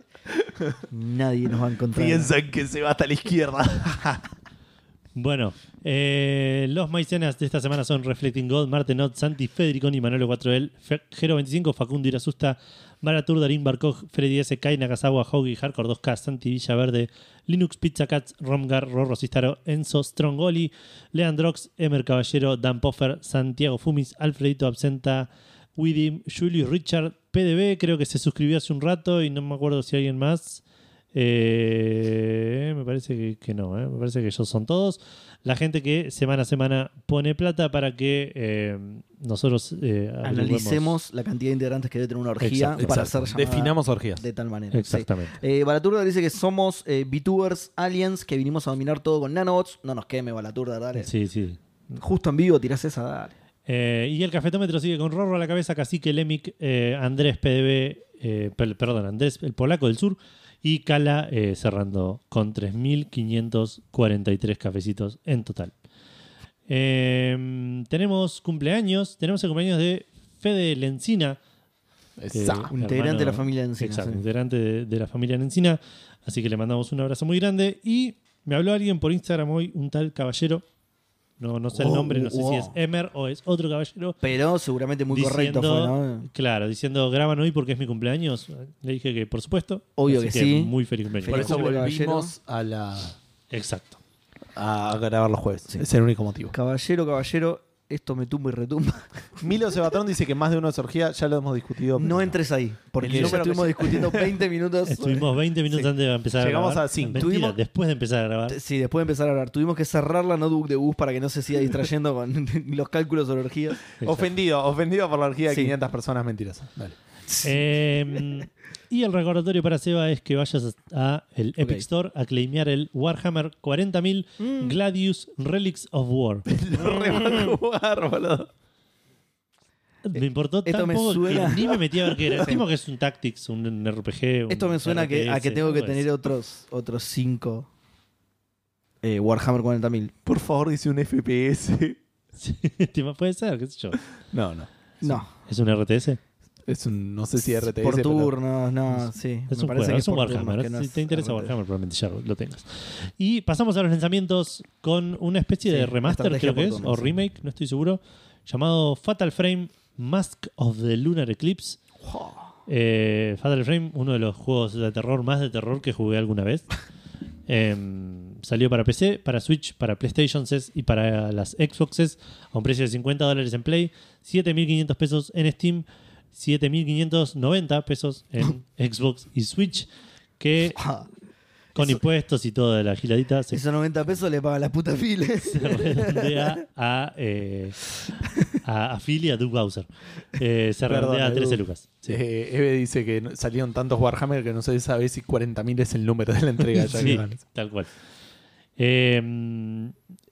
Nadie nos va a encontrar. Piensan que se va hasta la izquierda. Bueno, eh, los maicenas de esta semana son Reflecting God, Martenot, Santi Fedricón y Manuel cuatro L, Gero veinticinco, Facundo Irasusta, Baratur, Darín Barkov, Freddy S, Kai Nakazawa, Hogi, Hardcore dos K, Santi Villaverde, Linux Pizza Cats, Romgar, Rorro Cistaro, Enzo Strongoli, Leandrox, Emer Caballero, Dan Poffer, Santiago Fumis, Alfredito Absenta, Widim, Julius Richard, P D B, creo que se suscribió hace un rato y no me acuerdo si alguien más. Eh, me parece que, que no, eh, me parece que ellos son todos. La gente que semana a semana pone plata para que eh, nosotros eh, averiguemos- Analicemos la cantidad de integrantes que debe tener una orgía Exacto, para Exacto. hacer llamada Definamos orgías. de tal manera. Exactamente. Sí. Eh, Balaturda dice que somos eh, VTubers aliens que vinimos a dominar todo con nanobots. No nos queme, Balaturda, dale. Sí, sí. Justo en vivo tirás esa, dale. Eh, y el cafetómetro sigue con Rorro a la cabeza, Cacique, Lemic, eh, Andrés P D B, eh, per- perdón, Andrés el Polaco del Sur y Cala eh, cerrando con tres mil quinientos cuarenta y tres cafecitos en total. Eh, tenemos cumpleaños, tenemos el cumpleaños de Fede Lencina, Exacto. Un integrante de la familia de Encina, Exacto, sí. integrante de, de la familia Lencina, así que le mandamos un abrazo muy grande. Y me habló alguien por Instagram hoy, un tal caballero. No, no sé el Oh, nombre, no sé oh. si es Emer o es otro caballero. Pero seguramente muy correcto fue, Diciendo- ¿no? Claro, diciendo graban hoy porque es mi cumpleaños. Le dije que por supuesto. Obvio Así que sí. Muy feliz cumpleaños. Por Feliz eso cumple, volvimos a la Exacto. a grabar los jueves. Sí. Es el único motivo. Caballero, caballero, esto me tumba y retumba. Milo Cebatrón dice que más de uno es orgía. Ya lo hemos discutido. No entres ahí, porque El ya número estuvimos que- discutiendo veinte minutos. Estuvimos veinte minutos Sí. antes de empezar Llegamos a grabar. a cinco. Mentira, Tuvimos- después de empezar a grabar. Sí, después de empezar a hablar. Tuvimos que cerrar la notebook de Gus para que no se siga distrayendo con los cálculos sobre orgías. Exacto. Ofendido, ofendido por la orgía de Sí. quinientas personas mentirosas. Dale. Eh, y el recordatorio para Seba es que vayas a el Epic Ok. Store a claimear el Warhammer cuarenta mil Mm. Gladius Relics of War. Lo re va a jugar, boludo. Me importó Esto tan me poco suena- que ni me metí a ver qué era. Estimo que es un Tactics, un R P G. un Esto me suena que, a R T S, que tengo que algo tener así. otros otros cinco eh, Warhammer cuarenta mil. Por favor, dice un F P S. Sí, puede ser, qué sé yo. No, no. No. ¿Es un R T S? Es un, no sé si R T S. Por pero- turnos, no, sí. Es me un, parece juego, que es un por turnos, Warhammer. que no Si es te interesa R T S. Warhammer, probablemente ya lo tengas. Y pasamos a los lanzamientos con una especie Sí, de remaster, estrategia creo que es, por turnos, o sí. remake, no estoy seguro, llamado Fatal Frame Mask of the Lunar Eclipse. Eh, Fatal Frame, uno de los juegos de terror más de terror que jugué alguna vez. Em, salió para P C, para Switch, para PlayStation y para las Xboxes a un precio de cincuenta dólares en Play, siete mil quinientos pesos en Steam, siete mil quinientos noventa pesos en Xbox y Switch, que Ah, con eso- impuestos y toda la giladita se, esos noventa pesos le pagan la puta fila. se redondea a, eh, a, a Phil y a Doug Bowser. Eh, se Perdón, redondea a trece Edu. lucas. Sí. Eh, Eve dice que no- salieron tantos Warhammer que no se sabe si cuarenta mil es el número de la entrega. ya Sí, que van. tal cual. Eh,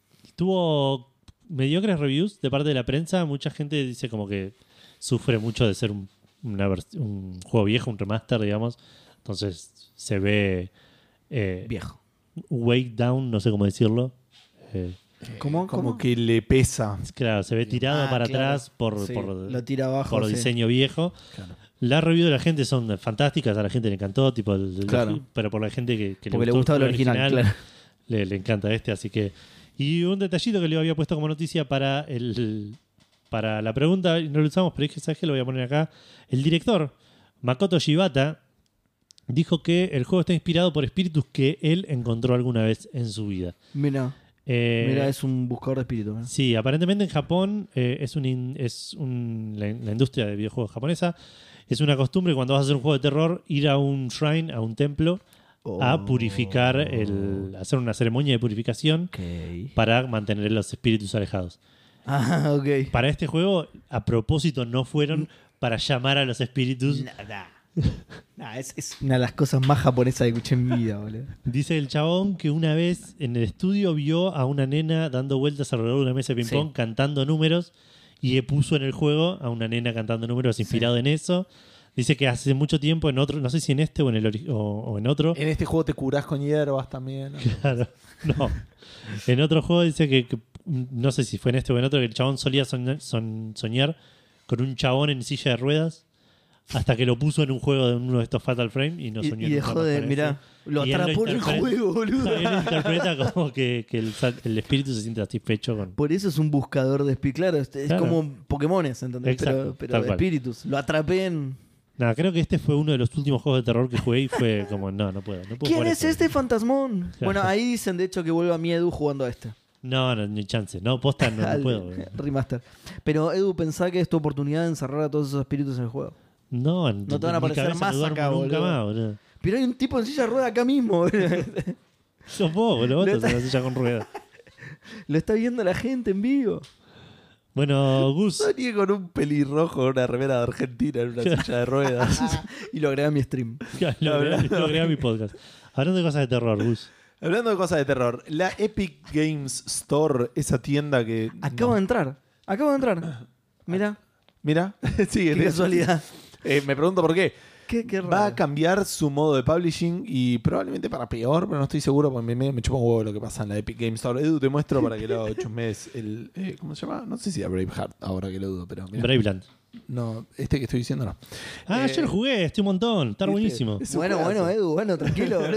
tuvo mediocres reviews de parte de la prensa. Mucha gente dice como que sufre mucho de ser un, una vers- un juego viejo, un remaster, digamos. Entonces se ve eh, Viejo. weighed down, no sé cómo decirlo. Eh, ¿Cómo? Como ¿Cómo? que le pesa. claro, se ve tirado Ah, para claro. atrás por, Sí, por, lo tira abajo. por sí. diseño viejo. Claro. Las reviews de la gente son fantásticas, a la gente le encantó, tipo el- el- Claro. pero por la gente que, que Porque le gustó gustaba el original, claro. le, le encanta este, así que... Y un detallito que le había puesto como noticia para el para la pregunta, y no lo usamos, pero dije, ¿sabes qué? Lo voy a poner acá. El director, Makoto Shibata, dijo que el juego está inspirado por espíritus que él encontró alguna vez en su vida. Mira, Eh, mira, es un buscador de espíritu. ¿eh? Sí, aparentemente en Japón eh, es, un in- es un, la, la industria de videojuegos japonesa. Es una costumbre cuando vas a hacer un juego de terror ir a un shrine, a un templo, Oh. a purificar, el, hacer una ceremonia de purificación Ok. para mantener los espíritus alejados. Ah, ok. Para este juego, a propósito, no fueron para llamar a los espíritus. Nada. Nah, es, es una de las cosas más japonesas que escuché en mi vida, boludo. Dice el chabón que una vez en el estudio vio a una nena dando vueltas alrededor de una mesa de ping-pong Sí. cantando números y puso en el juego a una nena cantando números inspirado en eso. Dice que hace mucho tiempo en otro, no sé si en este o en el ori- o, o en otro. En este juego te curás con hierbas también. ¿no? Claro, no. En otro juego dice que, que, no sé si fue en este o en otro, que el chabón solía soñar, son- soñar con un chabón en silla de ruedas hasta que lo puso en un juego de uno de estos Fatal Frame y no Y, soñó y nunca dejó más de, con mirá, ese. lo Y él lo atrapó en el interpreta- juego, boludo. Él interpreta como que, que el, sal- el espíritu se siente satisfecho con... Por eso es un buscador de espíritus. Claro, es, es Claro. como Pokémones, ¿entendés? Exacto, pero pero tal de cual. espíritus. Lo atrapé en. Nada, creo que este fue uno de los últimos juegos de terror que jugué y fue como, no, no puedo. No puedo ¿Quién jugar es esto. este fantasmón? Claro. Bueno, ahí dicen de hecho que vuelva mi Edu jugando a este. No, no, ni chance. No, posta, no, no Al puedo. boludo. Remaster. Pero Edu, pensá que es tu oportunidad de encerrar a todos esos espíritus en el juego. No, No te van a en mi aparecer cabeza más no duermo acá, nunca boludo. más, boludo. Pero hay un tipo en silla de rueda acá mismo, boludo. Sos vos, boludo. Vos Lo estás en está- la silla con ruedas. Lo está viendo la gente en vivo. Bueno, Gus. Soñé con un pelirrojo, una remera de Argentina en una silla de ruedas. Y lo agregué a mi stream. lo agregué lo agregué a mi podcast. Hablando de cosas de terror, Gus. Hablando de cosas de terror, la Epic Games Store, esa tienda que... Acabo no. de entrar. Acabo de entrar. Mira, Mira, sigue. qué casualidad. Eh, me pregunto por qué. Qué, qué raro. Va a cambiar su modo de publishing y probablemente para peor, pero no estoy seguro porque me, me, me chupa un huevo lo que pasa en la Epic Games Store. Edu, te muestro para que lo chusmes el... eh, ¿Cómo se llama? No sé si era Braveheart, ahora que lo dudo, pero... mirá. Braveland. No, este que estoy diciendo no. Ah, Eh, yo lo jugué, estoy un montón. Está ¿viste? buenísimo. Es un Bueno, juegazo. bueno, Edu, bueno, tranquilo, boludo.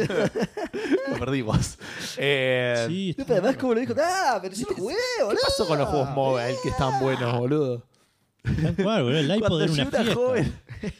Lo perdimos. Eh, Sí, Pero está además, como lo dijo, ah, pero si te jugué, boludo. ¿Qué pasó con los juegos mobile que están buenos, boludo? tal cual, boludo. El iPod Cuando era una yo era fiesta. joven.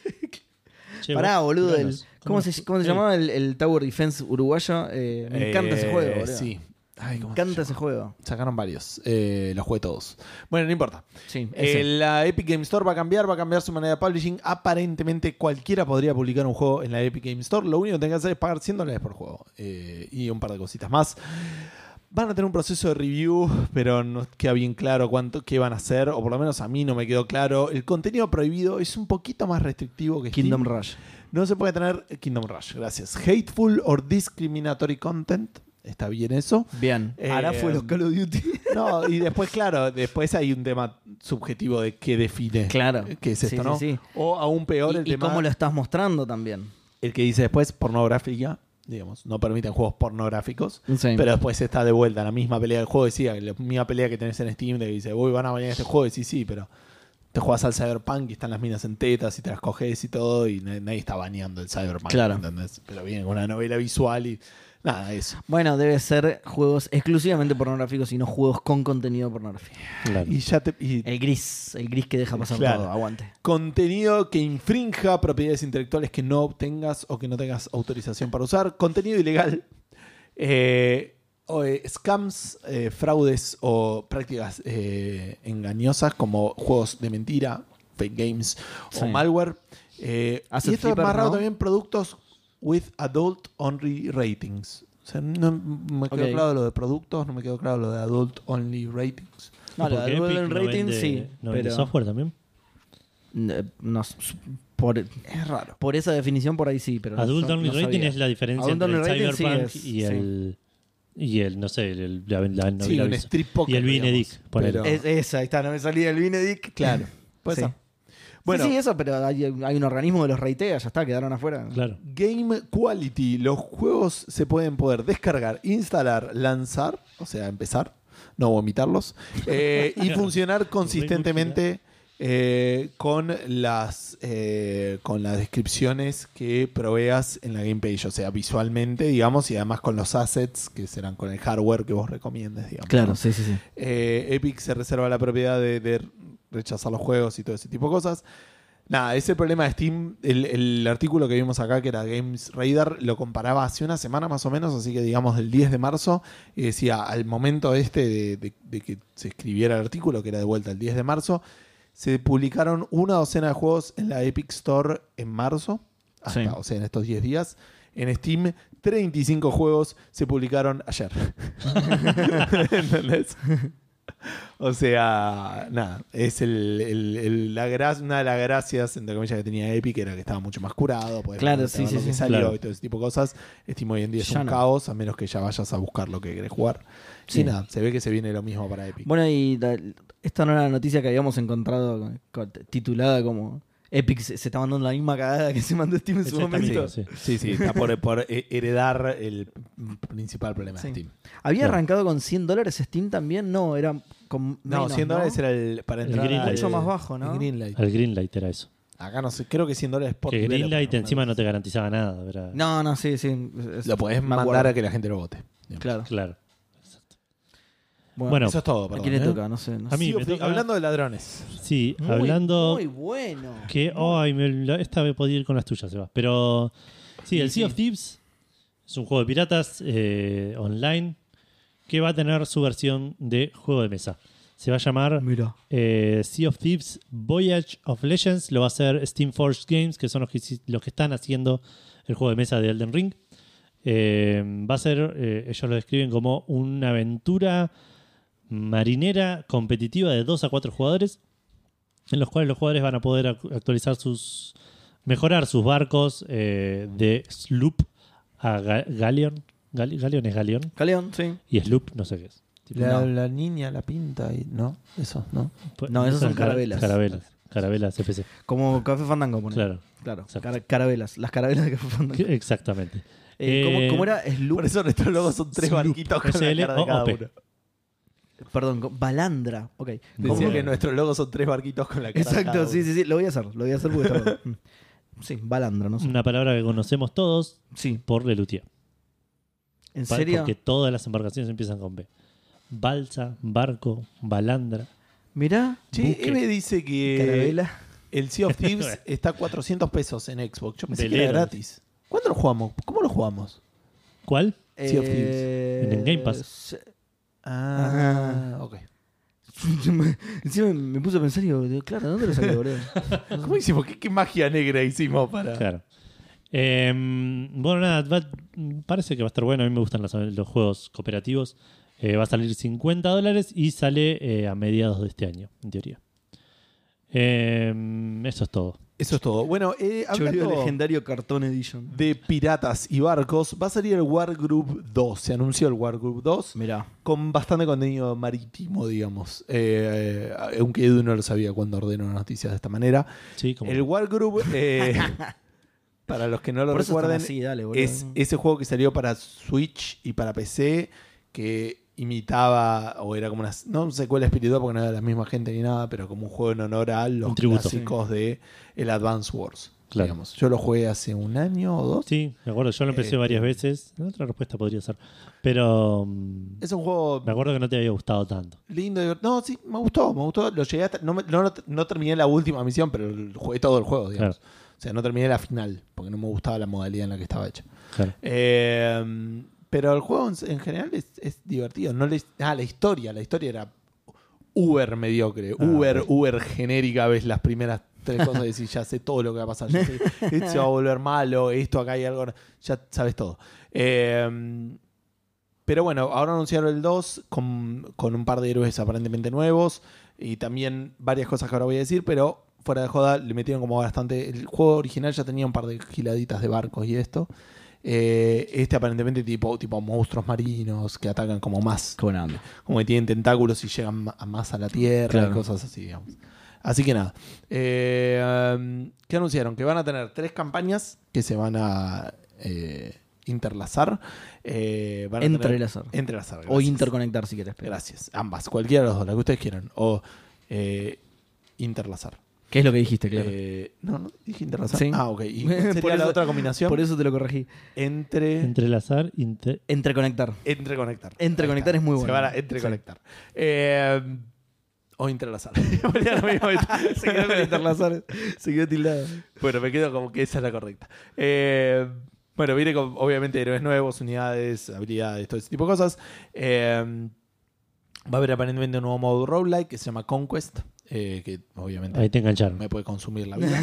Che, Pará, vos, boludo. el- juranos. ¿Cómo, se, cómo se Ey, llamaba el, el Tower Defense uruguayo? Eh, me encanta ese Eh, juego, boludo. Sí. Ay, Me ¿cómo se encanta llama? ese juego. Sacaron varios. Eh, los jugué todos. Bueno, no importa. Sí, Eh, ese. la Epic Games Store va a cambiar, va a cambiar su manera de publishing. Aparentemente cualquiera podría publicar un juego en la Epic Games Store. Lo único que tenés que hacer es pagar cien dólares por juego. Eh, y un par de cositas más. Van a tener un proceso de review, pero no queda bien claro cuánto, qué van a hacer, o por lo menos a mí no me quedó claro. El contenido prohibido es un poquito más restrictivo que Steam. Kingdom Rush. No se puede tener Kingdom Rush, gracias. Hateful or discriminatory content. Está bien eso. Bien. Eh, Ahora fue los Call of Duty. No, y después, claro, después hay un tema subjetivo de qué define Claro. qué es Sí, esto, sí, ¿no? sí. O aún peor Y, el y tema, cómo lo estás mostrando también. el que dice después pornográfica. digamos. No permiten juegos pornográficos. Sí. Pero después está de vuelta la misma pelea del juego. Decía, la misma pelea que tenés en Steam de que dice, uy, van a bañar este juego. Y sí, sí, pero te jugás al Cyberpunk y están las minas en tetas y te las coges y todo. Y nadie, nadie está bañando el Cyberpunk. Claro. ¿Entendés? Pero viene con una novela visual y nada, eso. Bueno, debe ser juegos exclusivamente pornográficos y no juegos con contenido pornográfico. Claro. Y ya te. y El gris, el gris que deja pasar Claro. todo. Aguante. Contenido que infrinja propiedades intelectuales que no obtengas o que no tengas autorización para usar. Contenido ilegal. Eh, o, eh, scams, eh, fraudes o prácticas eh, engañosas como juegos de mentira, fake games Sí. o malware. Eh, Asset y esto es flipper, más raro ¿no? también, productos with adult only ratings. O sea, no me quedó Ok. claro lo de productos, no me quedó claro lo de adult only ratings. No, lo Porque del Epic Golden no Rating vende- sí, ¿No vende pero software también? eh, no, por, Es raro. por esa definición por ahí sí, pero no- Adult no- Only no Rating sabía. es la diferencia Adult entre el Only Rating sí Cyberpunk es, y sí. el... Y el, no sé, el, la, la novela Sí, un visual. strip poker. Y el digamos, Benedict, ponele. pero- Es, esa, ahí está, no me salía el Benedict. Claro. Puede Sí. ser. Bueno, Sí, sí, eso, pero hay, hay un organismo que los reitea, ya está, quedaron afuera. Claro. Game Quality. Los juegos se pueden poder descargar, instalar, lanzar, o sea, empezar, no vomitarlos, eh, y funcionar consistentemente eh, con las eh, con las descripciones que proveas en la game page, o sea, visualmente, digamos, y además con los assets que serán con el hardware que vos recomiendes, digamos. Claro, ¿no? sí, sí, sí. Eh, Epic se reserva la propiedad de, de rechazar los juegos y todo ese tipo de cosas. Nada, ese problema de Steam, el, el artículo que vimos acá, que era Games Radar, lo comparaba hace una semana más o menos, así que digamos del diez de marzo, y decía, al momento este de, de- de que se escribiera el artículo, que era de vuelta el diez de marzo, se publicaron una docena de juegos en la Epic Store en marzo, hasta, Sí. o sea, en estos diez días. En Steam, treinta y cinco juegos se publicaron ayer. ¿Entendés? O sea, nada, es el, el- el- la gra- una de las gracias, entre comillas, que tenía Epic, era que estaba mucho más curado, podés Claro, ver sí, lo sí, que sí. salió Claro. y todo ese tipo de cosas. Steam hoy en día es Ya un no. caos, a menos que ya vayas a buscar lo que querés jugar. Sí. Y nada, se ve que se viene lo mismo para Epic. Bueno, y la- esta no era la noticia que habíamos encontrado con- con- titulada como Epic se, se está mandando la misma cagada que se mandó Steam en su Exactamente, momento. sí. Sí, sí, está por, por heredar el principal problema Sí. de Steam. ¿Había Claro. arrancado con cien dólares Steam también? No, era con No, menos, cien dólares era el para El entrar Greenlight. al- Mucho más bajo, ¿no? el Greenlight. El Greenlight era eso. Acá no sé, creo que cien dólares por Que developer, Greenlight ¿no? encima no te garantizaba nada, ¿verdad? No, no, sí, sí. es- Lo podés me mandar acuerdo. a que la gente lo vote. digamos. Claro. Claro. Bueno, Bueno, Eso es todo, ¿a perdón. quién le ¿eh? toca? No sé. No A sé. mí Sea me of Thieves- toca- Hablando de ladrones. Sí, Muy, hablando Muy bueno. que... Ay, me la- esta me podía ir con las tuyas, Seba. Pero sí, el Sí, Sea sí. of Thieves es un juego de piratas eh, online que va a tener su versión de juego de mesa. Se va a llamar Mira. eh, Sea of Thieves Voyage of Legends. Lo va a hacer Steamforged Games, que son los que, los que están haciendo el juego de mesa de Elden Ring. Eh, va a ser, eh, ellos lo describen como una aventura marinera competitiva de dos a cuatro jugadores, en los cuales los jugadores van a poder ac- actualizar sus, mejorar sus barcos eh, de sloop a ga- galleon. Gal- Galleon es galeón Caleón, sí. y sloop no sé qué es. La, No. la niña, la pinta y no, eso, ¿no? Pues- No, esos son cara- carabelas. Carabelas. Carabelas C P C. Como Café Fandango, pone. Claro. Claro. Exacto. Cara- carabelas. Las carabelas de Café Fandango. Exactamente. Eh, ¿cómo, Eh, cómo era? Sloop. Por eso nuestros logos son tres Sloop, barquitos con S la L cara de O cada O P. uno. Perdón, co- Balandra. Ok. Decía ¿Cómo? que nuestros logos son tres barquitos con la cara de Exacto, cada sí, uno. sí, sí. Lo voy a hacer. Lo voy a hacer porque está bueno. Mm. Sí, Balandra, no sé. Una palabra que conocemos todos Sí. por Lelutier. ¿En Pa- serio? Porque todas las embarcaciones empiezan con B. Balsa, barco, balandra. Mirá. Che, Buque. Eve dice que Carabela. el Sea of Thieves está a cuatrocientos pesos en Xbox. Yo pensé que Velero. era gratis. ¿Cuándo lo jugamos? ¿Cómo lo jugamos? ¿Cuál? Sea of Eh, En el Game Pass. se- Ah, ok. Encima me puse a pensar y digo, claro, ¿dónde lo saqué, boludo? ¿Cómo hicimos? ¿Qué, qué magia negra hicimos para...? Claro. Eh, bueno, nada, va- parece que va a estar bueno. A mí me gustan los, los juegos cooperativos. Eh, va a salir cincuenta dólares y sale eh, a mediados de este año, en teoría. Eh, eso es todo. Eso es todo. Bueno, eh, Choreo hablando legendario Cartón Edition. de piratas y barcos, va a salir el Wargroup dos. Se anunció el Wargroup dos Mirá. con bastante contenido marítimo, digamos. Eh, eh, aunque Edu no lo sabía cuando ordenó las noticias de esta manera. Sí, como El Wargroup eh, para los que no lo Por eso recuerden, están así, dale, boludo. es ese juego que salió para Switch y para P C, que imitaba, o era como una, no secuela espiritual porque no era la misma gente ni nada, pero como un juego en honor a los Un tributo. clásicos de el Advance Wars. Claro. Digamos. Yo lo jugué hace un año o dos. Sí, me acuerdo, yo lo empecé Eh, varias veces. Otra respuesta podría ser. Pero mm, Es un juego me acuerdo que no te había gustado tanto. lindo. divert- No, sí, me gustó, me gustó. Lo llegué hasta, no, me- no, no terminé la última misión, pero jugué todo el juego, digamos. Claro. O sea, no terminé la final, porque no me gustaba la modalidad en la que estaba hecha. Claro. Eh, pero el juego en, en general es, es divertido. No le, ah, la historia. La historia era uber mediocre, Ah, uber, ok. uber genérica. Ves las primeras tres cosas y decís, ya sé todo lo que va a pasar. Ya sé, esto se va a volver malo, esto acá hay algo. Ya sabes todo. Eh, pero bueno, ahora anunciaron el dos con, con un par de héroes aparentemente nuevos y también varias cosas que ahora voy a decir, pero fuera de joda le metieron como bastante. El juego original ya tenía un par de giladitas de barcos y esto. Eh, este aparentemente tipo, tipo monstruos marinos que atacan como más, Qué buena onda. como que tienen tentáculos y llegan ma- a más a la tierra Claro. y cosas así, digamos. Así que nada. Eh, um, ¿Qué anunciaron? Que van a tener tres campañas que se van a eh, interlazar. Eh, van a tener- Entrelazar. entrelazar. O gracias. interconectar si querés. pero- Gracias. Ambas. Cualquiera de los dos, la que ustedes quieran. O eh, interlazar. ¿Qué es lo que dijiste, claro? Eh, no, no, dije interlazar. Sí. Ah, ok. ¿Y cuál sería Por la eso- otra combinación? Por eso te lo corregí. Entre... Entrelazar, inter- Entreconectar. Entreconectar. Entreconectar Ahí es muy Se bueno. van a entreconectar. Eh, o interlazar. Ponía lo mismo. Se quedó con interlazar. Se quedó tildado. Bueno, me quedo como que esa es la correcta. Eh, bueno, viene con obviamente héroes nuevos, unidades, habilidades, todo ese tipo de cosas. Eh, va a haber aparentemente un nuevo modo roguelike que se llama Conquest, eh, que obviamente ahí te engancharon. me puede consumir la vida.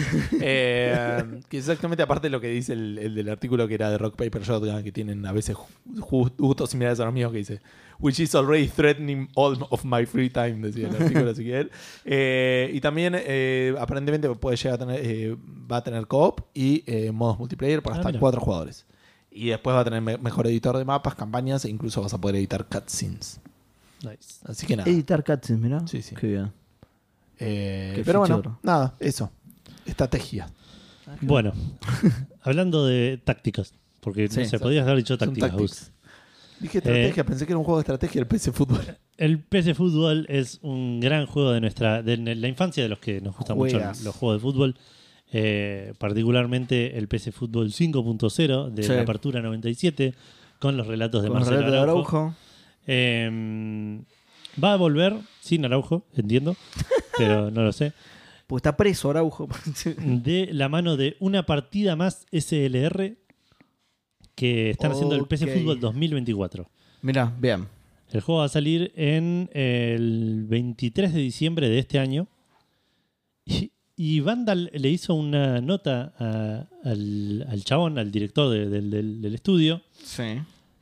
Eh, que exactamente aparte de lo que dice el, el del artículo que era de Rock Paper Shotgun, que tienen a veces ju- ju- gustos similares a los míos, que dice which is already threatening all of my free time, decía el artículo si quieren. Eh, y también eh, aparentemente puede llegar a tener, eh, va a tener co-op y eh, modos multiplayer para Ah, hasta mira. cuatro jugadores. Y después va a tener me- mejor editor de mapas, campañas e incluso vas a poder editar cutscenes. Nice. Así que nada. Editar cutscenes, mirá. Sí, sí. Qué bien. Eh, Qué pero bueno, fichero. nada, eso. Estrategia. Bueno, hablando de tácticas, porque Sí, no sé, son- podías haber dicho son tácticas. tactics. Gus. Dije estrategia, Eh, pensé que era un juego de estrategia el P C Fútbol. El P C Fútbol es un gran juego de nuestra de la infancia de los que nos gustan Juegas. mucho los juegos de fútbol. Eh, particularmente el P C Fútbol cinco punto cero de Sí. la Apertura noventa y siete con los relatos de Con Marcelo relato de Araujo. Araujo. Eh, va a volver sin Araujo, entiendo, pero no lo sé. Pues está preso Araujo. De la mano de una partida más S L R que están haciendo el P C Ok. Fútbol dos mil veinticuatro. Mirá, bien. El juego va a salir en el veintitrés de diciembre de este año. Y, y Vandal le hizo una nota a- al, al chabón, al director de- del, del- del estudio. Sí.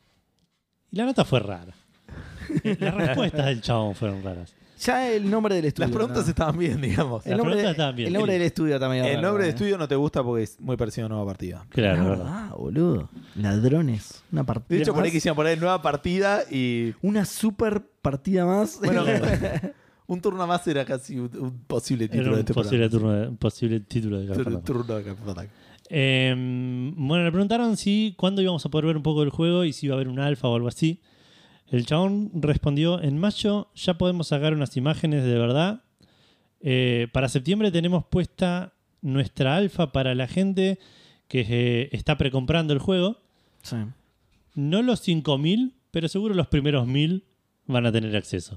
Y la nota fue rara. Eh, Las respuestas del chabón fueron raras. Ya el nombre del estudio. Las preguntas ¿no? estaban bien, digamos. El Las nombre, preguntas de- estaban bien. el nombre del estudio también. El raro, nombre de ¿eh? estudio no te gusta porque es muy parecido a Nueva Partida. Claro, Ah, verdad. ah, boludo. Ladrones. Una partida De hecho, por ahí más. quisieron poner nueva partida y Una super partida más. bueno, un turno más era casi un, un posible título Era de un este posible, turno de- un posible título de programa. Café Tur- Fandango. Turno de Café Fandango. Eh, bueno, le preguntaron si cuándo íbamos a poder ver un poco del juego y si iba a haber un alfa o algo así. El chabón respondió: en mayo ya podemos sacar unas imágenes de verdad. Eh, para septiembre tenemos puesta nuestra alfa para la gente que eh, está precomprando el juego. Sí. No los cinco mil, pero seguro los primeros mil van a tener acceso.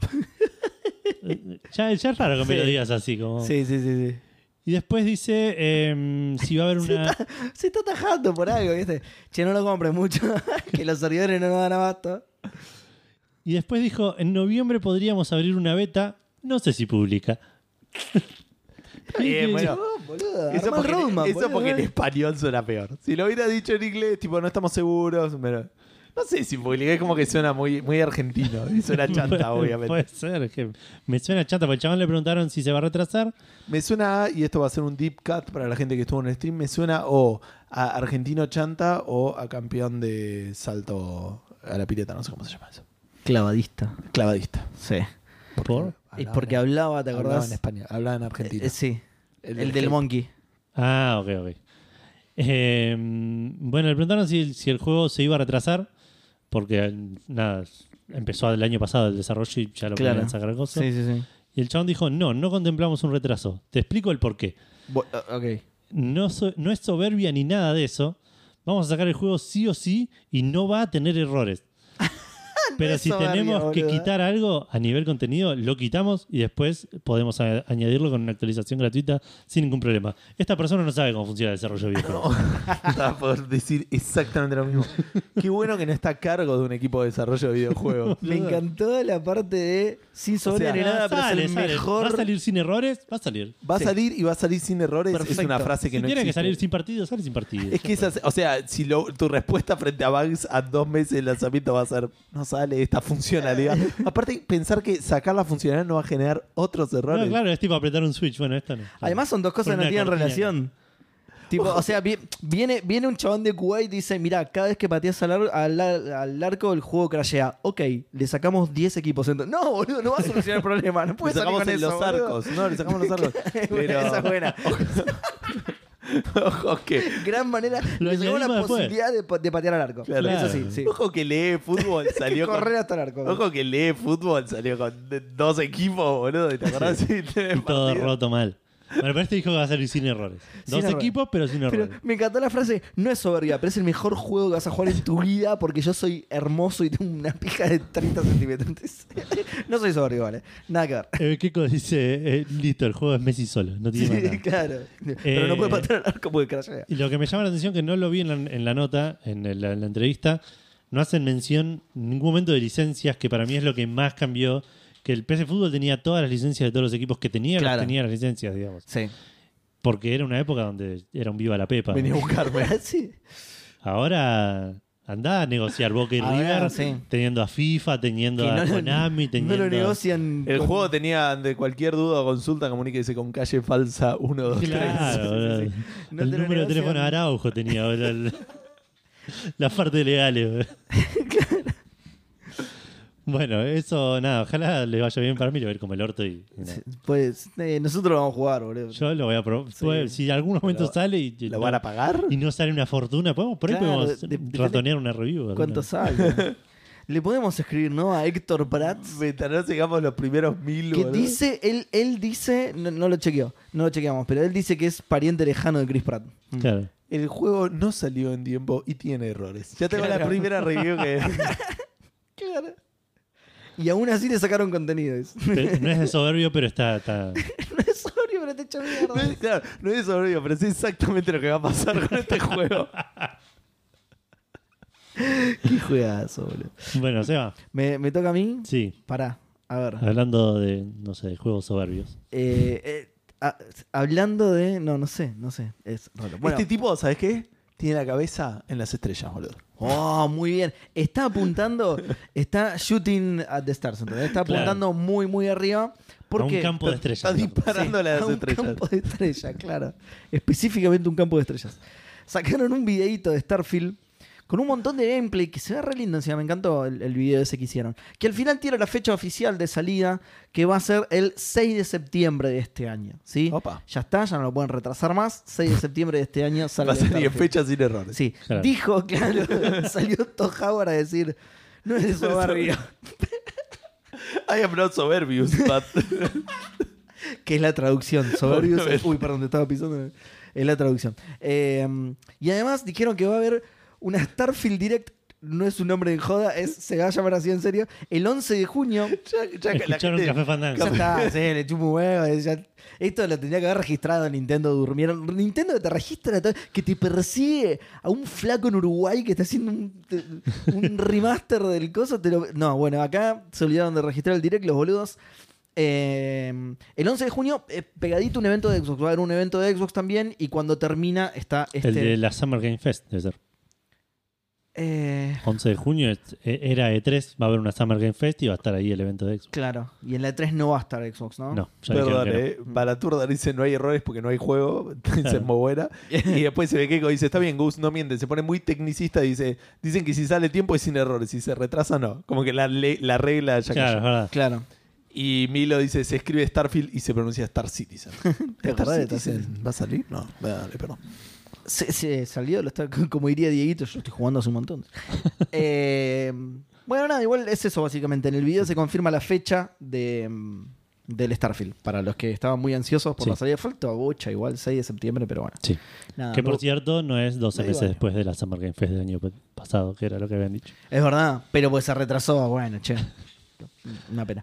Eh, ya, ya es raro que me Sí. lo digas así. Como... Sí, sí, sí, sí. Y después dice em, si va a haber una... Se está atajando por algo, ¿viste? Che, no lo compres mucho. Que los servidores no nos dan abasto. Y después dijo, en noviembre podríamos abrir una beta, no sé si publica. Bien, Y- bueno. No, boludo. Eso, arma el porque, roadmap, eso boludo. porque en español suena peor. Si lo hubiera dicho en inglés, tipo, no estamos seguros, pero... No sé si publiqué, es como que suena muy, muy argentino. Y suena chanta, Puede- obviamente. Puede ser, es que me suena chanta, porque el chabón le preguntaron si se va a retrasar. Me suena, a, y esto va a ser un deep cut para la gente que estuvo en el stream, me suena o a argentino chanta o a campeón de salto a la pileta, no sé cómo se llama eso. Clavadista. Clavadista. Sí. ¿Por? Es porque hablaba, ¿te Hablaba acordás? en español, hablaba en argentino. Eh, eh, sí. El, del del skate. monkey. Ah, ok, ok. Eh, bueno, le preguntaron si, si el juego se iba a retrasar, porque nada, empezó el año pasado el desarrollo y ya lo Claro. querían sacar cosas. Sí, sí, sí. Y el chabón dijo, no, no contemplamos un retraso. Te explico el porqué. Bo- ok. No, so- no es soberbia ni nada de eso. Vamos a sacar el juego sí o sí y no va a tener errores. Pero es si soberbia, tenemos que boludo. quitar algo a nivel contenido, lo quitamos y después podemos a- añadirlo con una actualización gratuita sin ningún problema. Esta persona no sabe cómo funciona el desarrollo de videojuegos. Estaba por decir exactamente lo mismo. Qué bueno que no está a cargo de un equipo de desarrollo de videojuegos. Me encantó la parte de sin soberbia O sea, ni nada, pero Sale, es el sale. mejor. ¿Va a salir sin errores? Va a salir. Va a Sí. salir y va a salir sin errores. Es Perfecto. una frase que Si no tiene que existe. salir sin partido, sale sin partido. Es que esas, o sea, si lo- tu respuesta frente a bugs a dos meses de lanzamiento va a ser, no sale esta funcionalidad. Aparte, pensar que sacar la funcionalidad no va a generar otros errores. No, claro, es tipo apretar un switch. Bueno, esto no. Además son dos cosas que Con no una tienen cortina. relación. Tipo, o sea, vi- viene, viene un chabón de Kuwait y dice, mira, cada vez que pateas al, ar- al, ar- al arco el juego crashea. Ok, le sacamos diez equipos. Entonces, no, boludo, no va a solucionar el problema. No Le puedes salir sacamos con en eso, los boludo. arcos. No, le sacamos los arcos. Pero, Esa es buena. ojo que, Gran manera. Lo Le sacamos la añadimos después. posibilidad de, pa- de patear al arco. Claro. Eso sí, sí. ojo que lee fútbol salió con, Correr hasta el arco. ojo que lee fútbol salió con dos equipos, boludo. ¿Te acordás? Sí, Y todo roto mal. Bueno, pero este dijo que va a salir sin errores. Sin Dos errores. equipos, pero sin Pero errores. me encantó la frase, no es soberbia, pero es el mejor juego que vas a jugar en tu vida porque yo soy hermoso y tengo una pija de treinta centímetros. Entonces, no soy soberbio, ¿vale? Nada que ver. Eh, Keiko dice, eh, listo, el juego es Messi solo. No tiene más Sí, nada. claro. Pero no Eh, puede patear al arco porque crashea. Y lo que me llama la atención, que no lo vi en la, en la nota, en, el- en la entrevista, no hacen mención en ningún momento de licencias, que para mí es lo que más cambió. Que el P S Fútbol tenía todas las licencias de todos los equipos que tenía, Claro. las tenía las licencias, digamos. Sí. Porque era una época donde era un viva la pepa. Venía a buscarme. sí. Ahora andá a negociar Boca y Ahora, River, sí. teniendo a FIFA, teniendo Que a no, lo- Konami, no teniendo... lo negocian. El con- juego tenía de cualquier duda o consulta, comuníquese con calle falsa uno dos tres. Claro, boludo. sí, sí. No El te lo número de teléfono de negocian. Araujo tenía, boludo, el- la parte legal. boludo. Bueno, eso, nada, ojalá le vaya bien para mí, le va a ir como el orto y, y nada. Pues eh, nosotros lo vamos a jugar, boludo. Yo lo voy a probar. Sí. Puede- Si en algún momento Lo- sale y, y ¿Lo no, van a pagar? y no sale una fortuna, podemos, por ahí Claro, podemos de- depende ratonear una review. alguna. ¿Cuánto sale? Le podemos escribir, ¿no? A Héctor Prats. Mientras no llegamos los primeros mil, Que boludo. dice, él, él dice, no, no lo chequeó, no lo chequeamos, pero él dice que es pariente lejano de Chris Pratt. Mm. Claro. El juego no salió en tiempo y tiene errores. Ya tengo la Claro. primera review que... Claro. Y aún así le sacaron contenido. Es- Pero no es de soberbio, pero está. está- no es sobrio, pero te echa No mierda. es, claro, no es soberbio, pero sé exactamente lo que va a pasar con este juego. Qué juegazo, boludo. Bueno, Seba, ¿Me, me toca a mí? sí. Pará, a ver. Hablando de, no sé, de juegos soberbios. Eh, eh, a- hablando de... No, no sé, no sé. Es raro. Bueno, Este tipo, ¿sabes qué? Tiene la cabeza en las estrellas, boludo. oh, muy bien. Está apuntando, está shooting at the stars, ¿entendés? Está Claro. apuntando muy, muy arriba. A Porque un campo de estrellas. Está disparando a las a un estrellas. campo de estrellas, claro. Específicamente un campo de estrellas. Sacaron un videíto de Starfield con un montón de gameplay que se ve re lindo encima. Me encantó el, el video ese que hicieron. Que al final tiene la fecha oficial de salida, que va a ser el seis de septiembre de este año. ¿Sí? Opa. Ya está, ya no lo pueden retrasar más. seis de septiembre de este año sale Va a el salir en Starfield. fecha sin errores. Sí, Claro. dijo, claro, salió Todd Howard a decir, no es soberbio, I am not soberbious, but... que es la traducción. Soberbios, Obviamente. uy, perdón, te estaba pisando. Es la traducción. Eh, y además dijeron que va a haber una Starfield Direct, no es un nombre en joda, es, se va a llamar así en serio, el once de junio. Ya, ya, la Escucharon gente- Café Fandango. Ya está, sí, le chupo un huevo. eh, ya- esto lo tendría que haber registrado Nintendo, durmieron. Nintendo que te registra todo, que te persigue a un flaco en Uruguay que está haciendo un, un remaster del coso. Te lo- no, bueno, acá se olvidaron de registrar el direct, los boludos. Eh, el once de junio, eh, pegadito un evento de Xbox. Va a haber un evento de Xbox también. Y cuando termina está este. El de la Summer Game Fest, debe ser. eh, once de junio es- e- era E tres, va a haber una Summer Game Fest y va a estar ahí el evento de Xbox. claro. Y en la E tres no va a estar Xbox, ¿no? No, ya dijeron Perdón, que no. eh. Balaturda dice no hay errores porque no hay juego. Dice muy buena. Y después se ve que dice, está bien, Gus, no miente. Se pone muy tecnicista y dice, dicen que si sale tiempo es sin errores. Si se retrasa, no. Como que la, ley- la regla ya Claro, es cayó. verdad. Claro. Y Milo dice, se escribe Starfield y se pronuncia Star Citizen. ¿Te ¿Star acordás de Citizen va a salir? No, dale, perdón. Sí, sí, salió, lo está, como diría Dieguito, yo estoy jugando hace un montón. eh, bueno, nada, igual es eso básicamente. En el video se confirma la fecha de, del Starfield. Para los que estaban muy ansiosos por Sí. la salida, falta bocha, igual seis de septiembre, pero bueno. Sí. Nada, Que por no- cierto no es doce medio meses año. después de la Summer Game Fest del año pasado, que era lo que habían dicho. Es verdad, pero pues se retrasó, bueno, che. Una pena.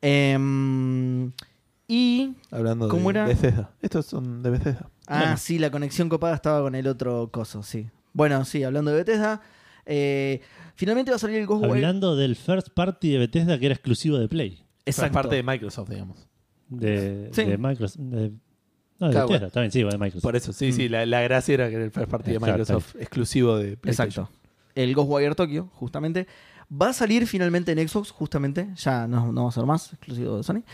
Eh, y. Hablando ¿Cómo de era? Bethesda. Estos son de Bethesda. Ah, Claro. sí, la conexión copada estaba con el otro coso, sí. Bueno, sí, hablando de Bethesda. eh, finalmente va a salir el Ghostwire. Hablando del first party de Bethesda que era exclusivo de Play. Es Exacto. parte de Microsoft, digamos. De, Sí. de Microsoft. de- no, de Claro, Bethesda, está bien, sí, de Microsoft. Por eso, sí, sí, la, la gracia era que era el first party de Exacto. Microsoft exclusivo de PlayStation. Exacto. El Ghostwire Tokyo, justamente. Va a salir finalmente en Xbox, justamente. Ya no, no va a ser más exclusivo de Sony.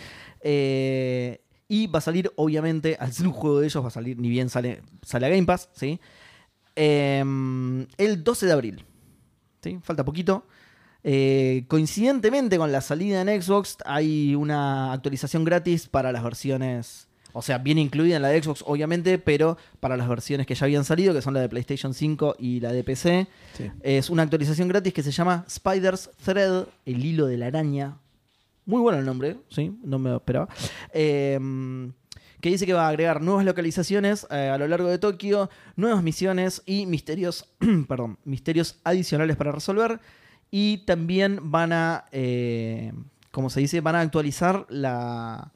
Eh, y va a salir, obviamente, al ser un juego de ellos, va a salir, ni bien sale, sale a Game Pass, ¿sí? Eh, el doce de abril. ¿Sí? Falta poquito. Eh, coincidentemente con la salida en Xbox, hay una actualización gratis para las versiones. O sea, viene incluida en la de Xbox, obviamente, pero para las versiones que ya habían salido, que son la de PlayStation cinco y la de P C, Sí. es una actualización gratis que se llama Spider's Thread, el hilo de la araña. Muy bueno el nombre, ¿sí? No me lo esperaba. Eh, que dice que va a agregar nuevas localizaciones eh, a lo largo de Tokio, nuevas misiones y misterios, perdón, misterios adicionales para resolver. Y también van a, eh, como se dice, van a actualizar la,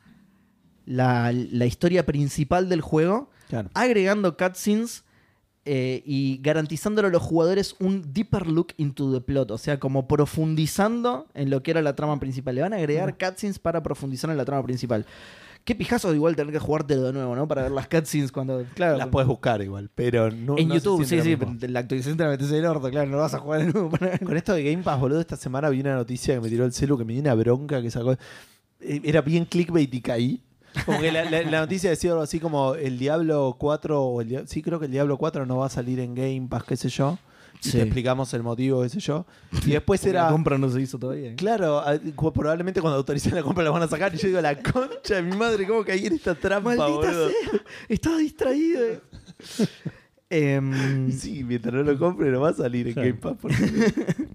la, la historia principal del juego, Claro. agregando cutscenes eh, y garantizándole a los jugadores un deeper look into the plot, o sea, como profundizando en lo que era la trama principal. Le van a agregar cutscenes para profundizar en la trama principal. Qué pijazo igual tener que jugártelo de nuevo, ¿no? Para ver las cutscenes cuando... Claro, Las puedes buscar igual, pero no. en no se YouTube, sí, siente sí, lo mismo. pero la actualización te la metes en el orto, claro, no vas a jugar de nuevo. Para... Con esto de Game Pass, boludo, esta semana vi una noticia que me tiró el celu que me dio una bronca que sacó. Eh, Era bien clickbait y caí. Como que la, la- la noticia decía algo así como el Diablo cuatro, o el, Dia- sí creo que el Diablo cuatro no va a salir en Game Pass, qué sé yo. Y Sí. te explicamos el motivo, qué sé yo. Y después Porque era... La compra no se hizo todavía. Claro, a- cu- probablemente cuando autoricen la compra la van a sacar. Y yo digo, la concha de mi madre, ¿cómo caí en esta trampa, ¡Maldita boludo? sea! Estaba distraído. Em, Sí, mientras no lo compre no va a salir en Claro. Game Pass. porque-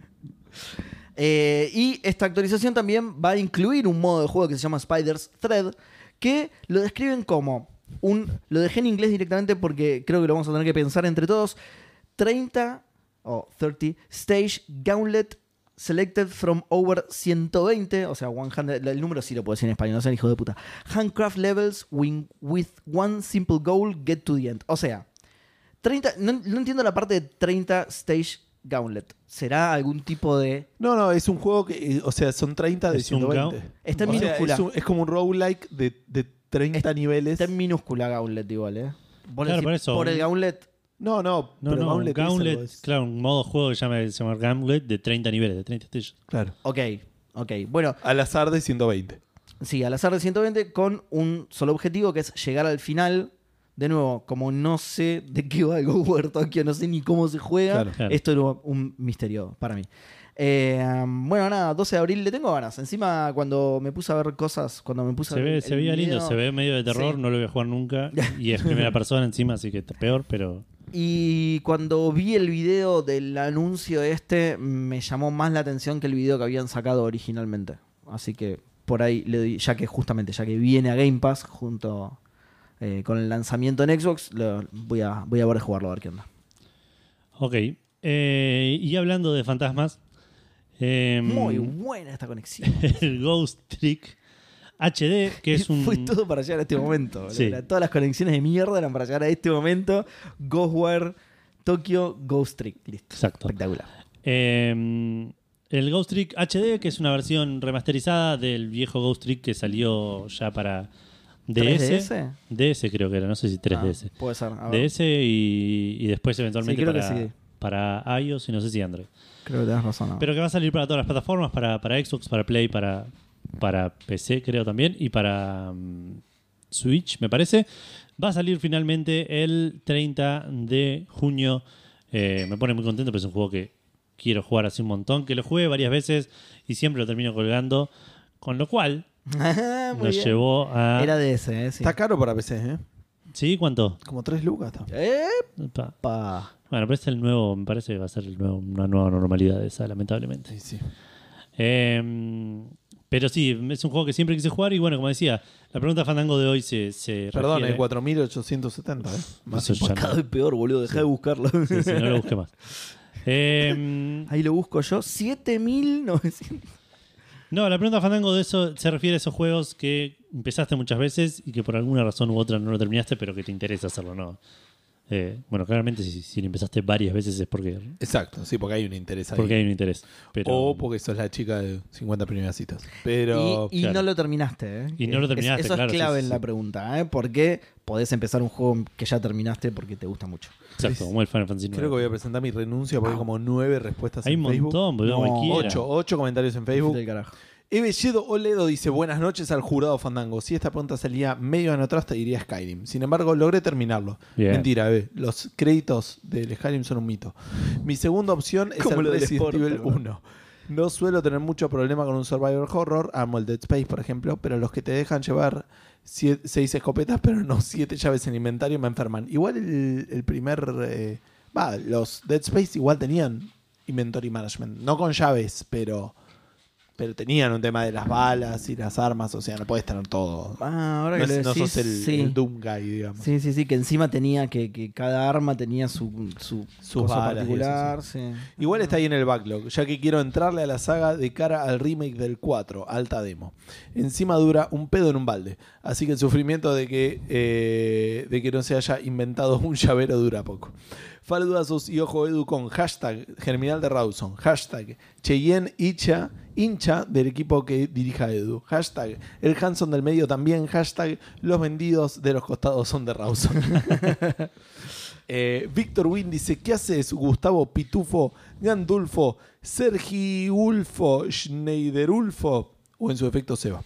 eh, y esta actualización también va a incluir un modo de juego que se llama Spider's Thread, que lo describen como un... Lo dejé en inglés directamente porque creo que lo vamos a tener que pensar entre todos. treinta o treinta Stage Gauntlet Selected from over ciento veinte, o sea, cien, el número sí lo puedo decir en español, no sean hijo de puta. Handcraft levels win- with one simple goal, get to the end. O sea, treinta, no, no entiendo la parte de treinta Stage Gauntlet. ¿Será algún tipo de...? No, no, es un juego que, eh, o sea, son treinta de Es un ciento veinte. gau- Está en O sea, minúscula. es, un- es como un roguelike de, de treinta niveles. Está en minúscula Gauntlet igual, ¿eh? Vos Claro, decís, por eso. Por el Gauntlet... No, no, No, pero no, Gauntlet, Gauntlet, es algo, es- claro, un modo juego que se llama, se llama Gauntlet de treinta niveles, de treinta estrellas. Claro. Ok, ok. Bueno, Al azar de ciento veinte. sí, al azar de ciento veinte con un solo objetivo que es llegar al final. De nuevo, como no sé de qué va el Ghostwire Tokyo, no sé ni cómo se juega, Claro. Claro. esto era un misterio para mí. Eh, bueno, nada, doce de abril le tengo ganas. Encima, cuando me puse a ver cosas, cuando me puse Se a ver ve, el se veía lindo, video- se ve medio de terror, Sí. no lo voy a jugar nunca. Y es primera persona encima, así que está peor, pero Y cuando vi el video del anuncio este, me llamó más la atención que el video que habían sacado originalmente. Así que por ahí le doy, ya que justamente, ya que viene a Game Pass junto eh, con el lanzamiento en Xbox, lo- voy a voy a ver de jugarlo a ver qué onda. ok. Eh, y hablando de fantasmas, eh, Muy buena esta conexión. el Ghost Trick H D, que es un... Fue todo para llegar a este momento. boludo. Sí. Era- Todas las conexiones de mierda eran para llegar a este momento. Ghostwire, Tokyo, Ghost Trick. Listo. Exacto. Espectacular. Eh, el Ghost Trick H D, que es una versión remasterizada del viejo Ghost Trick que salió ya para D S. ¿tres D S? D S creo que era, no sé si tres D S. Ah, puede ser. A ver. D S y, y después eventualmente Sí, creo que para, sí. para iOS y no sé si Android. Creo que tenés razón. ¿no? Pero que va a salir para todas las plataformas, para, para Xbox, para Play, para, para P C creo también, y para mm, Switch me parece. Va a salir finalmente el treinta de junio. Eh, me pone muy contento, pero es un juego que quiero jugar hace un montón, que lo jugué varias veces y siempre lo termino colgando. Con lo cual Muy nos bien. llevó a... Era D S, ¿eh? Sí. Está caro para P C, ¿eh? ¿Sí? ¿Cuánto? Como tres lucas. Está. Epa. Pa. Bueno, pero este es el nuevo, me parece que va a ser el nuevo, una nueva normalidad esa, lamentablemente. Sí, sí. Eh, pero sí, es un juego que siempre quise jugar y bueno, como decía, la pregunta Fandango de hoy se, se Perdón, refiere... eh, cuatro mil ochocientos setenta. ¿eh? Más Eso ya Cada no, vez peor, boludo. Dejá de buscarlo. sí, sí, no lo busqué más. Eh, Ahí lo busco yo. siete mil novecientos. no, la pregunta Fandango de eso se refiere a esos juegos que empezaste muchas veces y que por alguna razón u otra no lo terminaste, pero que te interesa hacerlo, ¿no? Eh, bueno, claramente si, si lo empezaste varias veces es porque, Exacto, sí, porque hay un interés ahí. porque hay un interés. Pero, O porque sos la chica de cincuenta primeras citas. Pero. Y, y claro. no lo terminaste, ¿eh? Y no lo terminaste, Es- Eso claro, es clave sí, en sí, la sí. pregunta, ¿eh? Porque podés empezar un juego que ya terminaste porque te gusta mucho. exacto, como el Final Fantasy nueve. Creo que voy a presentar mi renuncia porque hay como nueve respuestas Hay un en Facebook. montón, boludo, No, cualquiera. Ocho, ocho comentarios en Facebook. Del carajo. Evelledo Oledo dice: Buenas noches al jurado Fandango. Si esta pregunta salía medio en atrás, te diría Skyrim. Sin embargo, logré terminarlo. Bien. Mentira, Eve. Los créditos del Skyrim son un mito. Mi segunda opción es Como el lo del Resident Sport, Evil ¿no? uno. No suelo tener mucho problema con un survival horror, amo el Dead Space, por ejemplo, pero los que te dejan llevar siete, seis escopetas, pero no siete llaves en inventario, me enferman. Igual el, el primer... eh, Va, los Dead Space igual tenían inventory management. No con llaves, pero... Pero tenían un tema de las balas y las armas, o sea, no puedes tener todo. Ah, ahora No, que es- lo no decís, sos el, sí. el Doom Guy, digamos. Sí, sí, sí, que encima tenía que, que cada arma tenía su, su Sus cosa balas y particular. Sí. Igual está ahí en el backlog, ya que quiero entrarle a la saga de cara al remake del cuatro, alta demo. Encima dura un pedo en un balde, así que el sufrimiento de que, eh, de que no se haya inventado un llavero dura poco. Faludazos y ojo Edu con hashtag Germinal de Rawson, hashtag Cheyenne Icha, hincha del equipo que dirija Edu, hashtag el Hanson del medio también, hashtag los vendidos de los costados son de Rawson. Eh, Víctor Win dice: ¿Qué haces, Gustavo Pitufo, Gandulfo, Sergi Ulfo, Schneiderulfo? O en su efecto Seba.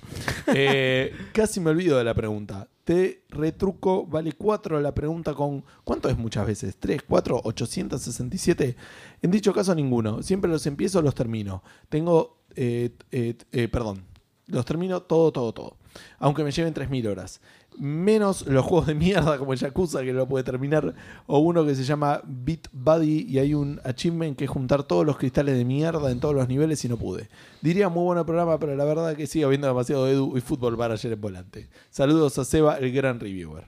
Eh, casi me olvido de la pregunta. Te retruco, vale cuatro la pregunta con... ¿Cuánto es muchas veces? ¿tres, cuatro, ochocientos sesenta y siete? En dicho caso, ninguno. Siempre los empiezo, los termino. Tengo... Eh, eh, eh, perdón. Los termino todo, todo, todo. Aunque me lleven tres mil horas. Menos los juegos de mierda como el Yakuza, que no lo puede terminar. O uno que se llama Beat Buddy y hay un achievement que es juntar todos los cristales de mierda en todos los niveles y no pude. Diría muy bueno programa, pero la verdad que sigue habiendo demasiado Edu y fútbol para ayer en volante. Saludos a Seba, el gran reviewer.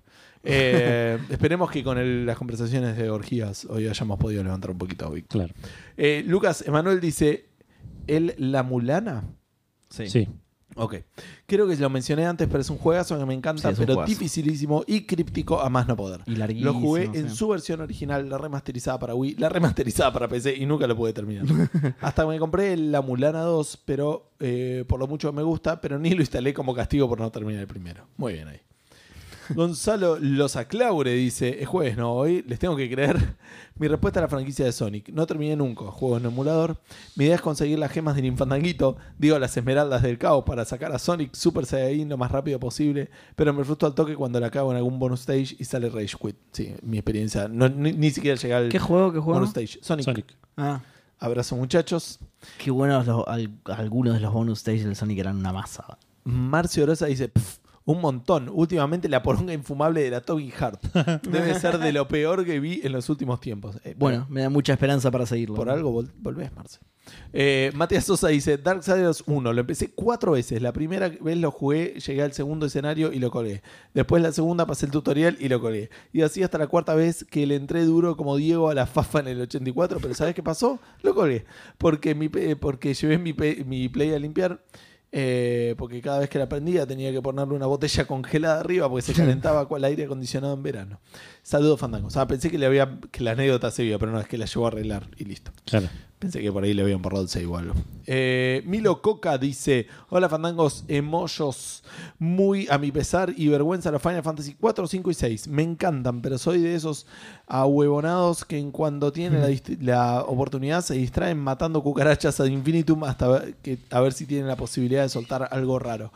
Eh, esperemos que con el- las conversaciones de orgías hoy hayamos podido levantar un poquito, Víctor. Claro. Eh, Lucas Emanuel dice: ¿El La Mulana? Sí. Ok. Creo que lo mencioné antes, pero es un juegazo que me encanta, Sí, es un pero juegazo. dificilísimo y críptico a más no poder. Y larguísimo. Lo jugué en sí. su versión original, la remasterizada para Wii, la remasterizada para P C y nunca lo pude terminar. Hasta que me compré la Mulana dos, pero eh, por lo mucho me gusta, pero ni lo instalé como castigo por no terminar el primero. Muy bien ahí. Gonzalo Losaclaure dice: es jueves, ¿no? Hoy les tengo que creer. Mi respuesta a la franquicia de Sonic: no terminé nunca juego en emulador. Mi idea es conseguir las gemas del Infantanguito, digo las esmeraldas del caos, para sacar a Sonic Super Saiyajin lo más rápido posible, pero me frustro al toque cuando la cago en algún bonus stage y sale Rage Quit. Sí, mi experiencia. No, ni, ni siquiera llegué al ¿Qué juego? ¿Qué juego? bonus stage. Sonic. Sonic. Ah, Abrazo, muchachos. qué buenos los- al- algunos de los bonus stages del Sonic eran una masa. Marcio Rosa dice: "Pff, un montón. Últimamente la poronga infumable de la Toby Heart. Debe ser de lo peor que vi en los últimos tiempos. Eh, Bueno, me da mucha esperanza para seguirlo. por algo vol- volvés, Marce. Eh, Matías Sosa dice: Darksiders uno. Lo empecé cuatro veces. La primera vez lo jugué, llegué al segundo escenario y lo colgué. Después la segunda pasé el tutorial y lo colgué. Y así hasta la cuarta vez que le entré duro como Diego a la Fafa en el ochenta y cuatro. Pero ¿sabes qué pasó? Lo colgué. Porque, mi, pe- porque llevé mi, pe- mi Play a limpiar. Eh, porque cada vez que la prendía tenía que ponerle una botella congelada arriba porque se calentaba con el aire acondicionado en verano. Saludos, Fandango. O sea, pensé que le había que la anécdota se iba, pero no, es que la llevó a arreglar y listo. Claro. Pensé que por ahí le habían borrado el save o algo. Eh, Milo Coca dice: hola Fandangos, emollos. Muy a mi pesar y vergüenza los Final Fantasy cuatro, cinco y seis. Me encantan, pero soy de esos ahuevonados que en cuando tienen la, dist- la oportunidad se distraen matando cucarachas ad infinitum hasta ver, que, a ver si tienen la posibilidad de soltar algo raro.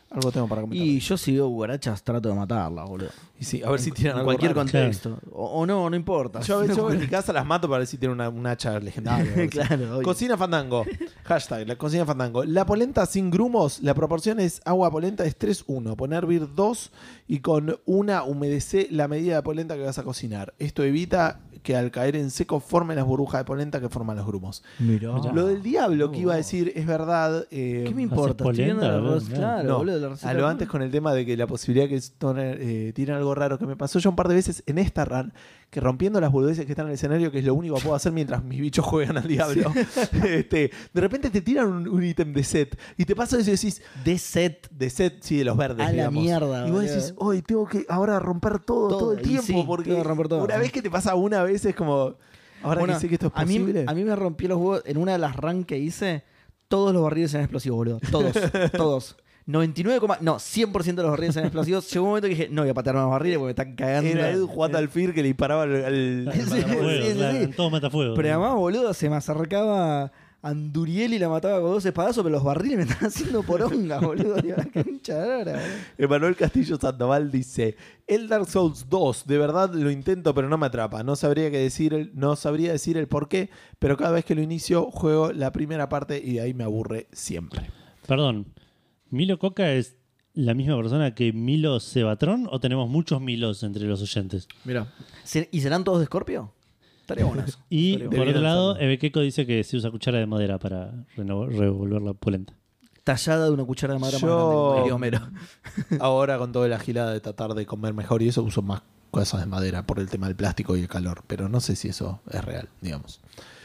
Algo tengo para comentar. Y yo si veo cucarachas trato de matarlas, boludo. Y sí, a ver si tienen En algo cualquier raro. contexto. O, o no, no importa. Yo, yo en mi casa las mato para ver si tienen una, un hacha legendaria. o algo así. Claro, obvio. Cocina Fandango. Hashtag, la cocina Fandango. La polenta sin grumos, la proporción es agua polenta es tres uno. Poner hervir dos y con una humedece la medida de polenta que vas a cocinar. Esto evita que al caer en seco formen las burbujas de polenta que forman los grumos. Mirá. Lo del diablo que iba a decir es verdad. eh, ¿Qué me importa? ¿Haces Estoy viendo polenta, la boludo? ros- Claro, no, boludo, la receta a lo de- antes con el tema de que la posibilidad que tonen, eh, tiren algo raro que me pasó yo un par de veces en esta run, que rompiendo las boludeces que están en el escenario, que es lo único que puedo hacer mientras mis bichos juegan al diablo, este, de repente te tiran un, un ítem de set y te pasa eso y decís, De set. de set, sí, de los verdes, A la digamos. mierda, y vos boludo. decís, hoy tengo que ahora romper todo, todo, Todo, el y tiempo, sí, porque tengo que romper todo. una vez que te pasa una vez es como, ahora Bueno, que sé que esto es a mí, posible. a mí me rompió los huevos en una de las runs que hice. Todos los barriles eran explosivos, boludo. Todos, todos. noventa y nueve, no, cien por ciento de los barriles eran explosivos. Llegó un momento que dije, no voy a patear más barriles porque me están cagando. Era Edu jugando al Fear que le disparaba al... al- El Sí, matafuego, sí, sí, claro, sí. todos matafuegos. Pero además, boludo, se me acercaba Anduriel y la mataba con dos espadazos, pero los barriles me están haciendo poronga, boludo. Digo, la cancha de la hora, boludo. Emanuel Castillo Sandoval dice: el Dark Souls dos, de verdad lo intento, pero no me atrapa. No sabría qué decir, el- no sabría decir el por qué, pero cada vez que lo inicio, juego la primera parte y de ahí me aburre siempre. Perdón, ¿Milo Coca es la misma persona que Milo Cebatrón o tenemos muchos Milos entre los oyentes? Mira. ¿Se- ¿Y serán todos de Scorpio? Estaría bueno eso. Y Estaría por bueno. otro lado, serlo. Ebekeko dice que se usa cuchara de madera para reno- revolver la polenta. Tallada de una cuchara de madera Yo- más grande, como diría Homero. Ahora con toda la gilada de tratar de comer mejor y eso uso más cosas de madera por el tema del plástico y el calor, pero no sé si eso es real, digamos.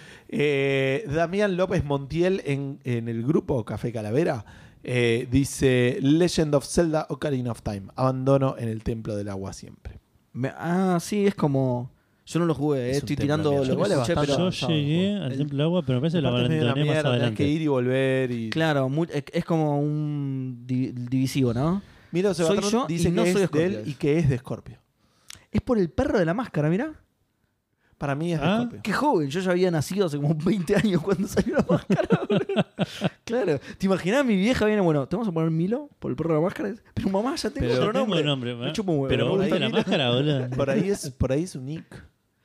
Eh, Damián López Montiel en, en el grupo Café Calavera eh, dice: Legend of Zelda Ocarina of Time, abandono en el templo del agua siempre. Me- ah, sí, es como... Yo no lo jugué, eh, Es un estoy templo tirando de lo mierda. que Igual es escuché, bastante pero... Yo avanzado, llegué ¿no? al El- Templo del Agua, pero me parece que lo Aparte es medio una abandoné más mierda, tenés adelante. que ir y volver y... Claro, mu- es es como un di- divisivo, ¿no? Mira, Soy Sebastián yo dice y no que soy es de él Scorpio. y que es de Scorpio. Es por el perro de la máscara, mirá. Para mí es de Ah. Scorpio. Qué joven, yo ya había nacido hace como veinte años cuando salió la máscara. boludo. Claro, ¿te imaginás? Mi vieja viene, bueno, te vamos a poner Milo por el perro de la máscara. Pero mamá, ya tengo Pero otro Tengo nombre. nombre, Me ¿eh? chupo un huevo, Pero me vos gusta viste la Milo. máscara, boludo. Por ahí es, por ahí es un nick.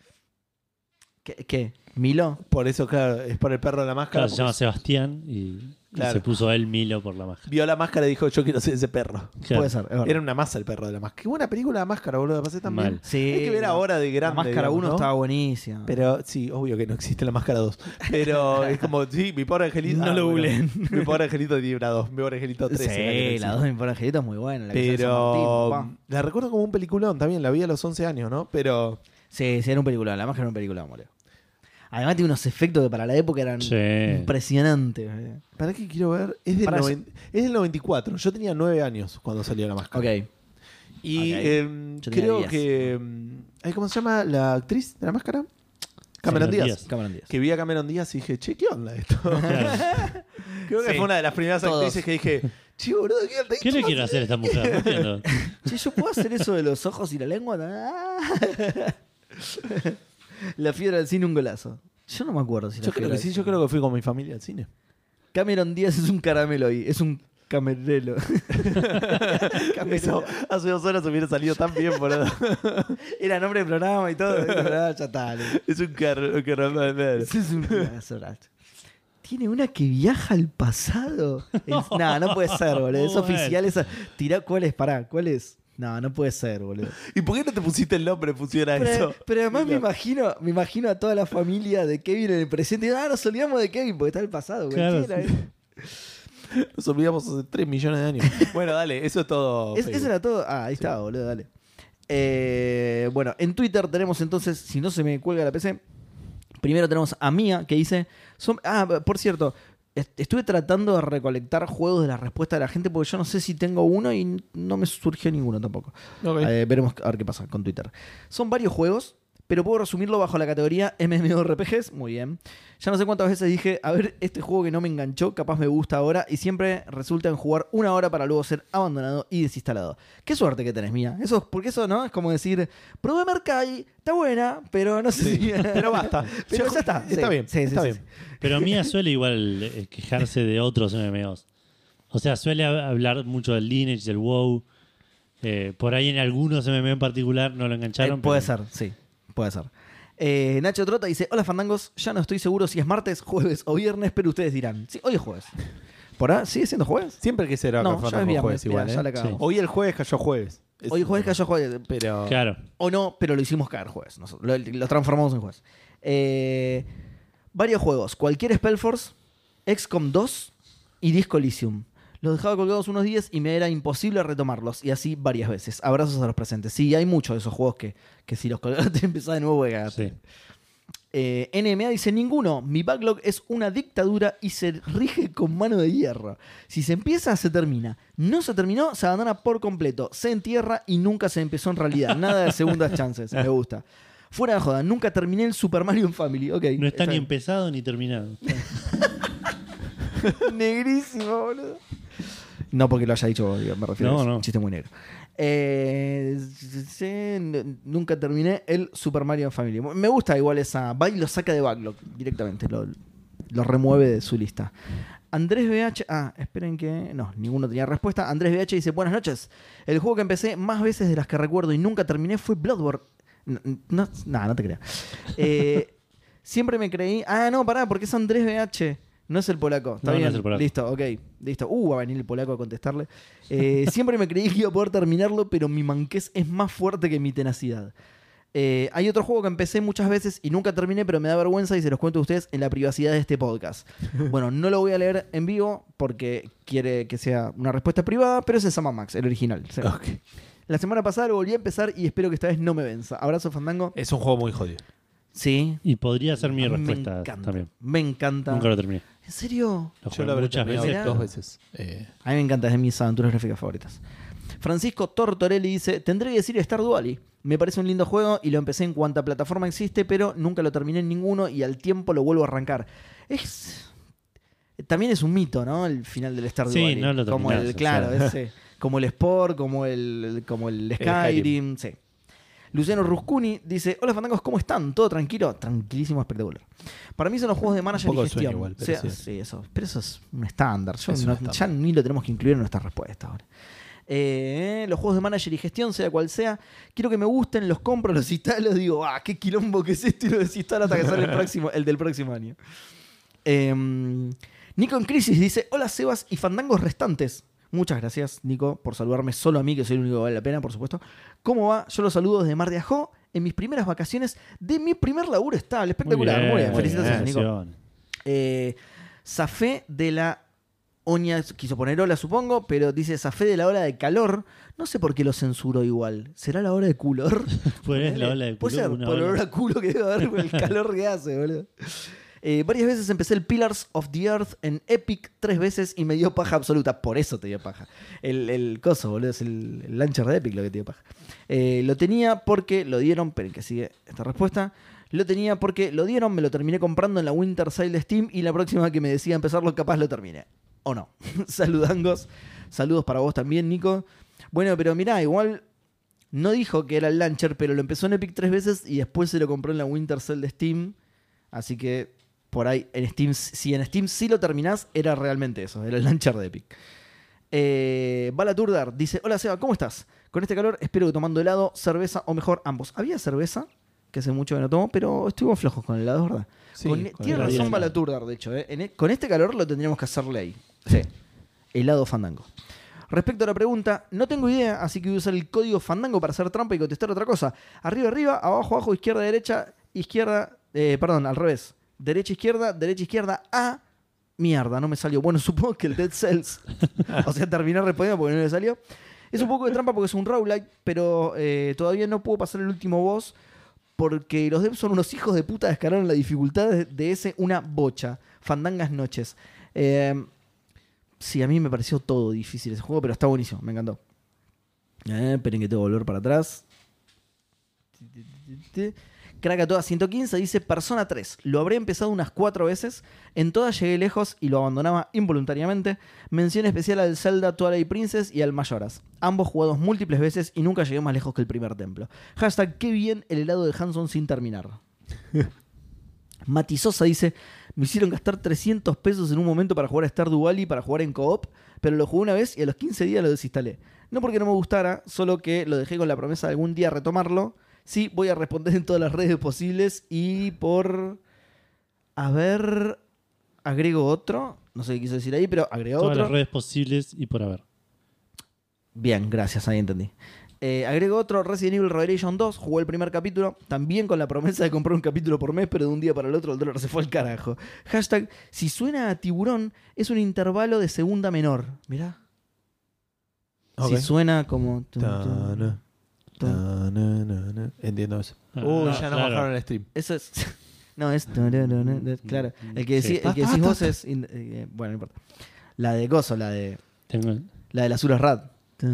¿Qué? qué? ¿Milo? Por eso, claro, es por el perro de la máscara. Claro, se llama porque Sebastián y, y Claro. se puso él Milo por la máscara. vio la máscara y dijo: yo quiero ser ese perro. Claro. Puede ser, es verdad. Era una masa el perro de la máscara. Qué buena película la máscara, boludo. La pasé tan bien. Mal. Sí, Hay que ver la- ahora de grande. La máscara digamos, uno ¿no? estaba buenísima. Pero sí, obvio que no existe la máscara dos. Pero es como, sí, mi pobre angelito. No lo bueno, googleen. Mi pobre angelito tiene una dos. Mi pobre angelito tres. Sí, la dos de mi pobre angelito es muy buena. La que sale San Pero Martín, papá. la recuerdo como un peliculón también. La vi a los once años, ¿no? Pero Sí, sí, era un película. La máscara era un película, boludo. Además tiene unos efectos que para la época eran Sí. impresionantes. boludo. ¿para qué quiero ver? Es del, Para- noven- es del noventa y cuatro. Yo tenía nueve años cuando salió la máscara. Ok. Y Ok. em, Yo tenía creo diez. que. em, ay, ¿cómo se llama la actriz de la máscara? Cameron Cameron Díaz. Díaz. Cameron Díaz. Que vi a Cameron Díaz y dije, che, ¿qué onda esto? Claro. Creo que Sí. fue una de las primeras Todos. actrices que dije, che, boludo, ¿qué onda? ¿Qué le quiere hacer a esta mujer? No entiendo. Che, ¿yo puedo hacer eso de los ojos y la lengua? Ah. La fiebre del cine, un golazo. Yo no me acuerdo si la Yo creo fiebre que del sí, cine. yo creo que fui con mi familia al cine. Cameron Díaz es un caramelo ahí. Es un camerelo. Eso, hace dos horas hubiera salido tan bien, boludo. Era nombre de programa y todo. Ah, ya está. le- Es un car- caramelo. Ese es un golazo, Nacho. Tiene una que viaja al pasado. El- No, no puede ser, boludo. Es Bueno. oficial esa. Tirá, ¿cuál es? Pará, ¿cuál es? No, no puede ser, boludo. ¿Y por qué no te pusiste el nombre? Pusiera Pero, eso. pero además me imagino, me imagino a toda la familia de Kevin en el presente. Ah, nos olvidamos de Kevin porque está en el pasado. güey. Claro, ¿Quién era sí. él? Nos olvidamos hace tres millones de años. Bueno, dale, eso es todo. Es- Facebook. eso era todo. Ah, ahí está, boludo, dale. Eh, bueno, en Twitter tenemos entonces, si no se me cuelga la P C, primero tenemos a Mía que dice. son- ah, por cierto, est- estuve tratando de recolectar juegos de la respuesta de la gente porque yo no sé si tengo uno y no me surgió ninguno tampoco. Ok. Eh, veremos a ver qué pasa con Twitter. Son varios juegos, pero puedo resumirlo bajo la categoría MMORPGs. Muy bien. Ya no sé cuántas veces dije, a ver, este juego que no me enganchó, capaz me gusta ahora, y siempre resulta en jugar una hora para luego ser abandonado y desinstalado. Qué suerte que tenés, Mía. Eso, porque eso, ¿no? Es como decir, probé Mercai, está buena, pero no sé Sí, si... pero basta. Pero Ya- ya está. Está Sí, bien, sí, sí, está sí, bien. sí. Pero Mía suele igual eh, quejarse de otros M M Os. O sea, suele hablar mucho del Lineage, del WoW. Eh, por ahí en algunos M M O en particular no lo engancharon. Eh, puede pero... ser, sí, puede ser. Eh, Nacho Trota dice: hola fandangos, ya no estoy seguro si es martes, jueves o viernes, pero ustedes dirán. Sí, hoy es jueves. ¿Por ahí? ¿Sigue siendo jueves? Siempre que será No, Café ya es Fandango viernes, jueves mirá, igual, ya ¿eh? la cagamos. Hoy el jueves cayó jueves. Es Hoy jueves cayó jueves. Pero... Claro. O no, pero lo hicimos caer jueves. Nosotros, lo, lo transformamos en jueves. Eh, varios juegos. Cualquier Spellforce, X COM dos y Disco Elysium. Los dejaba colgados unos días y me era imposible retomarlos. Y así varias veces. Abrazos a los presentes. Sí, hay muchos de esos juegos que, que si los colgaste empezás de nuevo a cagarte. Sí. Eh, N M A dice: ninguno. Mi backlog es una dictadura y se rige con mano de hierro. Si se empieza, se termina. No se terminó, se abandona por completo. Se entierra y nunca se empezó en realidad. Nada de segundas chances. Me gusta. Fuera de joda, nunca terminé el Super Mario Family. Okay, No está ni bien. empezado ni terminado. Negrísimo, boludo. No porque lo haya dicho, digo, me refiero No, a eso. no. Un chiste muy negro. Eh, sí, n- nunca terminé el Super Mario Family. Me gusta igual esa. Va y lo saca de backlog directamente. Lo, lo remueve de su lista. Andrés B H. Ah, esperen que. No, ninguno tenía respuesta. Andrés B H dice: buenas noches. El juego que empecé más veces de las que recuerdo y nunca terminé fue Bloodborne. No, no, nah, no te creas. Eh, siempre me creí. Ah, no, pará, porque es Andrés B H. No es el polaco. Está No, no bien. es el polaco. Listo, ok. Listo. Uh, va a venir el polaco a contestarle. Eh, siempre me creí que iba a poder terminarlo, pero mi manquez es más fuerte que mi tenacidad. Eh, hay otro juego que empecé muchas veces y nunca terminé, pero me da vergüenza y se los cuento a ustedes en la privacidad de este podcast. Bueno, no lo voy a leer en vivo porque quiere que sea una respuesta privada, pero ese es Sama Max, el original. Sí. Ok. La semana pasada lo volví a empezar y espero que esta vez no me venza. Abrazo, Fandango. Es un juego muy jodido. Sí. Y podría ser mi A mí respuesta me encanta. también. Me encanta. Nunca lo terminé. ¿En serio? Lo Yo jugué lo habré muchas terminado veces. Mirá. dos veces. Eh, A mí me encanta, es de mis aventuras gráficas favoritas. Francisco Tortorelli dice: tendré que decir Stardew Valley. Me parece un lindo juego y lo empecé en cuanta plataforma existe, pero nunca lo terminé en ninguno y al tiempo lo vuelvo a arrancar. Es... También es un mito, ¿no? El final del Stardew Sí, Valley. no lo como el, terminás, o claro, sea. ese, como el Sport, como el, como el Skyrim. Skyrim, sí. Luciano Ruscuni dice: hola fandangos, ¿cómo están? ¿Todo tranquilo? Tranquilísimo, espectacular. Para mí son los juegos de manager Un poco y de sueño gestión. igual, O pero sea, sí. sí, eso. Pero eso es un estándar. Yo Es un no- estándar. Ya ni lo tenemos que incluir en nuestra respuesta ahora. Eh, los juegos de manager y gestión, sea cual sea, quiero que me gusten, los compro, los instalo, digo, ah, qué quilombo que es esto y lo desinstalo hasta que sale el próximo, el del próximo año. Eh, Nico en Crisis dice: hola Sebas y fandangos restantes. Muchas gracias, Nico, por saludarme solo a mí, que soy el único que vale la pena, por supuesto. ¿Cómo va? Yo los saludo desde Mar de Ajó, en mis primeras vacaciones de mi primer laburo estable. Espectacular, muy bien, muy felicitaciones, bien, Nico. felicitaciones. Eh, Zafé de la Oña, quiso poner ola, supongo, pero dice Zafé de la ola de calor. No sé por qué lo censuró igual. ¿Será la ola de culor? Pues es la ola de Puede culo, ser, una por el ola. olor a culo que debe haber, por el calor que hace, boludo. Eh, varias veces empecé el Pillars of the Earth en Epic tres veces y me dio paja absoluta. Por eso te dio paja. El, el coso, boludo, es el, el launcher de Epic lo que te dio paja. Eh, lo tenía porque lo dieron, pero que sigue esta respuesta. Lo tenía porque lo dieron, me lo terminé comprando en la Winter Sale de Steam y la próxima que me decida empezarlo capaz lo terminé. ¿O no? Saludangos. Saludos para vos también, Nico. Bueno, pero mirá, igual no dijo que era el launcher, pero lo empezó en Epic tres veces y después se lo compró en la Winter Sale de Steam. Así que por ahí, en Steam, si en Steam sí lo terminás, era realmente eso, era el launcher de Epic. Eh, Balaturdar dice: hola Seba, ¿cómo estás? Con este calor espero que tomando helado, cerveza o mejor ambos. Había cerveza, que hace mucho que no tomo, pero estuvimos flojos con el helado, ¿verdad? Sí, Con- con tiene helado. razón Balaturdar, de hecho. ¿eh? En e- con este calor lo tendríamos que hacerle ahí. Sí. Helado Fandango. Respecto a la pregunta, no tengo idea, así que voy a usar el código Fandango para hacer trampa y contestar otra cosa. Arriba, arriba, abajo, abajo, izquierda, derecha, izquierda, eh, perdón, al revés. Derecha, izquierda, derecha, izquierda, A. Mierda, no me salió. Bueno, supongo que el Dead Cells. O sea, terminé respondiendo porque no me salió. Es un poco de trampa porque es un roguelike, pero eh, todavía no puedo pasar el último boss porque los devs son unos hijos de puta, descargaron la dificultad de, de ese una bocha. Fandangas noches. Eh, sí, a mí me pareció todo difícil ese juego, pero está buenísimo, me encantó. Eh, esperen que tengo que volver para atrás. Krakatoa ciento quince dice: Persona tres. Lo habré empezado unas cuatro veces. En todas llegué lejos y lo abandonaba involuntariamente. Mención especial al Zelda Twilight Princess y al Majora's. Ambos jugados múltiples veces y nunca llegué más lejos que el primer templo. Hashtag qué bien el helado de Hanson sin terminar. Matisosa dice: Me hicieron gastar trescientos pesos en un momento para jugar a Stardew Valley, para jugar en co-op, pero lo jugué una vez y a los quince días lo desinstalé. No porque no me gustara, solo que lo dejé con la promesa de algún día retomarlo. Sí, voy a responder en todas las redes posibles y por... A ver... Agrego otro. No sé qué quiso decir ahí, pero agrego Todas otro. las redes posibles y por haber. Bien, gracias, ahí entendí. Eh, agrego otro, Resident Evil Revelation dos, jugué el primer capítulo, también con la promesa de comprar un capítulo por mes, pero de un día para el otro el dólar se fue al carajo. Hashtag, si suena a tiburón, es un intervalo de segunda menor. Mirá. Ok. Si suena como... Ta-na, ta-na-na-na. Entiendo eso. Ah, Uy, no, ya nos claro. bajaron el stream. Eso es... No, es... Claro. El que, Sí. decí- el que decís vos es... eh, Bueno, no importa. La de Gozo, la de... Tengo... La de las Uras Rad. Sí,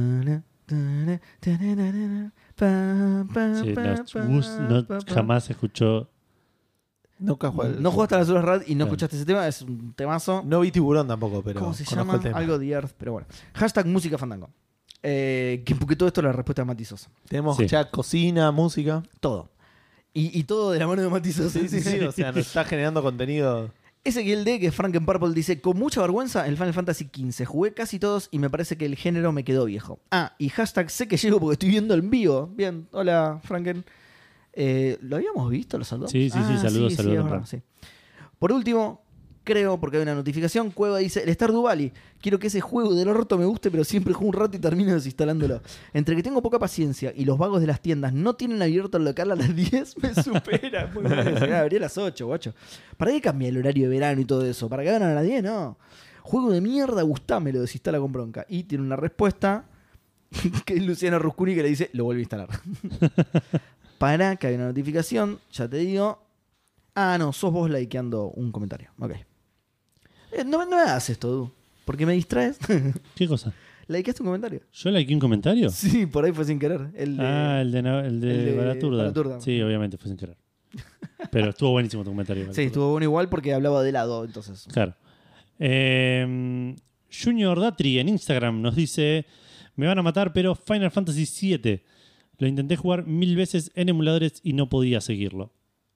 Sí, no, Gus no, jamás escuchó. Nunca jugué. al- No jugaste a las Uras Rad y no Claro. escuchaste ese tema, es un temazo. No vi Tiburón tampoco, pero ¿Cómo se conozco llama? el tema. Algo de Earth, pero bueno. Hashtag música fandango. Eh, que porque todo esto es la respuesta de Matizosa. Tenemos Sí. ya cocina, música. Todo. Y, y todo de la mano de Matizosa. Sí, sí, sí. O sea, nos está generando contenido. Ezequiel D, que es Franken Purple, dice: con mucha vergüenza, el Final Fantasy quince. Jugué casi todos y me parece que el género me quedó viejo. Ah, y hashtag sé que llego porque estoy viendo en vivo. Bien, hola, Franken. Eh, ¿Lo habíamos visto? ¿Lo saludamos? Sí, sí, sí, Ah, saludos, sí, saludos, es verdad, sí. Por último, creo, porque hay una notificación, Cueva dice: el Stardew Valley. Quiero que ese juego del orto me guste, pero siempre juego un rato y termino desinstalándolo. Entre que tengo poca paciencia y los vagos de las tiendas no tienen abierto el local a las diez, me supera. Muy mal. Se abría a las ocho, guacho. ¿Para qué cambia el horario de verano y todo eso? ¿Para que hagan a las diez? No. Juego de mierda, gustame, lo desinstala con bronca. Y tiene una respuesta que es Luciano Ruscuni que le dice: lo vuelve a instalar. Para que haya una notificación, ya te digo. Ah, no, sos vos likeando un comentario. Ok. Eh, no, no me hagas esto, Du. Porque me distraes. ¿Qué cosa? ¿Likeaste un comentario? ¿Yo likeé un comentario? Sí, por ahí fue sin querer. El de- Ah, el de, Na- el de, el de Baraturda. Baraturda. Sí, obviamente fue sin querer. Pero estuvo buenísimo tu comentario. Sí, Baraturda. estuvo bueno igual porque hablaba de lado, entonces. Claro. Eh, Junior Datri en Instagram nos dice: me van a matar, pero Final Fantasy siete. Lo intenté jugar mil veces en emuladores y no podía seguirlo.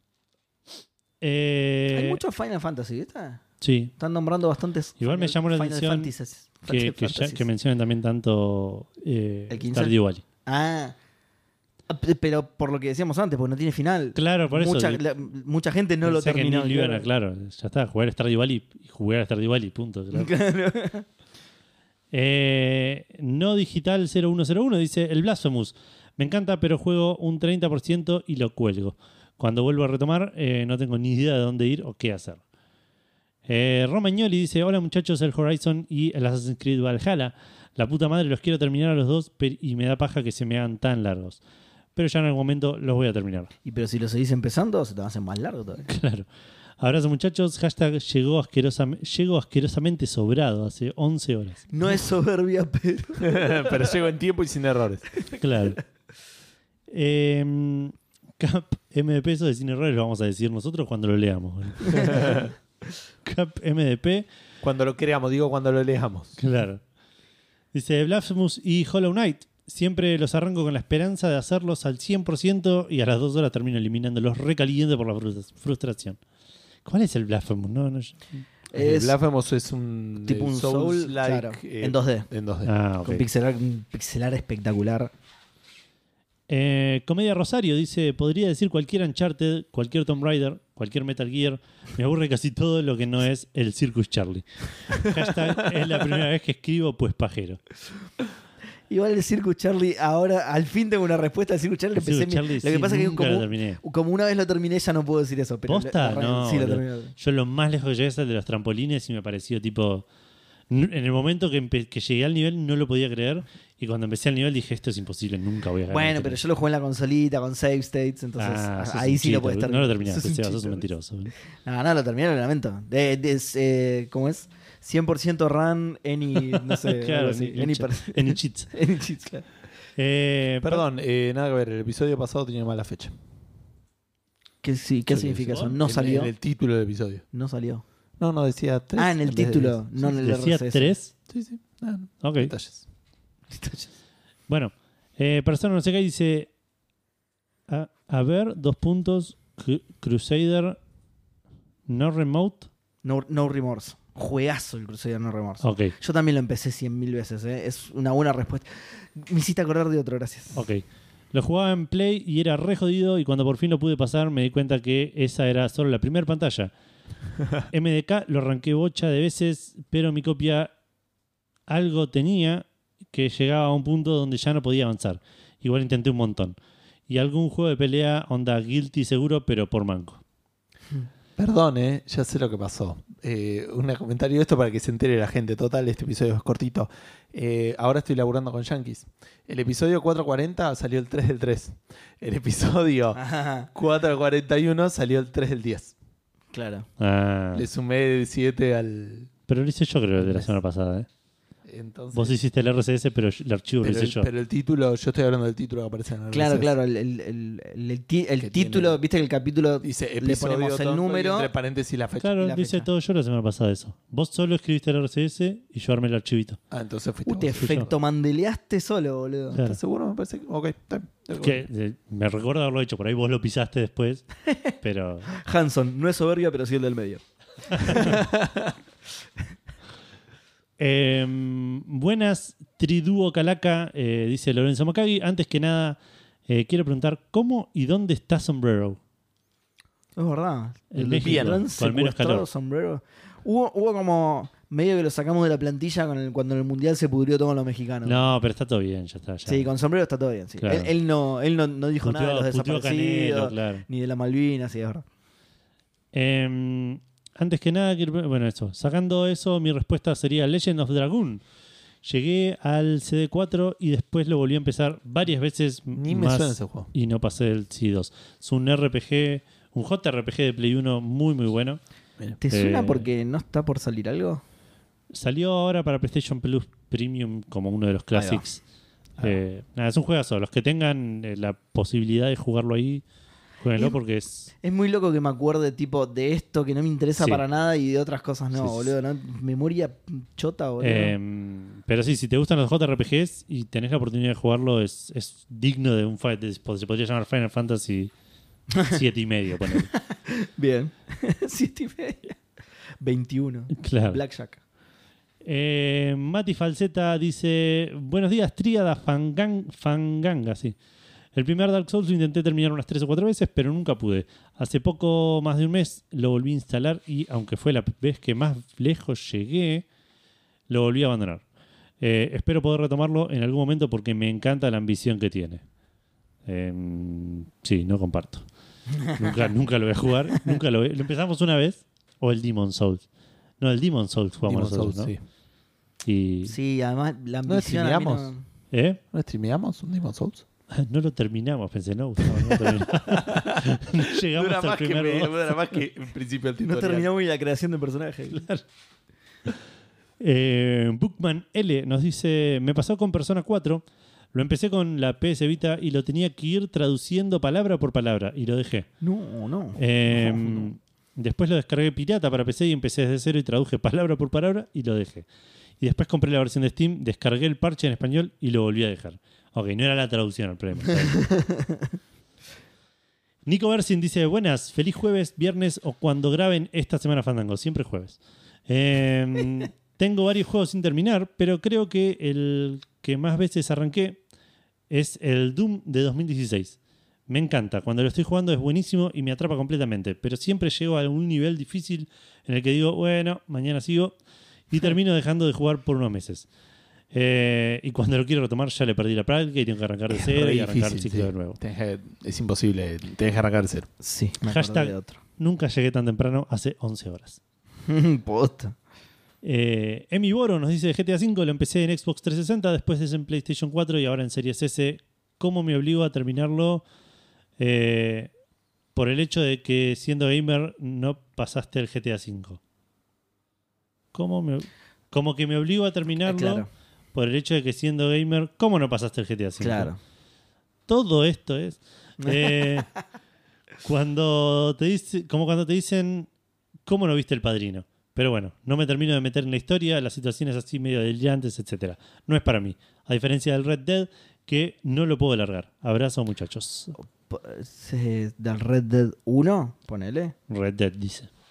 Eh, Hay muchos Final Fantasy, ¿viste? Sí. Están nombrando bastantes. Igual me Final- llamó la Final atención Fantasies. Que, Final que, ya- Fantasies. que mencionen también tanto eh, ¿El quince? Stardew Valley. Ah. P- Pero por lo que decíamos antes, porque no tiene final. Claro, por eso. mucha, digo, la- mucha gente no lo pensé que terminó. ni lo iban a- claro. claro, ya está. Jugar a Stardew Valley y jugar a Stardew Valley, punto. claro. Claro. Eh, no Digital cero uno cero uno dice: el Blasphemous. Me encanta, pero juego un treinta por ciento y lo cuelgo. Cuando vuelvo a retomar, eh, no tengo ni idea de dónde ir o qué hacer. Eh, Romagnoli dice: hola muchachos, el Horizon y el Assassin's Creed Valhalla. La puta madre, los quiero terminar a los dos per- y me da paja que se me hagan tan largos. Pero ya en algún momento los voy a terminar. Y pero si lo seguís empezando, se te va a hacer más largo todavía. Claro. Abrazo muchachos. Hashtag llegó, asquerosam- llegó asquerosamente sobrado hace once horas. No es soberbia, pero. Pero llego en tiempo y sin errores. Claro. Eh, Cap M D P, eso de sin errores lo vamos a decir nosotros cuando lo leamos. ¿vale? Cap M D P, Cuando lo creamos, digo cuando lo leamos. claro. Dice: Blasphemous y Hollow Knight. Siempre los arranco con la esperanza de hacerlos al cien por ciento y a las dos horas termino eliminándolos recaliente por la frus- frustración. ¿Cuál es el Blasphemous? No, no, yo- El Es Blasphemous es un tipo eh, un Soul, Souls-like, claro, eh, en dos D. En dos D. Ah, ok. Con pixelar, un pixelar espectacular. Eh, Comedia Rosario dice: podría decir cualquier Uncharted, cualquier Tomb Raider, cualquier Metal Gear. Me aburre casi todo lo que no es el Circus Charlie. Hashtag es la primera vez que escribo, pues pajero. Igual el Circus Charlie, ahora al fin tengo una respuesta al Circus Charlie. El Circus Empecé mi- Charlie, lo que sí, pasa es que nunca lo como, terminé. como una vez lo terminé, ya no puedo decir eso. Pero ¿Posta? lo- No, sí, lo boludo. terminé. Yo lo más lejos que llegué es el de los trampolines y me pareció tipo... n- En el momento que, empe- que llegué al nivel no lo podía creer y cuando empecé al nivel dije: esto es imposible, nunca voy a ganar. Bueno, este pero nivel". yo lo jugué en la consolita con save states, entonces Ah, sos ahí un sí lo cheater, puedes No terminar. lo terminaste, Sos un Seba, sos un cheater. mentiroso. boludo. No, no, lo terminé, lo lamento. De, de- es, eh, ¿Cómo es? cien por ciento run, any, no sé, Claro, algo así. ni- Any, ni per- En el cheats. any cheats, claro. Eh, Perdón, eh, nada que ver. El episodio pasado tenía mala fecha. ¿Qué, sí, ¿qué ¿Qué significa eso? hizo? No En- salió. En el título del episodio. No salió. No, no, decía tres. Ah, en el vez de título, diez. no en el ¿Decía R C S. tres? Sí, sí. Ah, no. Ok. Detalles. Bueno, eh, persona no sé qué dice: a, a ver, dos puntos, Cru- Crusader, no remote, No, no Remorse. Juegazo el Crusader No Remorse. Ok, Yo también lo empecé cien mil veces, ¿eh? Es una buena respuesta. Me hiciste acordar de otro, gracias. ok. Lo jugaba en Play y era re jodido y cuando por fin lo pude pasar me di cuenta que esa era solo la primera pantalla. M D K lo arranqué bocha de veces, pero mi copia algo tenía que llegaba a un punto donde ya no podía avanzar. Igual intenté un montón. Y algún juego de pelea onda Guilty seguro, pero por manco. Perdón, eh, ya sé lo que pasó. Eh, un comentario de esto para que se entere la gente. Total, este episodio es cortito. Eh, ahora estoy laburando con Yankees. El episodio cuatrocientos cuarenta salió el tres del tres. El episodio Ajá, cuatrocientos cuarenta y uno salió el tres del diez. claro. Ah, Le sumé siete al... pero lo hice yo creo de la semana pasada. ¿eh? Entonces, Vos hiciste el R C S, pero el archivo pero, lo hice el, yo. pero el título, yo estoy hablando del título que aparece en el Claro, R C S. claro. El, el, el, el, el ti- el Que título, tiene- viste que el capítulo Dice le episodio ponemos el tonto y número. entre paréntesis la fecha. Claro, y la lo hice fecha. todo yo la semana pasada eso. Vos solo escribiste el R C S y yo armé el archivito. Ah, entonces fuiste Uh, te vos. fui yo. efecto mandeleaste solo, boludo. Claro. ¿Estás seguro? Me parece que... Ok, está bien. Es que eh, me recuerdo haberlo hecho, por ahí vos lo pisaste después, pero... Hanson, no es soberbia, pero sí el del medio. Eh, buenas, Triduo Calaca, eh, dice Lorenzo Macagui. Antes que nada, eh, quiero preguntar, ¿cómo y dónde está Sombrero? Es verdad. En México, gran con menos secuestrado calor. Sombrero. Hubo, hubo como medio que lo sacamos de la plantilla con el, cuando en el mundial se pudrió todo con los mexicanos. No, pero está todo bien, ya está. Ya. Sí, con Sombrero está todo bien. Sí. Claro. Él, él no, él no, no dijo Puteó- nada de los puteó a desaparecidos, Canelo, claro. ni de la Malvinas, sí, es verdad. Eh, antes que nada, quiero- bueno, eso. Sacando eso, mi respuesta sería Legend of Dragoon. Llegué al C D cuatro y después lo volví a empezar varias veces Ni me más suena ese juego. y no pasé del C dos. Es un R P G, un J R P G de Play uno muy muy bueno. ¿Te suena Eh, porque no está por salir algo? Salió ahora para PlayStation Plus Premium como uno de los classics. Eh, nada, es un juegazo. Los que tengan eh, la posibilidad de jugarlo ahí, jueguenlo Es- porque es... Es muy loco que me acuerde tipo de esto que no me interesa Sí. para nada y de otras cosas no, Sí, sí. boludo. ¿no? Memoria chota, boludo. Eh, pero sí, si te gustan los J R P Gs y tenés la oportunidad de jugarlo, es, es digno de un fight. de- Se podría llamar Final Fantasy siete y medio, ponele. Bien. Siete y media. veintiuno. Claro. Blackjack. Eh, Mati Falseta dice: Buenos días, Tríada Fangang, Fanganga, sí. El primer Dark Souls lo intenté terminar unas tres o cuatro veces, pero nunca pude. Hace poco más de un mes lo volví a instalar y, aunque fue la vez que más lejos llegué, lo volví a abandonar. Eh, espero poder retomarlo en algún momento porque me encanta la ambición que tiene. Eh, sí, no comparto. nunca, nunca lo voy a jugar. Nunca lo, voy- lo empezamos una vez. O el Demon Souls. No, el Demon Souls jugamos Demon nosotros, Souls, ¿no? sí. Y, Sí, además la ¿No ambición a mí streameamos? no- ¿Eh? ¿No streameamos un Demon Souls? No lo terminamos, pensé, no, Gustavo, no terminamos. No llegamos Dura al más, que, primer me- boss. dura más que en principio el No tutorial. terminamos ni la creación de personaje. Eh, Bookman L nos dice: Me pasó con Persona cuatro. Lo empecé con la P S Vita y lo tenía que ir traduciendo palabra por palabra y lo dejé. No, no. Eh, No, no. Después lo descargué pirata para P C y empecé desde cero y traduje palabra por palabra y lo dejé. Y después compré la versión de Steam, descargué el parche en español y lo volví a dejar. Ok, no era la traducción el problema. Nico Bersin dice: Buenas, feliz jueves, viernes o cuando graben esta semana Fandango. Siempre jueves. Eh, tengo varios juegos sin terminar, pero creo que el que más veces arranqué es el Doom de dos mil dieciséis. Me encanta. Cuando lo estoy jugando es buenísimo y me atrapa completamente. Pero siempre llego a algún nivel difícil en el que digo, bueno, mañana sigo. Y termino dejando de jugar por unos meses. Eh, y cuando lo quiero retomar ya le perdí la práctica y tengo que arrancar de Es cero re y arrancar el difícil, ciclo sí. de nuevo. Tenés que- es imposible. Tenés que arrancar de cero. Sí, me acordé Hashtag de otro. nunca llegué tan temprano, hace once horas. Posta. Eh, Emi Boro nos dice: G T A cinco lo empecé en Xbox trescientos sesenta, después es en PlayStation cuatro y ahora en Series S. ¿Cómo me obligo a terminarlo? Eh, por el hecho de que siendo gamer no pasaste el G T A cinco. ¿Cómo me, como que me obligo a terminarlo Claro, por el hecho de que siendo gamer, ¿cómo no pasaste el G T A cinco? claro. Todo esto es eh, cuando te dice, como cuando te dicen ¿cómo no viste El Padrino? Pero bueno, no me termino de meter en la historia, las situaciones así medio delirantes, etcétera. No es para mí. A diferencia del Red Dead, que no lo puedo largar. Abrazo, muchachos. Po- eh, ¿Del Red Dead uno? Ponele. Red Dead dice.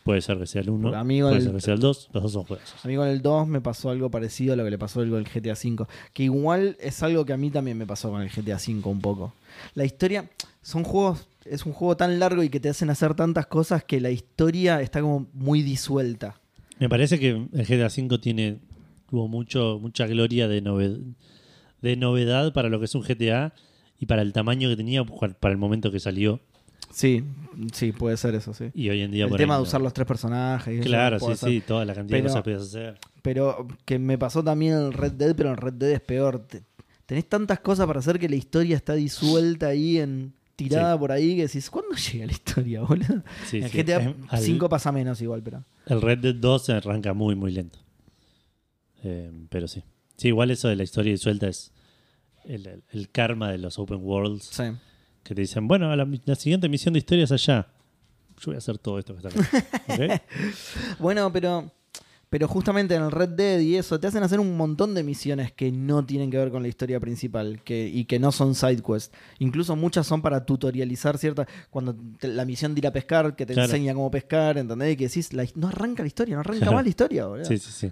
Puede ser que sea el uno, Porque a mí puede el- ser que sea el dos. Los dos son juegos. A mí con el dos me pasó algo parecido a lo que le pasó con el G T A cinco. Que igual es algo que a mí también me pasó con el G T A cinco un poco. La historia, son juegos, es un juego tan largo y que te hacen hacer tantas cosas que la historia está como muy disuelta. Me parece que el G T A cinco tiene tuvo mucho mucha gloria de, noved- de novedad para lo que es un G T A y para el tamaño que tenía para el momento que salió. Sí, sí, puede ser eso, sí. Y hoy en día El por tema ahí de no. usar los tres personajes. y eso Claro, puede sí, ser. sí, toda la cantidad Pero- de cosas que podías hacer. Pero que me pasó también en Red Dead, pero en Red Dead es peor. Te- tenés tantas cosas para hacer que la historia está disuelta ahí, en tirada Sí. por ahí, que decís, ¿cuándo llega la historia, boludo? Sí, en sí. G T A Es- al- cinco pasa menos igual, pero... El Red Dead dos se arranca muy, muy lento. Eh, pero sí. Sí, igual eso de la historia disuelta es el, el- el karma de los open worlds. Sí. Que te dicen, bueno, la, la siguiente misión de historia es allá. Yo voy a hacer todo esto que está acá. ¿Ok? Bueno, pero, pero justamente en el Red Dead y eso, te hacen hacer un montón de misiones que no tienen que ver con la historia principal que, y que no son side quest. Incluso muchas son para tutorializar ciertas. Cuando te- la misión de ir a pescar, que te Claro. enseña cómo pescar, ¿entendés? Y que decís, la- no arranca la historia, no arranca Claro. más la historia, boludo. Sí, sí, sí.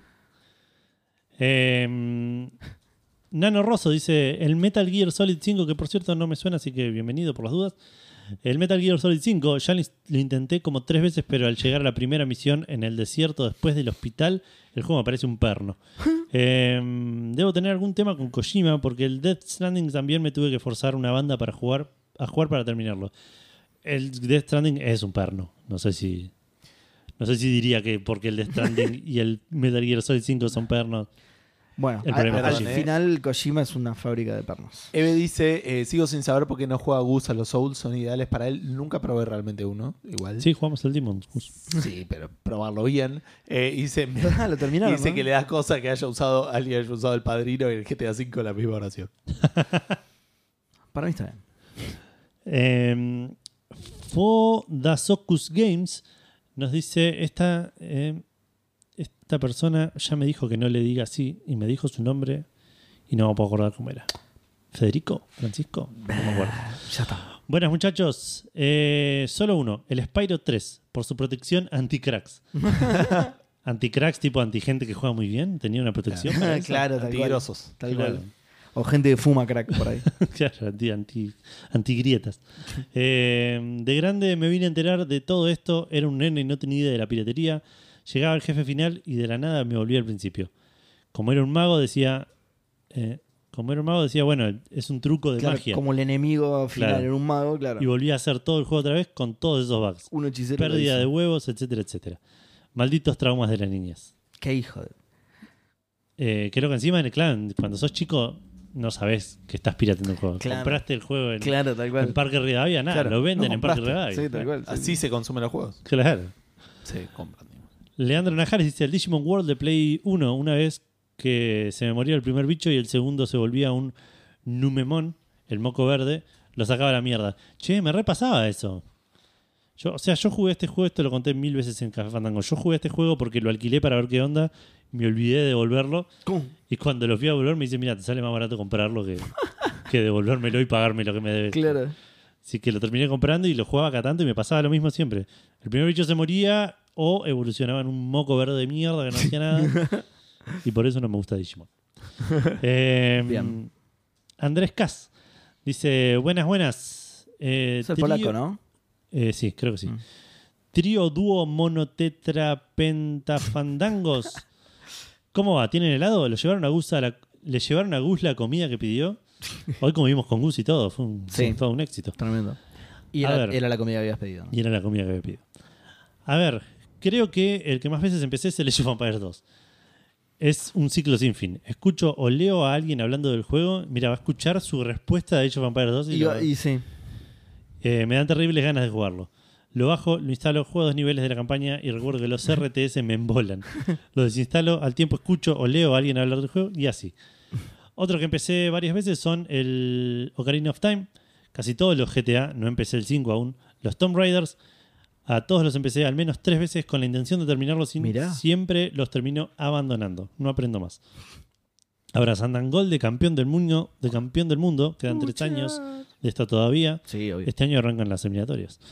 Eh, Nano Rosso dice, el Metal Gear Solid cinco, que por cierto no me suena, así que bienvenido por las dudas. El Metal Gear Solid cinco, ya lo lo intenté como tres veces, pero al llegar a la primera misión en el desierto después del hospital, el juego me parece un perno. Eh, debo tener algún tema con Kojima, porque el Death Stranding también me tuve que forzar una banda para jugar, a jugar para terminarlo. El Death Stranding es un perno. No sé si... No sé si diría que porque el Death Stranding y el Metal Gear Solid cinco son pernos. Bueno, El al, problema al es Kojima. final Kojima es una fábrica de pernos. Eve dice, eh, sigo sin saber por qué no juega Gus a los Souls, son ideales para él. Nunca probé realmente uno, igual. Sí, jugamos el Demon's Souls. Sí, pero probarlo bien. Eh, y dice, Ah, lo terminaron, dice ¿no? que le da cosa que haya usado, alguien haya usado el Padrino y el G T A cinco en la misma oración. Para mí está bien. Eh, Fodasocus Games nos dice, esta, eh, esta persona ya me dijo que no le diga así y me dijo su nombre y no me puedo acordar cómo era. ¿Federico? ¿Francisco? No me acuerdo. Ya está. Buenas muchachos, eh, solo uno, el Spyro tres, por su protección anti-cracks. Anti-cracks tipo anti-gente que juega muy bien, tenía una protección. para eso? Claro, tal cual. Antigrosos. Tal Claro. cual. O gente que fuma crack por ahí. Claro, anti, anti, antigrietas. Eh, de grande me vine a enterar de todo esto. Era un nene y no tenía idea de la piratería. Llegaba al jefe final y de la nada me volví al principio. Como era un mago, decía. eh, como era un mago, decía, bueno, es un truco de Claro, magia. como el enemigo final Claro. era un mago, claro. Y volví a hacer todo el juego otra vez con todos esos bugs. Un hechicero. lo Pérdida hizo. de huevos, etcétera, etcétera. Malditos traumas de la niñez. Qué hijo de... Eh, creo que encima en el clan, cuando sos chico, no sabés que estás pirateando el juego. Claro. Compraste el juego en, Claro, tal en cual. Parque Rivadavia, nada, Claro, lo venden no en Parque compraste. Rivadavia. Sí, tal cual. sí. Así se consumen los juegos. Claro. Se compran. Leandro Najares dice: el Digimon World de Play uno, una vez que se me moría el primer bicho y el segundo se volvía un Numemon, el moco verde, lo sacaba a la mierda. Che, me repasaba eso. Yo, o sea, yo jugué este juego, esto lo conté mil veces en Café Fandango. Yo jugué este juego porque lo alquilé para ver qué onda, me olvidé de devolverlo. ¿Cómo? Y cuando lo fui a devolver me dice: mira, te sale más barato comprarlo que, que devolvérmelo y pagarme lo que me debes. Claro. Así que lo terminé comprando y lo jugaba acá tanto y me pasaba lo mismo siempre. El primer bicho se moría o evolucionaba en un moco verde de mierda que no hacía nada. Y por eso no me gusta Digimon. Eh, Bien. Andrés Cas dice: buenas, buenas. Eh, Es el trío- polaco, ¿no? Eh, sí, creo que sí. Mm. Trío, dúo, mono, tetra, pentafandangos. ¿Cómo va? ¿Tienen helado? ¿Lo llevaron a Gus a la- ¿Le llevaron a Gus la comida que pidió? Hoy comimos con Gus y todo. Fue un, Sí. fue todo un éxito. Tremendo. Y A era, ver. era la comida que habías pedido. ¿no? Y era la comida que había pedido. A ver, creo que el que más veces empecé es el Age of Empires dos. Es un ciclo sin fin. Escucho o leo a alguien hablando del juego. Mira, va a escuchar su respuesta de Age of Empires dos y, Y, lo- y sí. eh, me dan terribles ganas de jugarlo. Lo bajo, lo instalo, juego dos niveles de la campaña y recuerdo que los R T S me embolan. Lo desinstalo, al tiempo escucho o leo a alguien hablar del juego y así. Otro que empecé varias veces son el Ocarina of Time. Casi todos los G T A, no empecé el cinco aún. Los Tomb Raiders, a todos los empecé al menos tres veces con la intención de terminarlos y Mirá. siempre los termino abandonando. No aprendo más. Ahora, Sandangol de campeón del mundo, de campeón del mundo, quedan tres años de esto todavía. Sí, obvio. Este año arrancan las eliminatorias.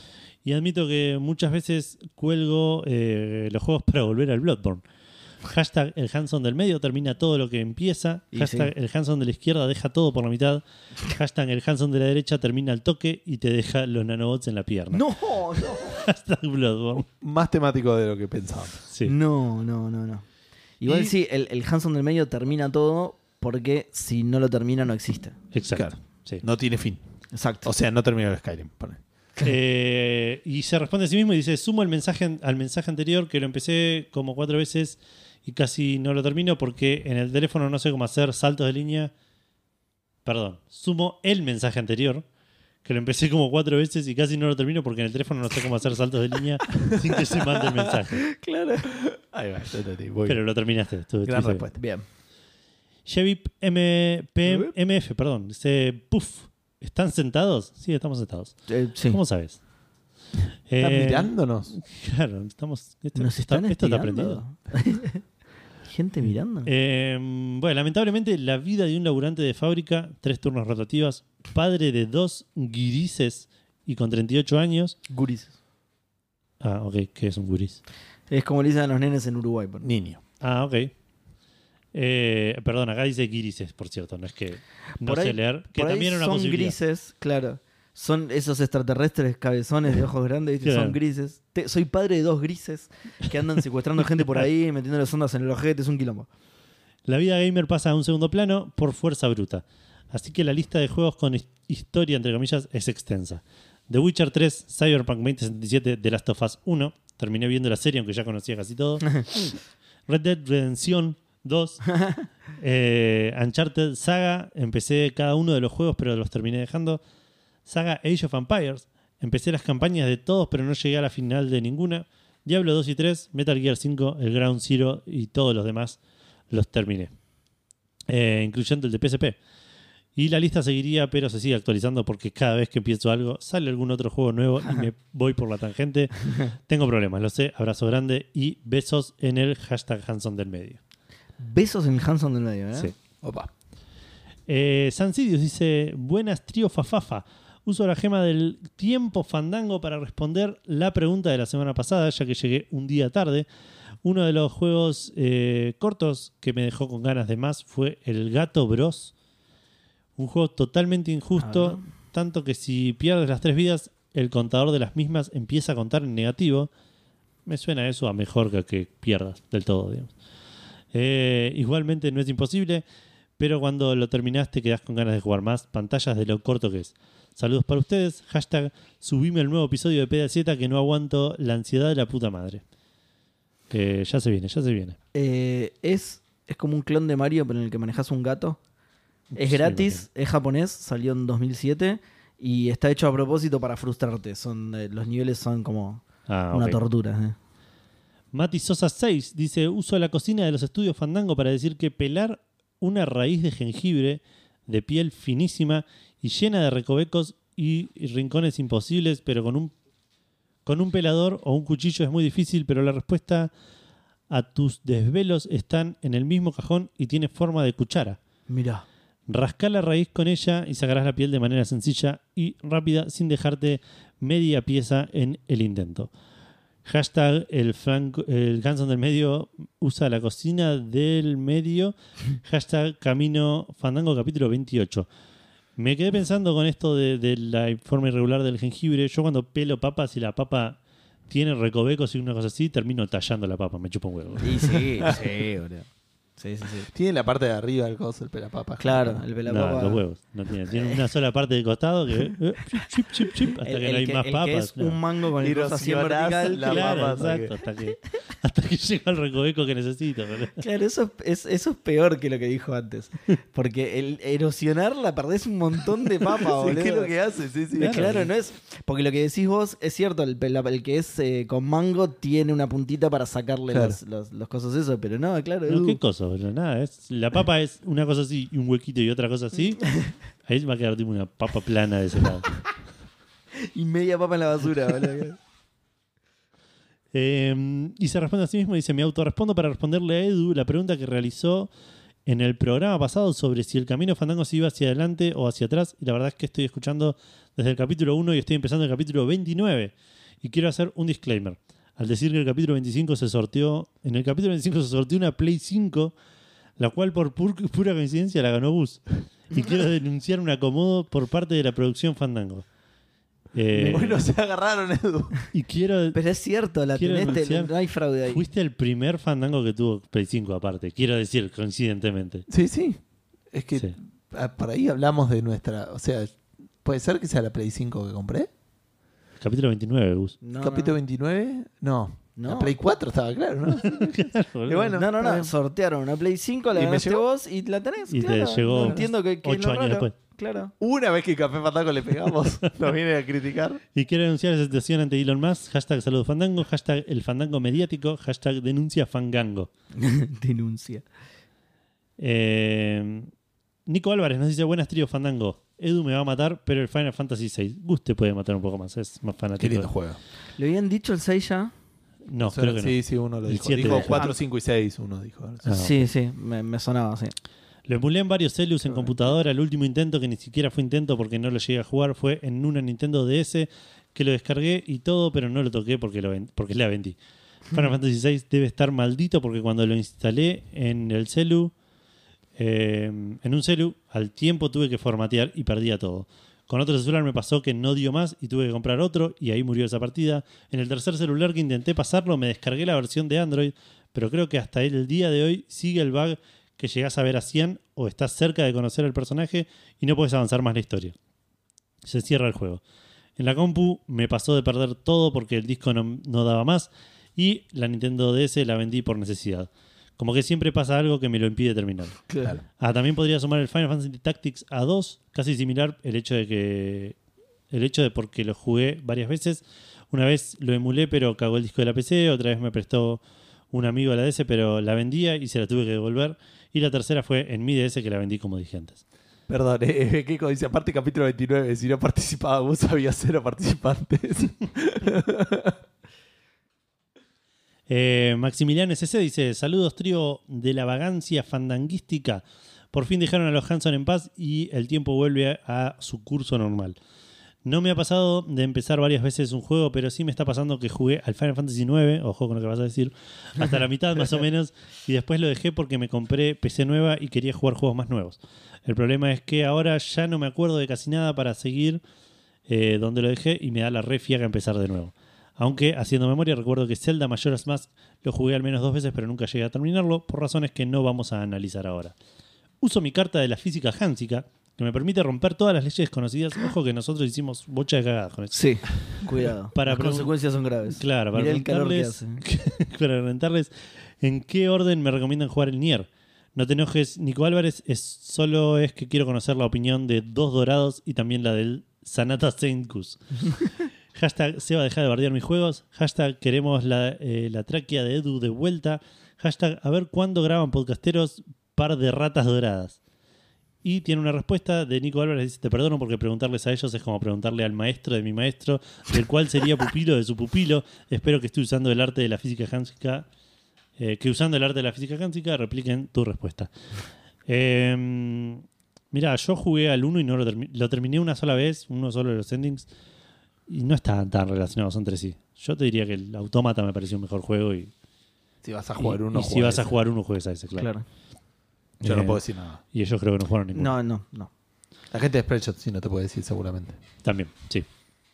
Y admito que muchas veces cuelgo eh, los juegos para volver al Bloodborne. Hashtag el Hanson del medio termina todo lo que empieza. Y Hashtag sí. el Hanson de la izquierda deja todo por la mitad. Hashtag el Hanson de la derecha termina al toque y te deja los nanobots en la pierna. No, no. Hashtag Bloodborne. Más temático de lo que pensábamos. Sí. No, no, no, no. Igual Y- sí, el, el Hanson del medio termina todo porque si no lo termina no existe. Exacto. Claro. Sí. No tiene fin. Exacto. O sea, no terminó el Skyrim. pone. Eh, y se responde a sí mismo y dice: sumo el mensaje al mensaje anterior que lo empecé como cuatro veces y casi no lo termino porque en el teléfono no sé cómo hacer saltos de línea. Perdón, sumo el mensaje anterior que lo empecé como cuatro veces y casi no lo termino porque en el teléfono no sé cómo hacer saltos de línea sin que se mande el mensaje. Claro. Ahí va, ya entendí. Muy Pero bien. lo terminaste. Estuvo- Gran estuviste bien. respuesta. Bien. Chevy M P M F, perdón, dice: Puf, ¿están sentados? Sí, estamos sentados. Eh, sí. ¿Cómo sabes? ¿Están Eh, mirándonos? Claro, estamos. Esto, ¿Nos está- están esto está espiando? prendido. ¿Gente mirando? Eh, bueno, lamentablemente, la vida de un laburante de fábrica, tres turnos rotativas, padre de dos guirises y con treinta y ocho años. Guris. Ah, ok, ¿qué es un guris? Es como le dicen a los nenes en Uruguay. por- Niño. Ah, ok. Eh, perdón, acá dice guirises, por cierto, no es que no Por sé ahí- leer, que por ahí también era una son posibilidad. grises, claro. Son esos extraterrestres cabezones de ojos grandes, ¿viste? Claro. Son grises. Te- soy padre de dos grises que andan secuestrando gente por ahí, metiéndole ondas en el ojete, es un quilombo. La vida gamer pasa a un segundo plano por fuerza bruta. Así que la lista de juegos con his- historia, entre comillas, es extensa. The Witcher tres, Cyberpunk veinte setenta y siete, The Last of Us uno. Terminé viendo la serie, aunque ya conocía casi todo. Red Dead Redemption dos. eh, Uncharted Saga. Empecé cada uno de los juegos, pero los terminé dejando. Saga Age of Empires. Empecé las campañas de todos, pero no llegué a la final de ninguna. Diablo dos y tres, Metal Gear cinco, el Ground Zero y todos los demás los terminé. Eh, incluyendo el de P S P. Y la lista seguiría, pero se sigue actualizando porque cada vez que empiezo algo sale algún otro juego nuevo y me voy por la tangente. Tengo problemas, lo sé. Abrazo grande y besos en el hashtag Hanson del medio. Besos en Hanson del medio, ¿eh? Sí. Opa. Eh, Sansidius dice: buenas trío fafafa. Uso la gema del tiempo fandango para responder la pregunta de la semana pasada, ya que llegué un día tarde. Uno de los juegos eh, cortos que me dejó con ganas de más fue el Gato Bros. Un juego totalmente injusto, A ver. tanto que si pierdes las tres vidas, el contador de las mismas empieza a contar en negativo. Me suena eso a mejor que que pierdas del todo, digamos. Eh, igualmente no es imposible, pero cuando lo terminás te quedás con ganas de jugar más. Pantallas de lo corto que es. Saludos para ustedes. Hashtag subime el nuevo episodio de P D Z que no aguanto la ansiedad de la puta madre. Que ya se viene, ya se viene. Eh, es, es como un clon de Mario, pero en el que manejas un gato. Es Sí, gratis, es japonés, salió en dos mil siete y está hecho a propósito para frustrarte. Son, eh, los niveles son como Ah, una ok. tortura. eh. Mati Sosa seis dice: uso la cocina de los estudios Fandango para decir que pelar una raíz de jengibre de piel finísima y llena de recovecos y rincones imposibles, pero con un, con un pelador o un cuchillo es muy difícil, pero la respuesta a tus desvelos están en el mismo cajón y tiene forma de cuchara. Mirá. Rascá la raíz con ella y sacarás la piel de manera sencilla y rápida sin dejarte media pieza en el intento. Hashtag el, Franco, el Hanson del medio usa la cocina del medio. Hashtag Camino Fandango capítulo veintiocho. Me quedé pensando con esto de, de la forma irregular del jengibre. Yo cuando pelo papas y la papa tiene recovecos y una cosa así, termino tallando la papa. Me chupa un huevo. Y sí, sí, boludo. Sí, sí, sí. Tiene la parte de arriba del coso, el pelapapas. Claro, el No, pelapapa. los huevos. No tiene. Tiene una sola parte de costado que eh, chip, chip, chip, hasta El, que el no hay que, más el papas. que es no. un mango con el coso así en Erosionás vertical. la claro. Claro, papa, exacto. Hasta que, hasta que llega el recoveco que necesito. boludo. Claro, eso es, eso es peor que lo que dijo antes. Porque el erosionar la perdés un montón de papa, boludo. ¿Qué es lo que hace? Sí, sí. Claro, Claro. no es. Porque lo que decís vos es cierto, el, el- el que es eh, con mango tiene una puntita para sacarle Claro. los, los, los cosas eso, pero no, claro. No, uh, ¿qué cosa? boludo? Nada, es, la papa es una cosa así y un huequito y otra cosa así. Ahí va a quedar tipo una papa plana de ese lado. y media papa en la basura, boludo. Eh, y se responde a sí mismo y dice: me autorrespondo para responderle a Edu la pregunta que realizó en el programa pasado sobre si el camino fandango se iba hacia adelante o hacia atrás. Y la verdad es que estoy escuchando desde el capítulo uno y estoy empezando el capítulo veintinueve. Y quiero hacer un disclaimer. Al decir que el capítulo veinticinco se sorteó, en el capítulo veinticinco se sorteó una Play cinco, la cual por pur- pura coincidencia la ganó Gus. Y quiero denunciar un acomodo por parte de la producción Fandango. Eh, Bueno, se agarraron, Edu. y quiero... Pero es cierto, la Quiero tenés, te- denunciar- no hay fraude ahí. Fuiste el primer Fandango que tuvo Play cinco aparte. Quiero decir, coincidentemente. Sí, sí. Es que Sí. ah, por ahí hablamos de nuestra... O sea, ¿puede ser que sea la Play cinco que compré? Capítulo veintinueve, Gus. No, ¿Capítulo no. veintinueve? No. No. La Play cuatro estaba claro, ¿no? Y bueno, No, no, está no. bien. Sortearon una Play cinco, la ¿Y me ganaste llegó? vos y la tenés. Y te claro. llegó No entiendo que, que es ocho lo años raro. después. Claro. Una vez que Café Fandango le pegamos, nos viene a criticar. Y quiero denunciar esa situación ante Elon Musk. Hashtag saludos Fandango. Hashtag el Fandango mediático. Hashtag denuncia Fangango. Denuncia. Eh, Nico Álvarez nos dice: buenas trío Fandango. Edu me va a matar, pero el Final Fantasy seis. Gus te puede matar un poco más. Es más Qué fanático. lindo juego. ¿Le habían dicho el seis ya? No, Eso creo era- que no. sí, sí, uno lo El dijo. siete Dijo de- cuatro, cinco y seis, uno dijo. Ah, sí, sí, me, me sonaba, sí. Lo emulé en varios celus en computadora. El último intento, que ni siquiera fue intento porque no lo llegué a jugar, fue en una Nintendo D S que lo descargué y todo, pero no lo toqué porque, lo ven- porque la vendí. Final Fantasy seis debe estar maldito porque cuando lo instalé en el celu, eh, en un celu, al tiempo tuve que formatear y perdía todo. Con otro celular me pasó que no dio más y tuve que comprar otro y ahí murió esa partida. En el tercer celular que intenté pasarlo me descargué la versión de Android, pero creo que hasta el día de hoy sigue el bug que llegás a ver a cien o estás cerca de conocer al personaje y no puedes avanzar más la historia. Se cierra el juego. En la compu me pasó de perder todo porque el disco no, no daba más y la Nintendo D S la vendí por necesidad. Como que siempre pasa algo que me lo impide terminar. Claro. Ah, también podría sumar el Final Fantasy Tactics A dos, casi similar el hecho de que el hecho de porque lo jugué varias veces. Una vez lo emulé pero cagó el disco de la P C, otra vez me prestó un amigo a la D S pero la vendía y se la tuve que devolver. Y la tercera fue en mi D S que la vendí como dije antes. Perdón, eh, eh, Keiko dice, aparte capítulo veintinueve, si no participaba vos había cero participantes. Eh, Maximiliano S C dice: saludos trío de la vagancia fandanguística. Por fin dejaron a los Hanson en paz y el tiempo vuelve a, a su curso normal. No me ha pasado de empezar varias veces un juego, pero sí me está pasando que jugué al Final Fantasy nueve, ojo con lo que vas a decir, hasta la mitad más o menos, y después lo dejé porque me compré P C nueva y quería jugar juegos más nuevos. El problema es que ahora ya no me acuerdo de casi nada para seguir eh, donde lo dejé y me da la re fiaca empezar de nuevo. Aunque, haciendo memoria, recuerdo que Zelda Majora's Mask lo jugué al menos dos veces, pero nunca llegué a terminarlo, por razones que no vamos a analizar ahora. Uso mi carta de la física Hansica, que me permite romper todas las leyes desconocidas. Ojo que nosotros hicimos bocha de cagadas con eso. Sí, cuidado. Para Las pregun- consecuencias son graves. Claro, para Mirá el calor que preguntarles, hace. para preguntarles en qué orden me recomiendan jugar el Nier. No te enojes, Nico Álvarez, es, solo es que quiero conocer la opinión de dos dorados y también la del Sanata Senkus. Hashtag Seba, deja de bardear mis juegos. Hashtag queremos la, eh, la tráquea de Edu de vuelta. Hashtag a ver cuándo graban podcasteros par de ratas doradas. Y tiene una respuesta de Nico Álvarez. Dice: te perdono porque preguntarles a ellos es como preguntarle al maestro de mi maestro, del cual sería pupilo de su pupilo. Espero que esté usando el arte de la física Hansica. Eh, que usando el arte de la física Hansica repliquen tu respuesta. Eh, Mira, yo jugué al uno y no lo, termi- lo terminé una sola vez, uno solo de los endings. Y no estaban tan relacionados entre sí. Yo te diría que el Autómata me pareció un mejor juego. Y, Si vas a jugar y- uno, y si juega vas a ese. jugar uno, juegues a ese, claro. Claro. Yo Eh, no puedo decir nada. Y ellos creo que no jugaron ninguno. No, no, no. La gente de Spreadshot sí no te puede decir seguramente. También, sí.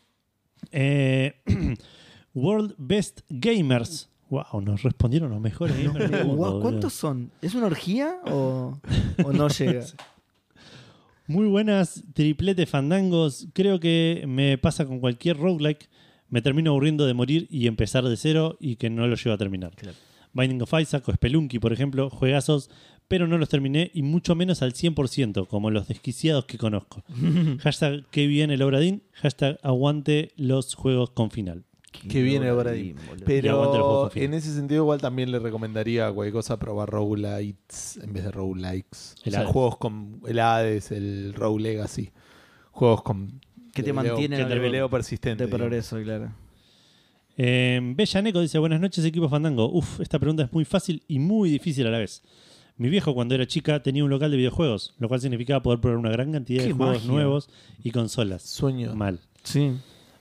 Eh, World Best Gamers. Wow, nos respondieron los mejores gamers del mundo, Guau, boludo. ¿cuántos son? ¿Es una orgía o, o no llega? Muy buenas, triplete fandangos. Creo que me pasa con cualquier roguelike. Me termino aburriendo de morir y empezar de cero y que no lo llevo a terminar. Claro. Binding of Isaac o Spelunky, por ejemplo, juegazos, pero no los terminé y mucho menos al cien por ciento, como los desquiciados que conozco. Hashtag que bien el Obradín. Hashtag aguante los juegos con final. Que viene ahora ahí. Y aguante los juegos Pero con final. en ese sentido igual también le recomendaría a cualquier cosa probar roguelites en vez de roguelikes. El O sea, Hades. juegos con el Hades, el Rogue Legacy. Juegos con Que te leveleo- mantienen que algo leveleo persistente. De digamos. progreso, claro. Eh, Bella Neco dice: buenas noches, equipo Fandango. Uf, esta pregunta es muy fácil y muy difícil a la vez. Mi viejo, cuando era chica, tenía un local de videojuegos, lo cual significaba poder probar una gran cantidad de ¡Qué juegos magia! nuevos y consolas. Sueño. Mal. Sí.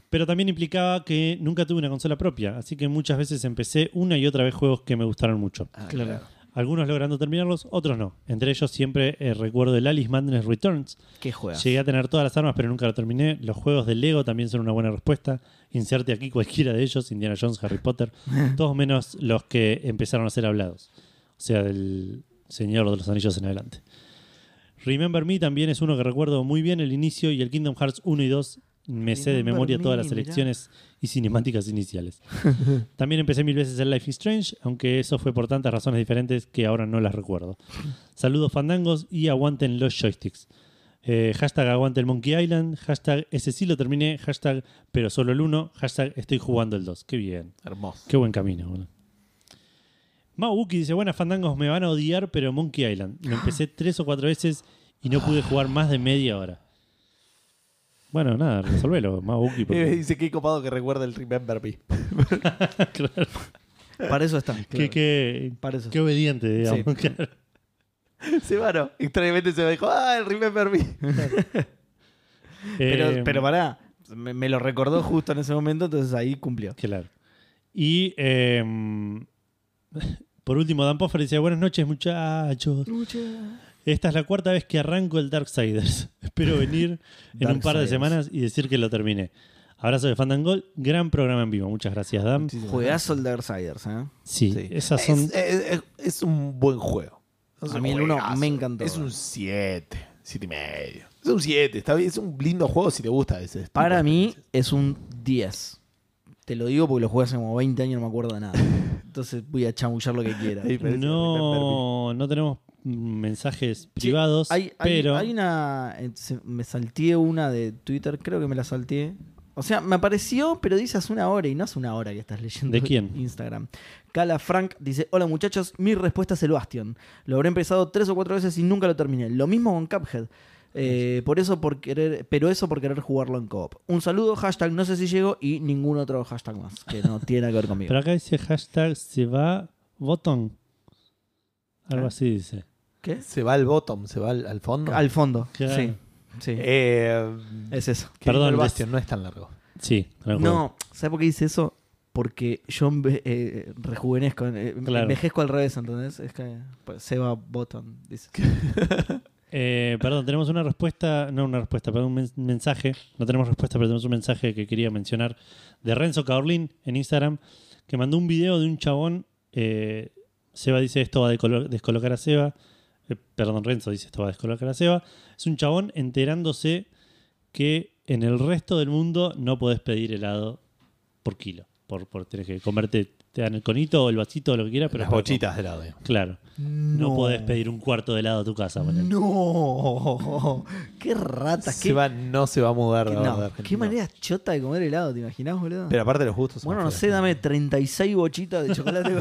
Pero también implicaba que nunca tuve una consola propia, así que muchas veces empecé una y otra vez juegos que me gustaron mucho. Ah, Claro. Algunos logrando terminarlos, otros no. Entre ellos siempre eh, recuerdo el Alice Madness Returns. ¿Qué juegas? Llegué a tener todas las armas, pero nunca lo terminé. Los juegos de Lego también son una buena respuesta. Inserte aquí cualquiera de ellos, Indiana Jones, Harry Potter, todos menos los que empezaron a ser hablados. O sea, del Señor de los Anillos en adelante. Remember Me también es uno que recuerdo muy bien el inicio, y el Kingdom Hearts uno y dos me sé de Remember memoria Me, todas las mirá. selecciones y cinemáticas iniciales. También empecé mil veces el Life is Strange, aunque eso fue por tantas razones diferentes que ahora no las recuerdo. Saludos fandangos y aguanten los joysticks. Eh, hashtag aguante el Monkey Island, hashtag ese sí lo terminé, hashtag pero solo el uno, hashtag estoy jugando el dos. Qué bien, Hermoso. qué buen camino. Bueno. Maubuki dice, buenas fandangos, me van a odiar, pero Monkey Island. Lo empecé tres o cuatro veces y no pude jugar más de media hora. Bueno, nada, resolvelo, Maubuki. Eh, Porque... dice que copado que recuerda el Remember Me. claro. Para eso está. Qué, claro. qué, Para eso qué obediente, digamos. Sí. Claro. Se bueno, extrañamente se me dijo, ah, el Remember Me. Pero, Eh, pero pará, me, me lo recordó justo en ese momento, entonces ahí cumplió. Claro. Y eh, por último, Dan Poffer dice, buenas noches muchachos. Esta es la cuarta vez que arranco el Darksiders. Espero venir en un par de Darksiders. semanas y decir que lo terminé. Abrazo de Fandangol, gran programa en vivo. Muchas gracias, Dan. Muchísimas Juegazo el Darksiders, ¿eh? Sí, Sí. esas son... Es, es- es un buen juego. Es A un mí el uno juegazo. me encantó. Es un siete, siete y medio. Es un siete, está bien. Es un lindo juego si te gusta ese tipo Para de mí experiencias. es un diez. Te lo digo porque lo jugué hace como veinte años y no me acuerdo de nada. Entonces voy a chamullar lo que quiera. Ahí parece No, no tenemos mensajes privados, Hay, hay- pero... hay una. eh, se- Me salteé una de Twitter, creo que me la salteé. O sea, me apareció, pero dice hace una hora y no hace una hora que estás leyendo ¿De quién? Instagram. Cala Frank dice: hola muchachos, mi respuesta es el Bastion. Lo habré empezado tres o cuatro veces y nunca lo terminé. Lo mismo con Cuphead. Eh, por eso por querer, pero eso por querer jugarlo en co-op. Un saludo, hashtag no sé si llego y ningún otro hashtag más, que no tiene nada que ver conmigo. Pero acá dice hashtag se va botón. Algo ¿Eh? así dice. ¿Qué? Se va al bottom, se va al, al fondo. Al fondo. Claro. Sí. Sí. Eh, es eso. que Perdón, el des- Bastion no es tan largo. Sí, no, No, ¿sabes por qué dice eso? Porque yo enve- eh, rejuvenezco, eh, Claro. envejezco al revés, ¿entendés? Es que pues, Seba Bottom, dice. Eh, perdón, tenemos una respuesta, no una respuesta, pero un men- mensaje. No tenemos respuesta, pero tenemos un mensaje que quería mencionar de Renzo Caorlin en Instagram, que mandó un video de un chabón. Eh, Seba dice esto va a decolo- descolocar a Seba. Eh, perdón, Renzo dice esto va a descolocar a Seba. Es un chabón enterándose que en el resto del mundo no podés pedir helado por kilo. Por, por tenés que comerte, te dan el conito o el vasito o lo que quieras, pero Las es para bochitas de helado. digamos. Claro. No. podés pedir un cuarto de helado a tu casa. ponele. No, qué ratas, qué, Seba no se va a mudar qué- a no, de Argentina. qué manera chota de comer helado, ¿te imaginás, boludo? Pero aparte los gustos son Bueno, no feos. sé, dame treinta y seis bochitas de chocolate.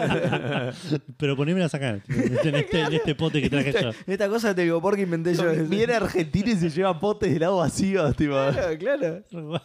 Pero ponémelas acá, en este, en este pote que traje yo. Esta cosa de telgopor que inventé yo. Viene a Argentina y se lleva potes de helado vacíos, tipo. Claro, claro.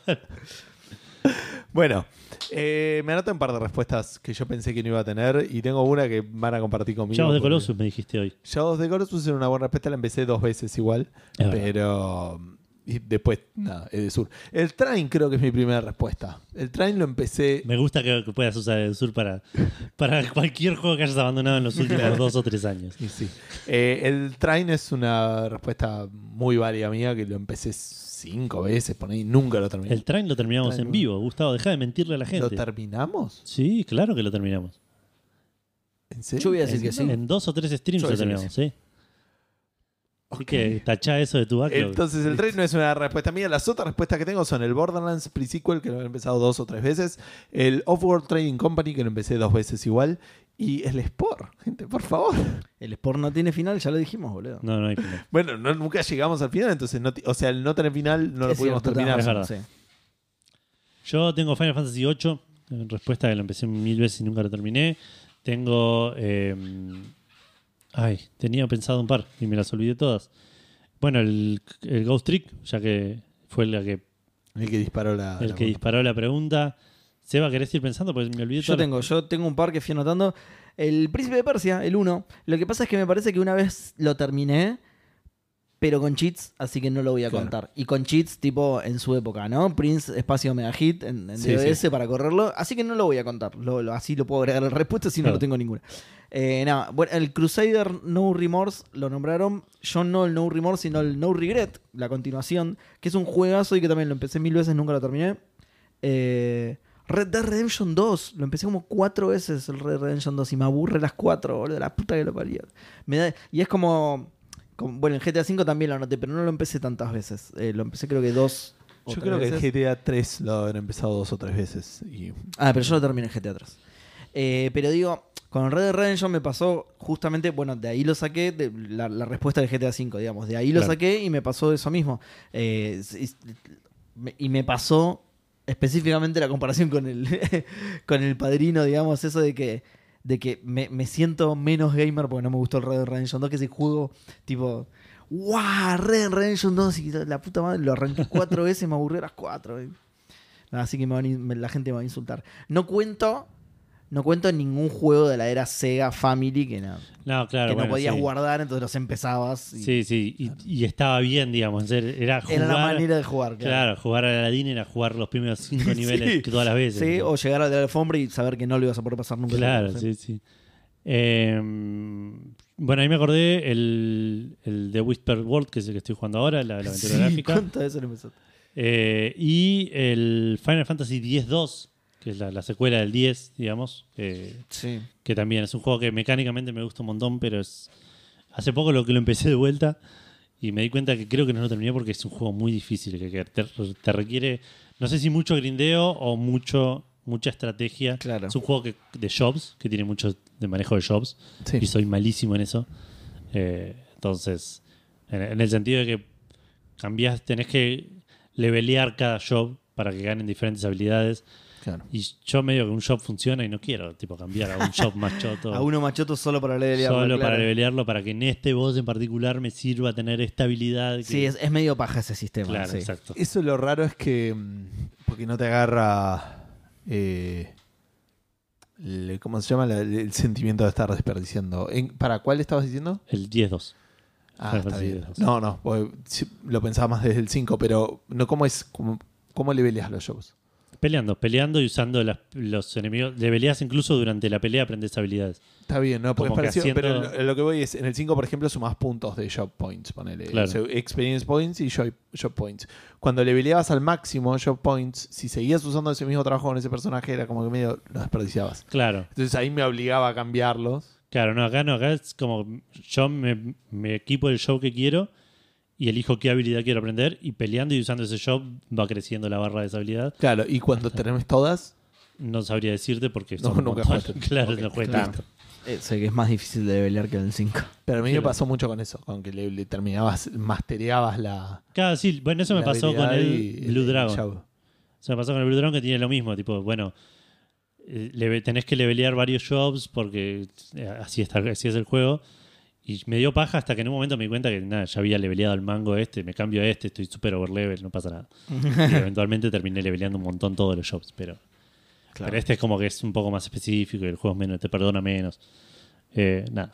Bueno, eh, me anoto un par de respuestas que yo pensé que no iba a tener y tengo una que van a compartir conmigo. Chavos de porque- Colossus me dijiste hoy. Shadows de Colossus era una buena respuesta, la empecé dos veces igual, Es verdad. pero y después nada, Edesur. El Train creo que es mi primera respuesta. El Train lo empecé. Me gusta que, que puedas usar el sur para, para cualquier juego que hayas abandonado en los últimos dos o tres años. Y sí. Eh, el Train es una respuesta muy válida mía que lo empecé cinco veces, por ahí nunca lo terminé. El train lo terminamos Train, en vivo. Gustavo, deja de mentirle a la ¿Lo gente. terminamos? Sí, claro que lo terminamos. ¿En serio? Yo voy a decir que sí. En dos o tres streams Yo lo voy a decir terminamos, sí. Así que tachá eso de tu backlog. Entonces el Train no es una respuesta mía. Las otras respuestas que tengo son el Borderlands Pre-Sequel, que lo he empezado dos o tres veces, el Offworld Trading Company, que lo empecé dos veces igual, y el Spore. Gente, por favor. El Sport no tiene final, ya lo dijimos, boludo. No, no hay final. Bueno, no- nunca llegamos al final, entonces, no ti- o sea, el no tener final no lo Es pudimos cierto, terminar. es tenés verdad. razón, sí. Yo tengo Final Fantasy ocho, en respuesta que lo empecé mil veces y nunca lo terminé. Tengo. eh, ay, tenía pensado un par y me las olvidé todas. Bueno, el, el Ghost Trick, ya que fue la que, El que disparó la. el la que bomba. disparó la pregunta. Seba, ¿querés ir pensando? Porque me olvidé Yo todo. tengo, yo tengo un par que fui anotando. El Príncipe de Persia, el uno. Lo que pasa es que me parece que una vez lo terminé, pero con cheats, así que no lo voy a Claro. contar. Y con cheats, tipo en su época, ¿no? Prince espacio Mega Hit en, en Sí, D B S sí. para correrlo, así que no lo voy a contar. Lo, lo- así lo puedo agregar a la respuesta si no, Claro. no tengo ninguna. Eh, nada, bueno, el Crusader No Remorse lo nombraron. Yo no el No Remorse, sino el No Regret, la continuación, que es un juegazo y que también lo empecé mil veces, nunca lo terminé. Eh, Red Dead Redemption dos, lo empecé como cuatro veces el Red Dead Redemption dos y me aburre las cuatro, boludo, la puta que lo parió. Me da, y es como, como- bueno, el G T A cinco también lo anoté, pero no lo empecé tantas veces. Eh, lo empecé creo que dos o Yo tres creo que el veces. G T A tres lo habrán empezado dos o tres veces. Y Ah, pero yo lo terminé en G T A tres. Eh, pero digo, con Red Dead Redemption me pasó justamente, bueno, de ahí lo saqué, de la, la respuesta del G T A cinco, digamos. De ahí lo Claro. saqué y me pasó eso mismo. Eh, y, me- y me pasó específicamente la comparación con el, con el Padrino, digamos, eso de que, de que me, me siento menos gamer porque no me gustó el Red Dead Redemption dos, que ese juego tipo... ¡Wow! Red Dead Redemption dos y la puta madre, lo arranqué cuatro veces, me aburrió las cuatro. eh. Así que me van a in- me- la gente me va a insultar. No cuento, no cuento en ningún juego de la era Sega Family que no, No, claro. que no bueno, podías sí. guardar, entonces los empezabas. Y Sí, sí. Y, y estaba bien, digamos. Era era jugar. era la manera de jugar. Claro, jugar a Aladdin era jugar los primeros cinco Sí. niveles que todas las veces. Sí, o llegar a la alfombra y saber que no lo ibas a poder pasar nunca. Claro, Sí. sí, sí. Eh, bueno, ahí me acordé el, el The Whisper World, que es el que estoy jugando ahora, la, la aventura Sí, gráfica. ¿cuántas veces lo empezaste? Eh, y el Final Fantasy diez dos, que es la, la secuela del diez, digamos. eh, Sí. que también es un juego que mecánicamente me gusta un montón, pero es hace poco lo que lo empecé de vuelta y me di cuenta que creo que no lo terminé porque es un juego muy difícil, que, que te, te requiere, no sé si mucho grindeo o mucho mucha estrategia. Claro. Es un juego que, de jobs, que tiene mucho de manejo de jobs, Sí. y soy malísimo en eso. Eh, entonces, en, en el sentido de que cambias, tenés que levelear cada job para que ganen diferentes habilidades. Claro. Y yo medio que un job funciona y no quiero tipo cambiar a un job más choto. A uno machoto solo para levelearlo. Solo claro. para levelearlo, para que en este boss en particular me sirva tener esta habilidad. que- Sí, es, es medio paja ese sistema. claro, sí. exacto. Eso lo raro es que. mm, Porque no te agarra. eh, el- ¿Cómo se llama? La- el sentimiento de estar desperdiciando. ¿En- ¿Para cuál estabas diciendo? El diez dos. Ah, Final está Fantasy bien. diez. No, no. porque sí, lo pensaba más desde el cinco, pero no cómo es. ¿Cómo, cómo leveleas los shows? Peleando, peleando y usando las- los enemigos. Leveleas incluso durante la pelea, aprendes habilidades. Está bien, ¿no? Porque es Como que parecido, pero haciendo- lo, lo que voy es, en el cinco, por ejemplo, sumás puntos de job points, ponele. Claro. O sea, experience points y job, job points. Cuando leveleabas al máximo job points, si seguías usando ese mismo trabajo con ese personaje, era como que medio lo desperdiciabas. Claro, Entonces ahí me obligaba a cambiarlos. claro, no, acá no, acá es como yo me, me equipo el show que quiero y elijo qué habilidad quiero aprender y peleando y usando ese show va creciendo la barra de esa habilidad. Claro, y cuando tenés todas, No sabría decirte porque No, son un nunca montón. jugaste. Claro, Ok, no jugué claro. tanto. Eh, sé que es más difícil de levelear que en el cinco. pero a mí me Claro. pasó mucho con eso, con que le, le terminabas, mastereabas la. Claro, sí, bueno, eso me la pasó con habilidad el y- Blue y Dragon. job. Se me pasó con el Blue Dragon que tiene lo mismo, tipo, bueno, eh, leve- tenés que levelear varios jobs porque eh, así, está, así es el juego. Y me dio paja hasta que en un momento me di cuenta que nada, ya había leveleado el mango este, me cambio a este, estoy super overlevel, no pasa nada. Y eventualmente terminé leveleando un montón todos los jobs, pero, Claro. pero este es como que es un poco más específico y el juego es menos, te perdona menos. Eh, nada.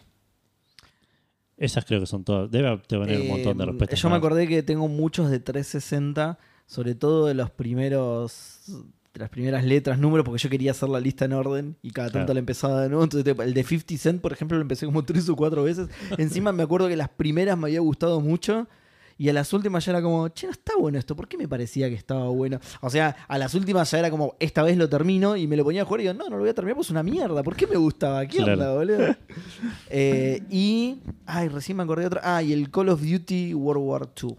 Esas creo que son todas. Debe tener un montón de Eh, respuestas. Yo me más. acordé que tengo muchos de trescientos sesenta, sobre todo de los primeros, de las primeras letras, números, porque yo quería hacer la lista en orden y cada tanto Claro. la empezaba de nuevo. Entonces, el de cincuenta Cent, por ejemplo, lo empecé como tres o cuatro veces. Encima me acuerdo que las primeras me había gustado mucho. Y a las últimas ya era como, che, no está bueno esto, ¿por qué me parecía que estaba bueno? O sea, a las últimas ya era como, esta vez lo termino y me lo ponía a jugar y digo, no, no lo voy a terminar, pues es una mierda, ¿por qué me gustaba? ¿Qué Claro. onda, boludo? Eh, y, ay, recién me acordé de otra. Ah, y el Call of Duty World War dos,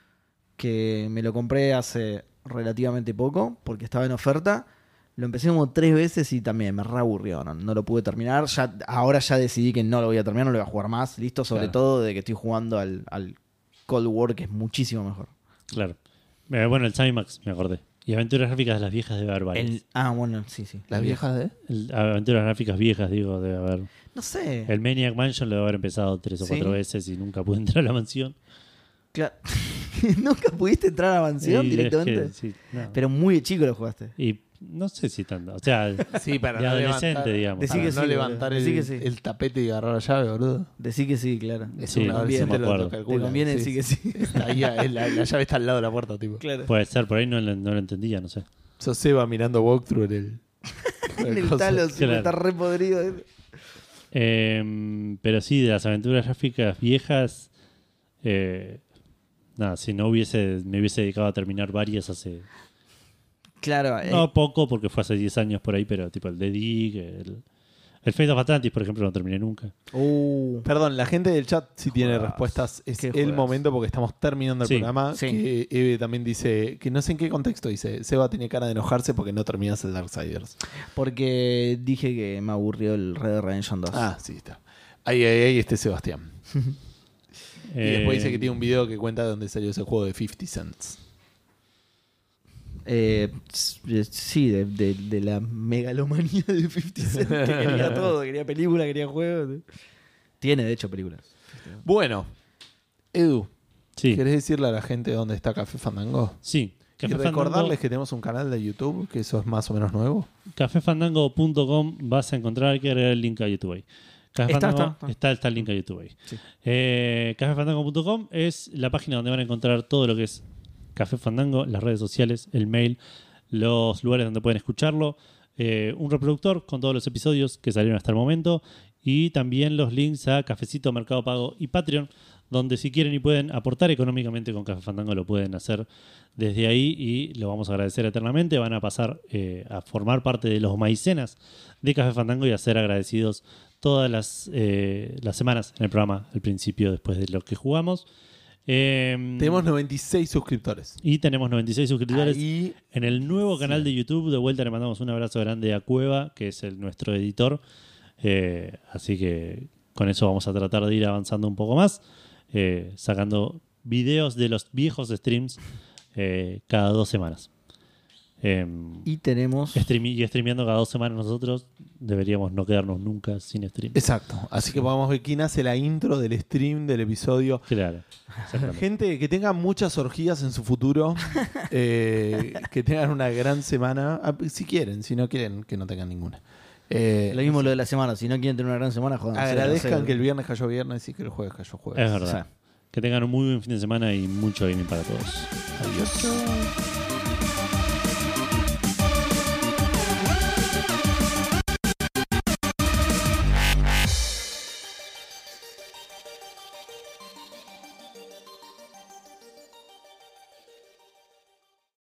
que me lo compré hace relativamente poco, porque estaba en oferta. Lo empecé como tres veces y también me re aburrió, no, no lo pude terminar. Ya, ahora ya decidí que no lo voy a terminar, no lo voy a jugar más, listo, sobre Claro. todo de que estoy jugando al, al Cold War, que es muchísimo mejor. Claro. Eh, bueno, el Timax, me acordé. Y aventuras gráficas de las viejas debe haber varias. El- ah, bueno, sí, sí. Las viejas de. El- aventuras gráficas viejas, digo, debe haber. No sé. El Maniac Mansion lo debe haber empezado tres o Sí. cuatro veces y nunca pude entrar a la mansión. Claro. ¿Nunca pudiste entrar a la mansión Y es directamente? que, sí, no. Pero muy chico lo jugaste. Y no sé si tanto. O sea, Sí, para de no adolescente, levantar, digamos. Decí para que no sí, levantar boludo. el, Decí que sí. el tapete y agarrar la llave, boludo. Decí que sí, claro. Es Sí, un no adolescente me lo acuerdo. calcula, Te conviene decir que sí. Está ahí, eh, la, la llave está al lado de la puerta, tipo. Claro. Puede ser, por ahí no, lo- no lo entendía, no sé. Sos Seba mirando walkthrough en el... En el coso. talo siempre Claro. está re podrido. Eh, pero sí, de las aventuras gráficas viejas, eh, nada, si no hubiese, me hubiese dedicado a terminar varias hace... Claro. eh, No poco, porque fue hace diez años por ahí, pero tipo el The Dig, el, el Fate of Atlantis, por ejemplo, no terminé nunca. uh, Perdón, la gente del chat si tiene Juegazo. respuestas es Qué el juegazo. momento porque estamos terminando el Sí. programa. Sí. Que Eve también dice, que no sé en qué contexto dice, Seba tenía cara de enojarse porque no terminas el Darksiders. porque dije que me aburrió el Red Dead Redemption dos. Ah, sí, está. Ahí, ahí, ahí este Sebastián. Y después Eh, dice que tiene un video que cuenta de dónde salió ese juego de cincuenta cents. Eh, sí, de, de- de la megalomanía de cincuenta Cent, que quería todo, quería película, quería juegos. Tiene, de hecho, películas. Bueno, Edu, Sí, ¿querés decirle a la gente dónde está Café Fandango? sí. Y Café recordarles Fandango- que tenemos un canal de YouTube, que eso es más o menos nuevo. café fandango punto com vas a encontrar, hay que agregar el link a YouTube ahí. Café Está, Fandango- está, está. está, está el link a YouTube ahí. Sí. Eh, café fandango punto com es la página donde van a encontrar todo lo que es Café Fandango, las redes sociales, el mail, los lugares donde pueden escucharlo, eh, un reproductor con todos los episodios que salieron hasta el momento y también los links a Cafecito, Mercado Pago y Patreon, donde si quieren y pueden aportar económicamente con Café Fandango lo pueden hacer desde ahí y lo vamos a agradecer eternamente. Van a pasar eh, a formar parte de los maicenas de Café Fandango y a ser agradecidos todas las, eh, las semanas en el programa, al principio, después de lo que jugamos. Eh, Tenemos noventa y seis suscriptores. y tenemos noventa y seis suscriptores Ahí, en el nuevo canal de YouTube. De vuelta le mandamos un abrazo grande a Cueva, que es el, nuestro editor. Eh, así que con eso vamos a tratar de ir avanzando un poco más, eh, sacando videos de los viejos streams eh, cada dos semanas. Eh, Y tenemos. stream- y streameando cada dos semanas nosotros, deberíamos no quedarnos nunca sin stream. exacto. Así que podemos ver quién hace la intro del stream del episodio. Claro, exactamente. Gente que tenga muchas orgías en su futuro, eh, que tengan una gran semana, ah, si quieren, si no quieren, que no tengan ninguna. Eh, Lo mismo lo de la semana. Si no quieren tener una gran semana, jodan. agradezcan que el viernes cayó viernes y que el jueves cayó jueves. Es verdad. Que tengan un muy buen fin de semana y mucho gaming para todos. Adiós.